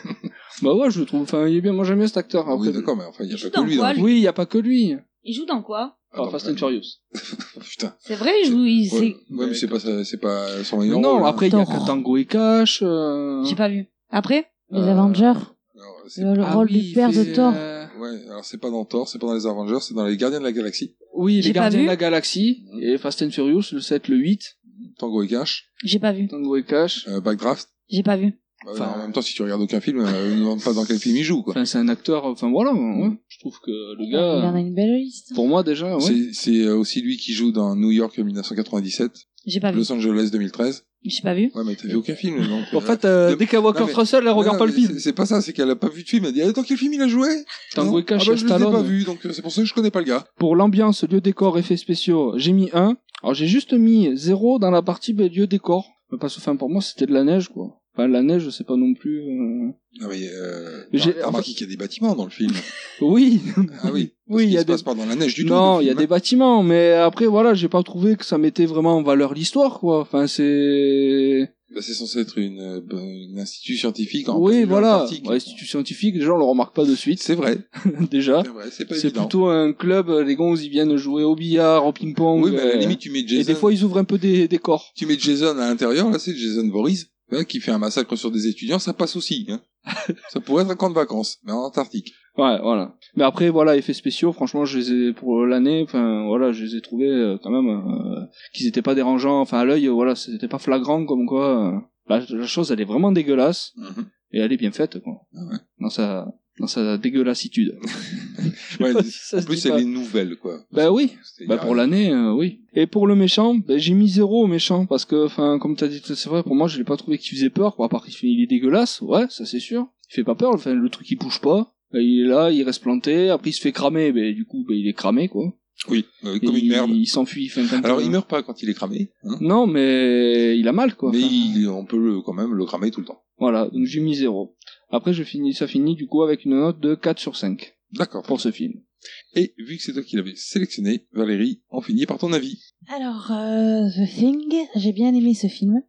Bah ouais, je le trouve, enfin, il est bien, moi j'aime bien cet acteur. Après, oui, d'accord, mais enfin, il y a joue pas que dans lui. quoi, dans le lui Oui, il y a pas que lui. Il joue dans quoi? Fast and Furious. Putain. C'est vrai, il joue, il Ouais, c'est... ouais, mais c'est pas son Mais meilleur non, rôle, hein. après, il y a que Tango et Cash. J'ai pas vu. Après? Les Avengers. C'est- Le Ah rôle oui, du père il de fait, Thor. Ouais, alors c'est pas dans Thor, c'est pas dans les Avengers, c'est dans les Gardiens de la Galaxie. Oui, J'ai les pas Gardiens vu. de la Galaxie, et Fast and Furious, le 7, le 8. Tango et Cash, J'ai pas vu. Tango et Cash. Backdraft. J'ai pas vu. Bah, Enfin, en même temps, si tu regardes aucun film, ne demande pas dans quel film il joue, quoi. Enfin, c'est un acteur, enfin voilà, ouais. Je trouve que le Il en gars, a une belle liste. pour moi déjà, ouais. C'est aussi lui qui joue dans New York 1997, J'ai pas vu. Los Angeles 2013. J'ai pas vu. Ouais, mais t'as vu aucun film, donc. En fait, dès qu'elle voit Non, Kurt mais- Russell, elle regarde Non, pas le mais film. C'est pas ça, c'est qu'elle a pas vu de film. Elle dit, dans quel film il a joué? Tango Non. et Cash, Ah bah, je les ai Stallone. pas vus, donc c'est pour ça que je connais pas le gars. Pour l'ambiance, lieu décor, effets spéciaux, j'ai mis 1. Alors j'ai juste mis 0 dans la partie lieu décor. Parce que, enfin, pour moi, c'était de la neige, quoi. Enfin, la neige, c'est pas non plus... Ah mais J'ai- t'as remarqué qu'il y a des bâtiments dans le film. Oui. Ah oui. Oui, il y a se passe pas dans la neige du tout. Non, le il y a film, des bâtiments, mais après, voilà, j'ai pas trouvé que ça mettait vraiment en valeur l'histoire, quoi. Enfin, c'est... Bah, c'est censé être une institut scientifique en Oui, plein voilà. Antarctique. Ouais, institut scientifique, les gens le remarquent pas de suite. C'est vrai. Déjà. C'est vrai, c'est pas C'est évident. plutôt un club, les gonzes, ils viennent jouer au billard, au ping-pong. Oui, mais à la limite, tu mets Jason. Et des fois, ils ouvrent un peu des décors. Tu mets Jason à l'intérieur, là, c'est Jason Voorhees, hein, qui fait un massacre sur des étudiants, ça passe aussi, hein. Ça pourrait être un camp de vacances, mais en Antarctique. Ouais, voilà. Mais après, voilà, effets spéciaux, franchement, je les ai, pour l'année, enfin, voilà, je les ai trouvés, quand même, qu'ils étaient pas dérangeants, enfin, à l'œil, voilà, c'était pas flagrant, comme quoi, la chose, elle est vraiment dégueulasse, et elle est bien faite, quoi. Ah ouais. Dans sa dégueulassitude. Ouais, Ça en se plus, dit elle pas. est nouvelle, quoi. Bah oui. C'était Bah il y a pour rien. l'année, oui. Et pour le méchant, j'ai mis 0 au méchant parce que, enfin, comme t'as dit, c'est vrai, pour moi, je l'ai pas trouvé qu'il faisait peur. Bon, à part qu'il est dégueulasse, ouais, ça c'est sûr. Il fait pas peur, enfin, le truc il bouge pas. Il est là, il reste planté. Après, il se fait cramer, mais du coup, il est cramé, quoi. Oui, comme Et une merde. Il s'enfuit. Enfin, quand Alors, il meurt pas quand il est cramé, hein. Non, mais il a mal, quoi. Mais Enfin, on peut quand même le cramer tout le temps. Voilà, donc j'ai mis 0. Après, ça finit du coup avec une note de 4 sur 5. D'accord. Pour ce film. Et vu que c'est toi qui l'avais sélectionné, Valérie, on finit par ton avis. Alors, The Thing, j'ai bien aimé ce film.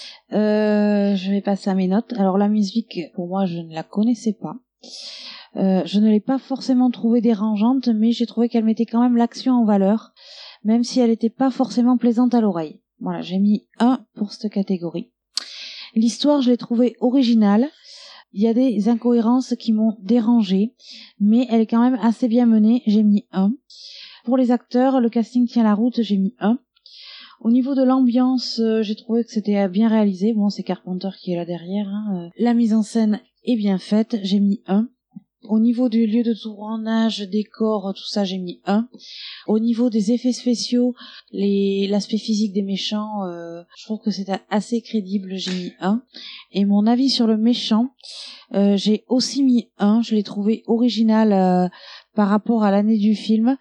Je vais passer à mes notes. Alors, la musique, pour moi, je ne la connaissais pas. Je ne l'ai pas forcément trouvée dérangeante, mais j'ai trouvé qu'elle mettait quand même l'action en valeur, même si elle n'était pas forcément plaisante à l'oreille. Voilà, j'ai mis 1 pour cette catégorie. L'histoire, je l'ai trouvée originale. Il y a des incohérences qui m'ont dérangée, mais elle est quand même assez bien menée. J'ai mis 1. Pour les acteurs, le casting tient la route, j'ai mis 1. Au niveau de l'ambiance, j'ai trouvé que c'était bien réalisé. Bon, c'est Carpenter qui est là derrière, hein. La mise en scène est bien faite, j'ai mis 1. Au niveau du lieu de tournage, décor, tout ça, j'ai mis 1. Au niveau des effets spéciaux, l'aspect physique des méchants, je trouve que c'était assez crédible, j'ai mis 1. Et mon avis sur le méchant, j'ai aussi mis 1. Je l'ai trouvé original par rapport à l'année du film.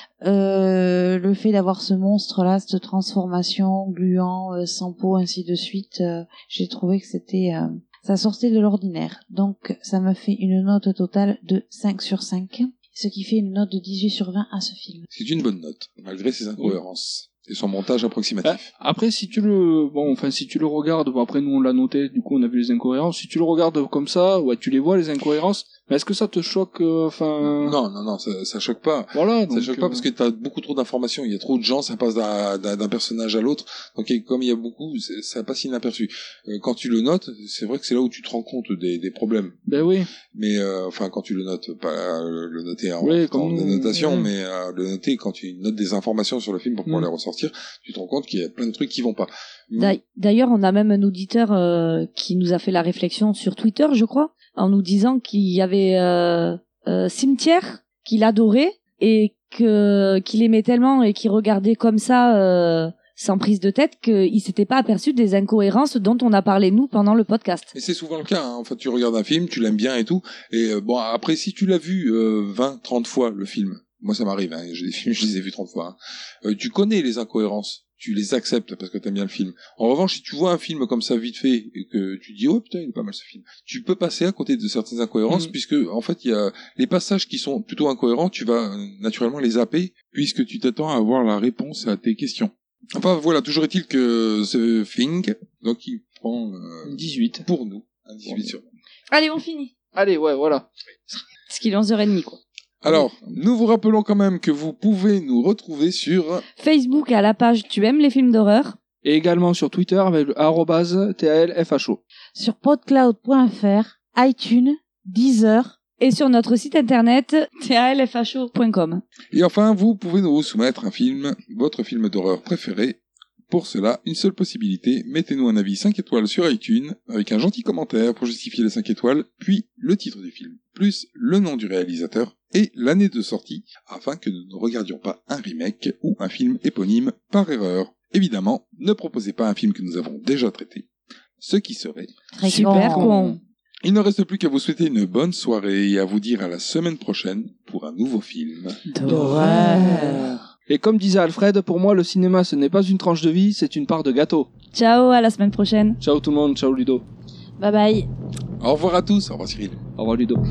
Le fait d'avoir ce monstre-là, cette transformation, gluant, sans peau, ainsi de suite, j'ai trouvé que c'était... ça sortait de l'ordinaire. Donc, ça me fait une note totale de 5 sur 5, ce qui fait une note de 18 sur 20 à ce film. C'est une bonne note, malgré ses incohérences. Et son montage approximatif. Après, si tu le regardes, bon, après, nous, on l'a noté, du coup, on a vu les incohérences. Si tu le regardes comme ça, ouais, tu les vois, les incohérences, mais est-ce que ça te choque, enfin... Non, ça choque pas. Voilà, ça choque pas parce que t'as beaucoup trop d'informations. Il y a trop de gens, ça passe d'un personnage à l'autre. Donc, comme il y a beaucoup, ça passe inaperçu. Quand tu le notes, c'est vrai que c'est là où tu te rends compte des problèmes. Ben oui. Mais, enfin, quand tu le notes, pas le noter en oui, temps de notation, mais le noter quand tu notes des informations sur le film pour pouvoir les ressortir, tu te rends compte qu'il y a plein de trucs qui vont pas. D'ailleurs, on a même un auditeur qui nous a fait la réflexion sur Twitter, je crois, en nous disant qu'il y avait Cimetière qu'il adorait et qu'il aimait tellement et qu'il regardait comme ça sans prise de tête qu'il s'était pas aperçu des incohérences dont on a parlé nous pendant le podcast. Et c'est souvent le cas, hein. Enfin, tu regardes un film, tu l'aimes bien et tout, et bon, après, si tu l'as vu 20, 30 fois, le film, moi ça m'arrive, hein, j'ai des films, je les ai vus 30 fois, hein. Tu connais les incohérences, tu les acceptes parce que t'aimes bien le film. En revanche, si tu vois un film comme ça vite fait, et que tu dis, oh putain, il est pas mal ce film, tu peux passer à côté de certaines incohérences, puisque, en fait, il y a les passages qui sont plutôt incohérents, tu vas naturellement les zapper, puisque tu t'attends à avoir la réponse à tes questions. Enfin, voilà, toujours est-il que The Thing, donc il prend 18 pour nous, un 18 sur 20. Allez, on finit. Allez, ouais, voilà. Parce qu'il est 11h30, quoi. Alors, nous vous rappelons quand même que vous pouvez nous retrouver sur Facebook à la page Tu aimes les films d'horreur. Et également sur Twitter avec @TALFHO. Sur podcloud.fr, iTunes, Deezer. Et sur notre site internet talfho.com. Et enfin, vous pouvez nous soumettre un film, votre film d'horreur préféré. Pour cela, une seule possibilité, mettez-nous un avis 5 étoiles sur iTunes, avec un gentil commentaire pour justifier les 5 étoiles, puis le titre du film, plus le nom du réalisateur et l'année de sortie, afin que nous ne regardions pas un remake ou un film éponyme par erreur. Évidemment, ne proposez pas un film que nous avons déjà traité, ce qui serait super con. Il ne reste plus qu'à vous souhaiter une bonne soirée et à vous dire à la semaine prochaine pour un nouveau film d'horreur. Et comme disait Alfred, pour moi le cinéma ce n'est pas une tranche de vie, c'est une part de gâteau. Ciao, à la semaine prochaine. Ciao tout le monde, ciao Ludo. Bye bye. Au revoir à tous, au revoir Cyril. Au revoir Ludo.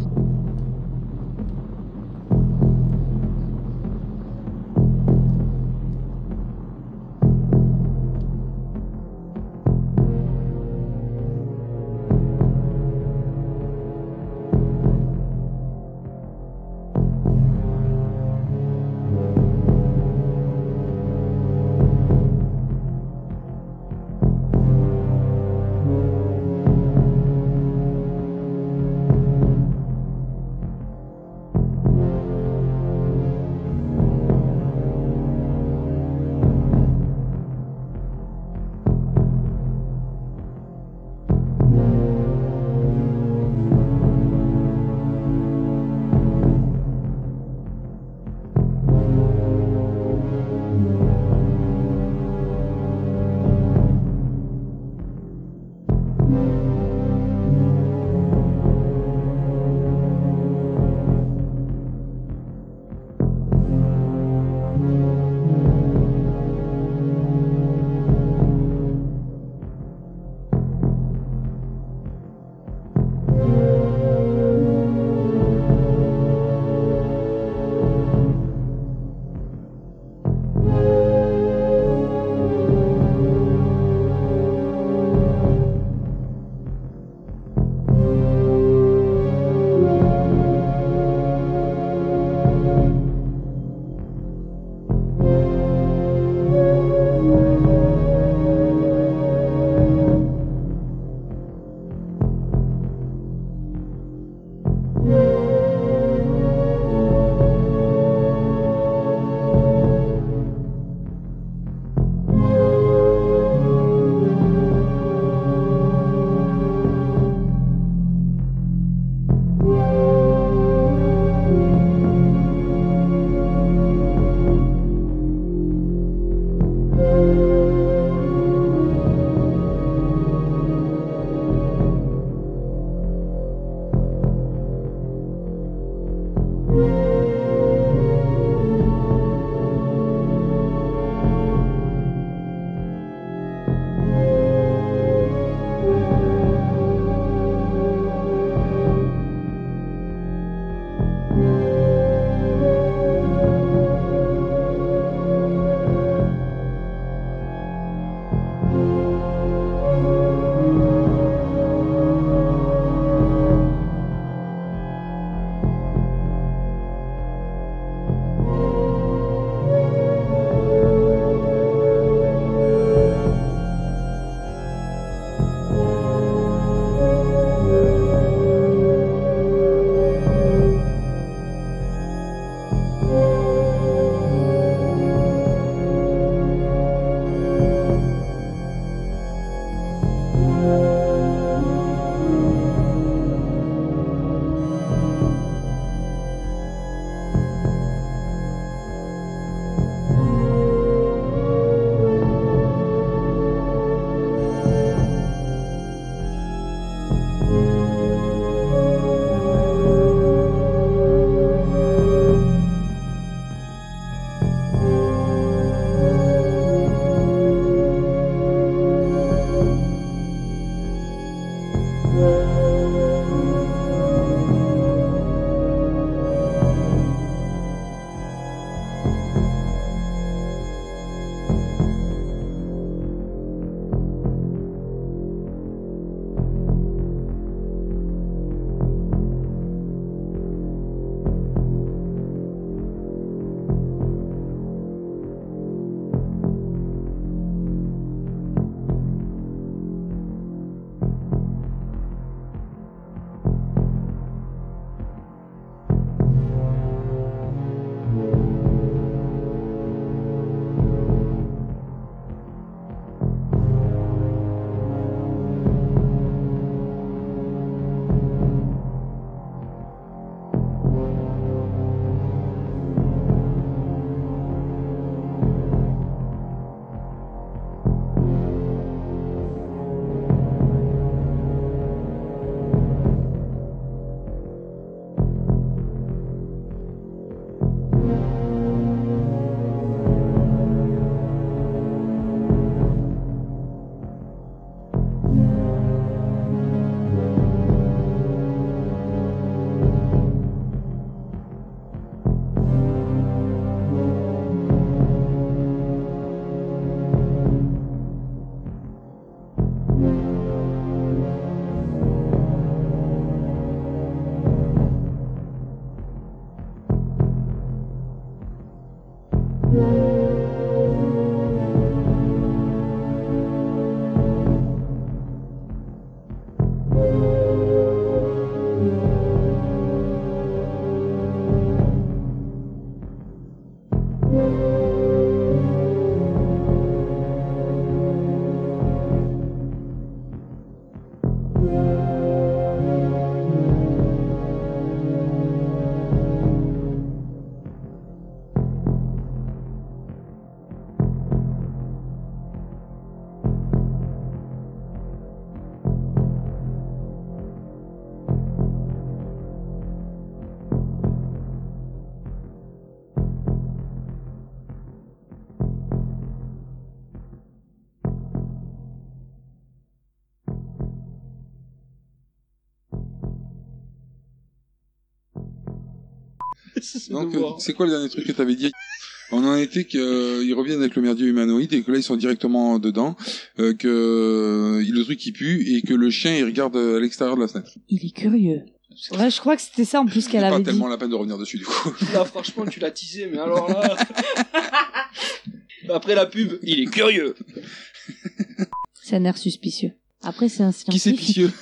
Donc, c'est quoi le dernier truc que t'avais dit? On en était qu'ils reviennent avec le merdier humanoïde et que là ils sont directement dedans, que le truc il pue et que le chien il regarde à l'extérieur de la fenêtre. Il est curieux. Ouais, je crois que c'était ça en plus qu'elle avait dit. Pas tellement la peine de revenir dessus du coup. Là, franchement, tu l'as teasé, mais alors là. Après la pub, il est curieux. C'est un air suspicieux. Après, c'est un scientifique. Qui c'est pitieux?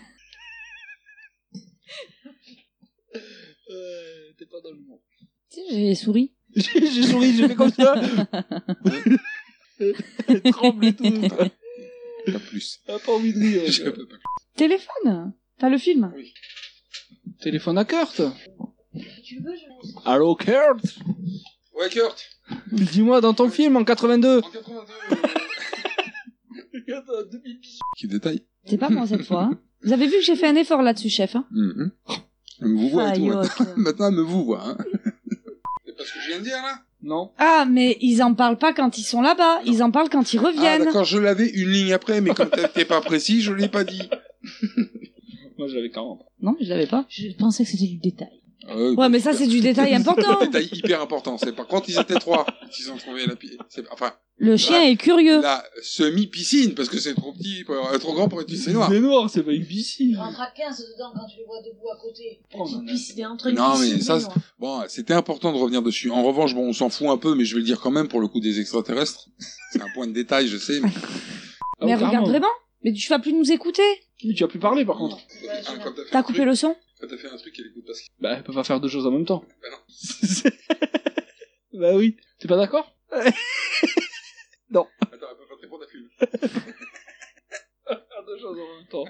T'es pas dans le monde. Tu sais, j'ai souri. J'ai souri, j'ai fait comme ça. Elle tremble et tout. Pas plus. T'as pas envie de rire. Téléphone. T'as le film? Oui. Téléphone à Kurt. Tu veux, je... Allô, Kurt? Ouais, Kurt. Dis-moi, dans ton film, en 82. En 82. Regarde, 2018. Qui détaille. C'est pas moi cette fois. Hein. Vous avez vu que j'ai fait un effort là-dessus, chef. Hein. Elle me vous voit et tout. Faillotte. Maintenant, elle me vous voit. Hein. C'est pas ce que je viens de dire, là? Non. Ah, mais ils en parlent pas quand ils sont là-bas. Ils en parlent quand ils Ah, reviennent. d'accord, je l'avais une ligne après, mais comme t'étais pas précis, je l'ai pas dit. Moi, j'avais 40. Non, je l'avais pas. Je pensais que c'était du détail. Ouais, mais ça, c'est du détail important. Détail hyper important. C'est par contre, ils étaient 3. Ils ont trouvé la enfin. Le chien est curieux. La semi-piscine, parce que c'est trop petit, trop grand pour être une piscine noire. C'est noir, c'est pas une piscine. Il rentre à 15 dedans quand tu les vois debout à côté. Oh, Petite piscine, entre une non, piscine mais ça, et bon, c'était important de revenir dessus. En revanche, bon, on s'en fout un peu, mais je vais le dire quand même pour le coup des extraterrestres. C'est un point de détail, je sais. Mais, Mais regarde vraiment. Mais tu vas plus nous écouter. Mais tu vas plus parler, par contre. T'as coupé le son? Quand t'as fait un truc, elle écoute parce que... Bah, elle peut pas faire deux choses en même temps. Bah non. Bah oui. T'es pas d'accord? Non. Attends, elle peut pas te répondre à pub. Faire deux choses en même temps.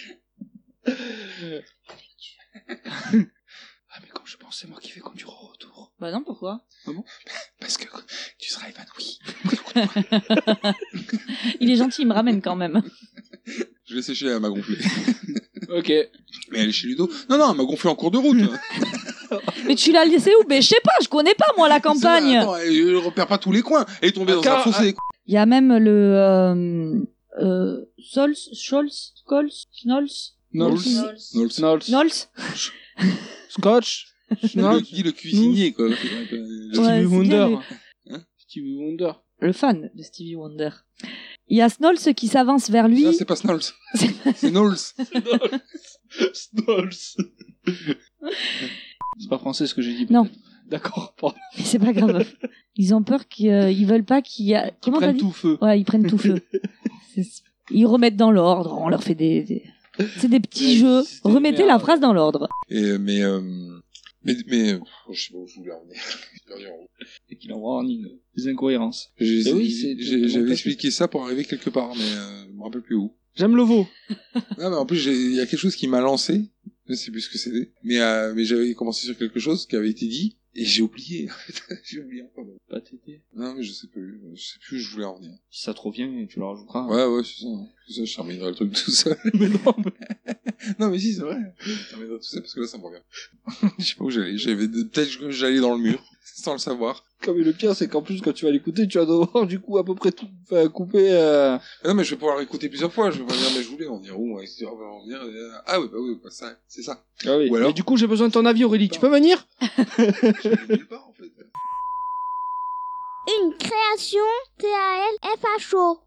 Ah, mais comme je pense, c'est moi qui vais conduire au retour. Bah non, pourquoi? Ah bon? Parce que tu seras évanoui. Il est gentil, il me ramène quand même. Je vais sécher, elle m'a gonflé. Ok. Mais elle est chez Ludo. Non, elle m'a gonflé en cours de route. Mais tu l'as laissé où? Mais je sais pas, je connais pas moi la campagne. Attends, je repère pas tous les coins. Elle est tombée dans un fossé. Il y a même le Scholz. Scotch. Dis le cuisinier, quoi. Stevie Wonder. Stevie Wonder. Le fan de Stevie Wonder. Il y a Snolls qui s'avance vers lui. Non, c'est pas Snolls. C'est Knowles. Snolls. C'est pas français ce que j'ai dit. Non. D'accord. Pardon. Mais c'est pas grave. Ils ont peur qu'ils veulent pas qu'il y a... Qu'ils prennent tout feu. Ouais, ils prennent tout feu. Ils remettent dans l'ordre. On leur fait c'est des petits jeux. Remettez la phrase dans l'ordre. Et, mais je sais pas où je voulais en venir. Et qu'il envoie un warning. Des incohérences. J'avais expliqué ça pour arriver quelque part, mais je me rappelle plus où. J'aime le veau. Non, mais en plus, il y a quelque chose qui m'a lancé. Je sais plus ce que c'était. Mais j'avais commencé sur quelque chose qui avait été dit. Et j'ai oublié. J'ai oublié encore. Pas t'aider. Non, mais je sais plus où je voulais en venir. Si ça te revient, tu le rajouteras. Ouais, c'est ça. C'est ça, je terminerai le truc tout seul. Mais non, non, mais si, c'est vrai. Je terminerai tout seul parce que là, ça me revient. Je sais pas où j'allais. Peut-être que j'allais dans le mur. Sans le savoir. Comme le pire, c'est qu'en plus, quand tu vas l'écouter, tu vas devoir, du coup, à peu près tout, couper, Non, mais je vais pouvoir l'écouter plusieurs fois. Je vais pas dire, mais je voulais en venir où, etc. En venir, ah oui, bah oui, ça, c'est ça. Ah oui. Ou alors... Mais du coup, j'ai besoin de ton avis, Aurélie. Tu peux venir? Nulle part, en fait. Une création TALFHO.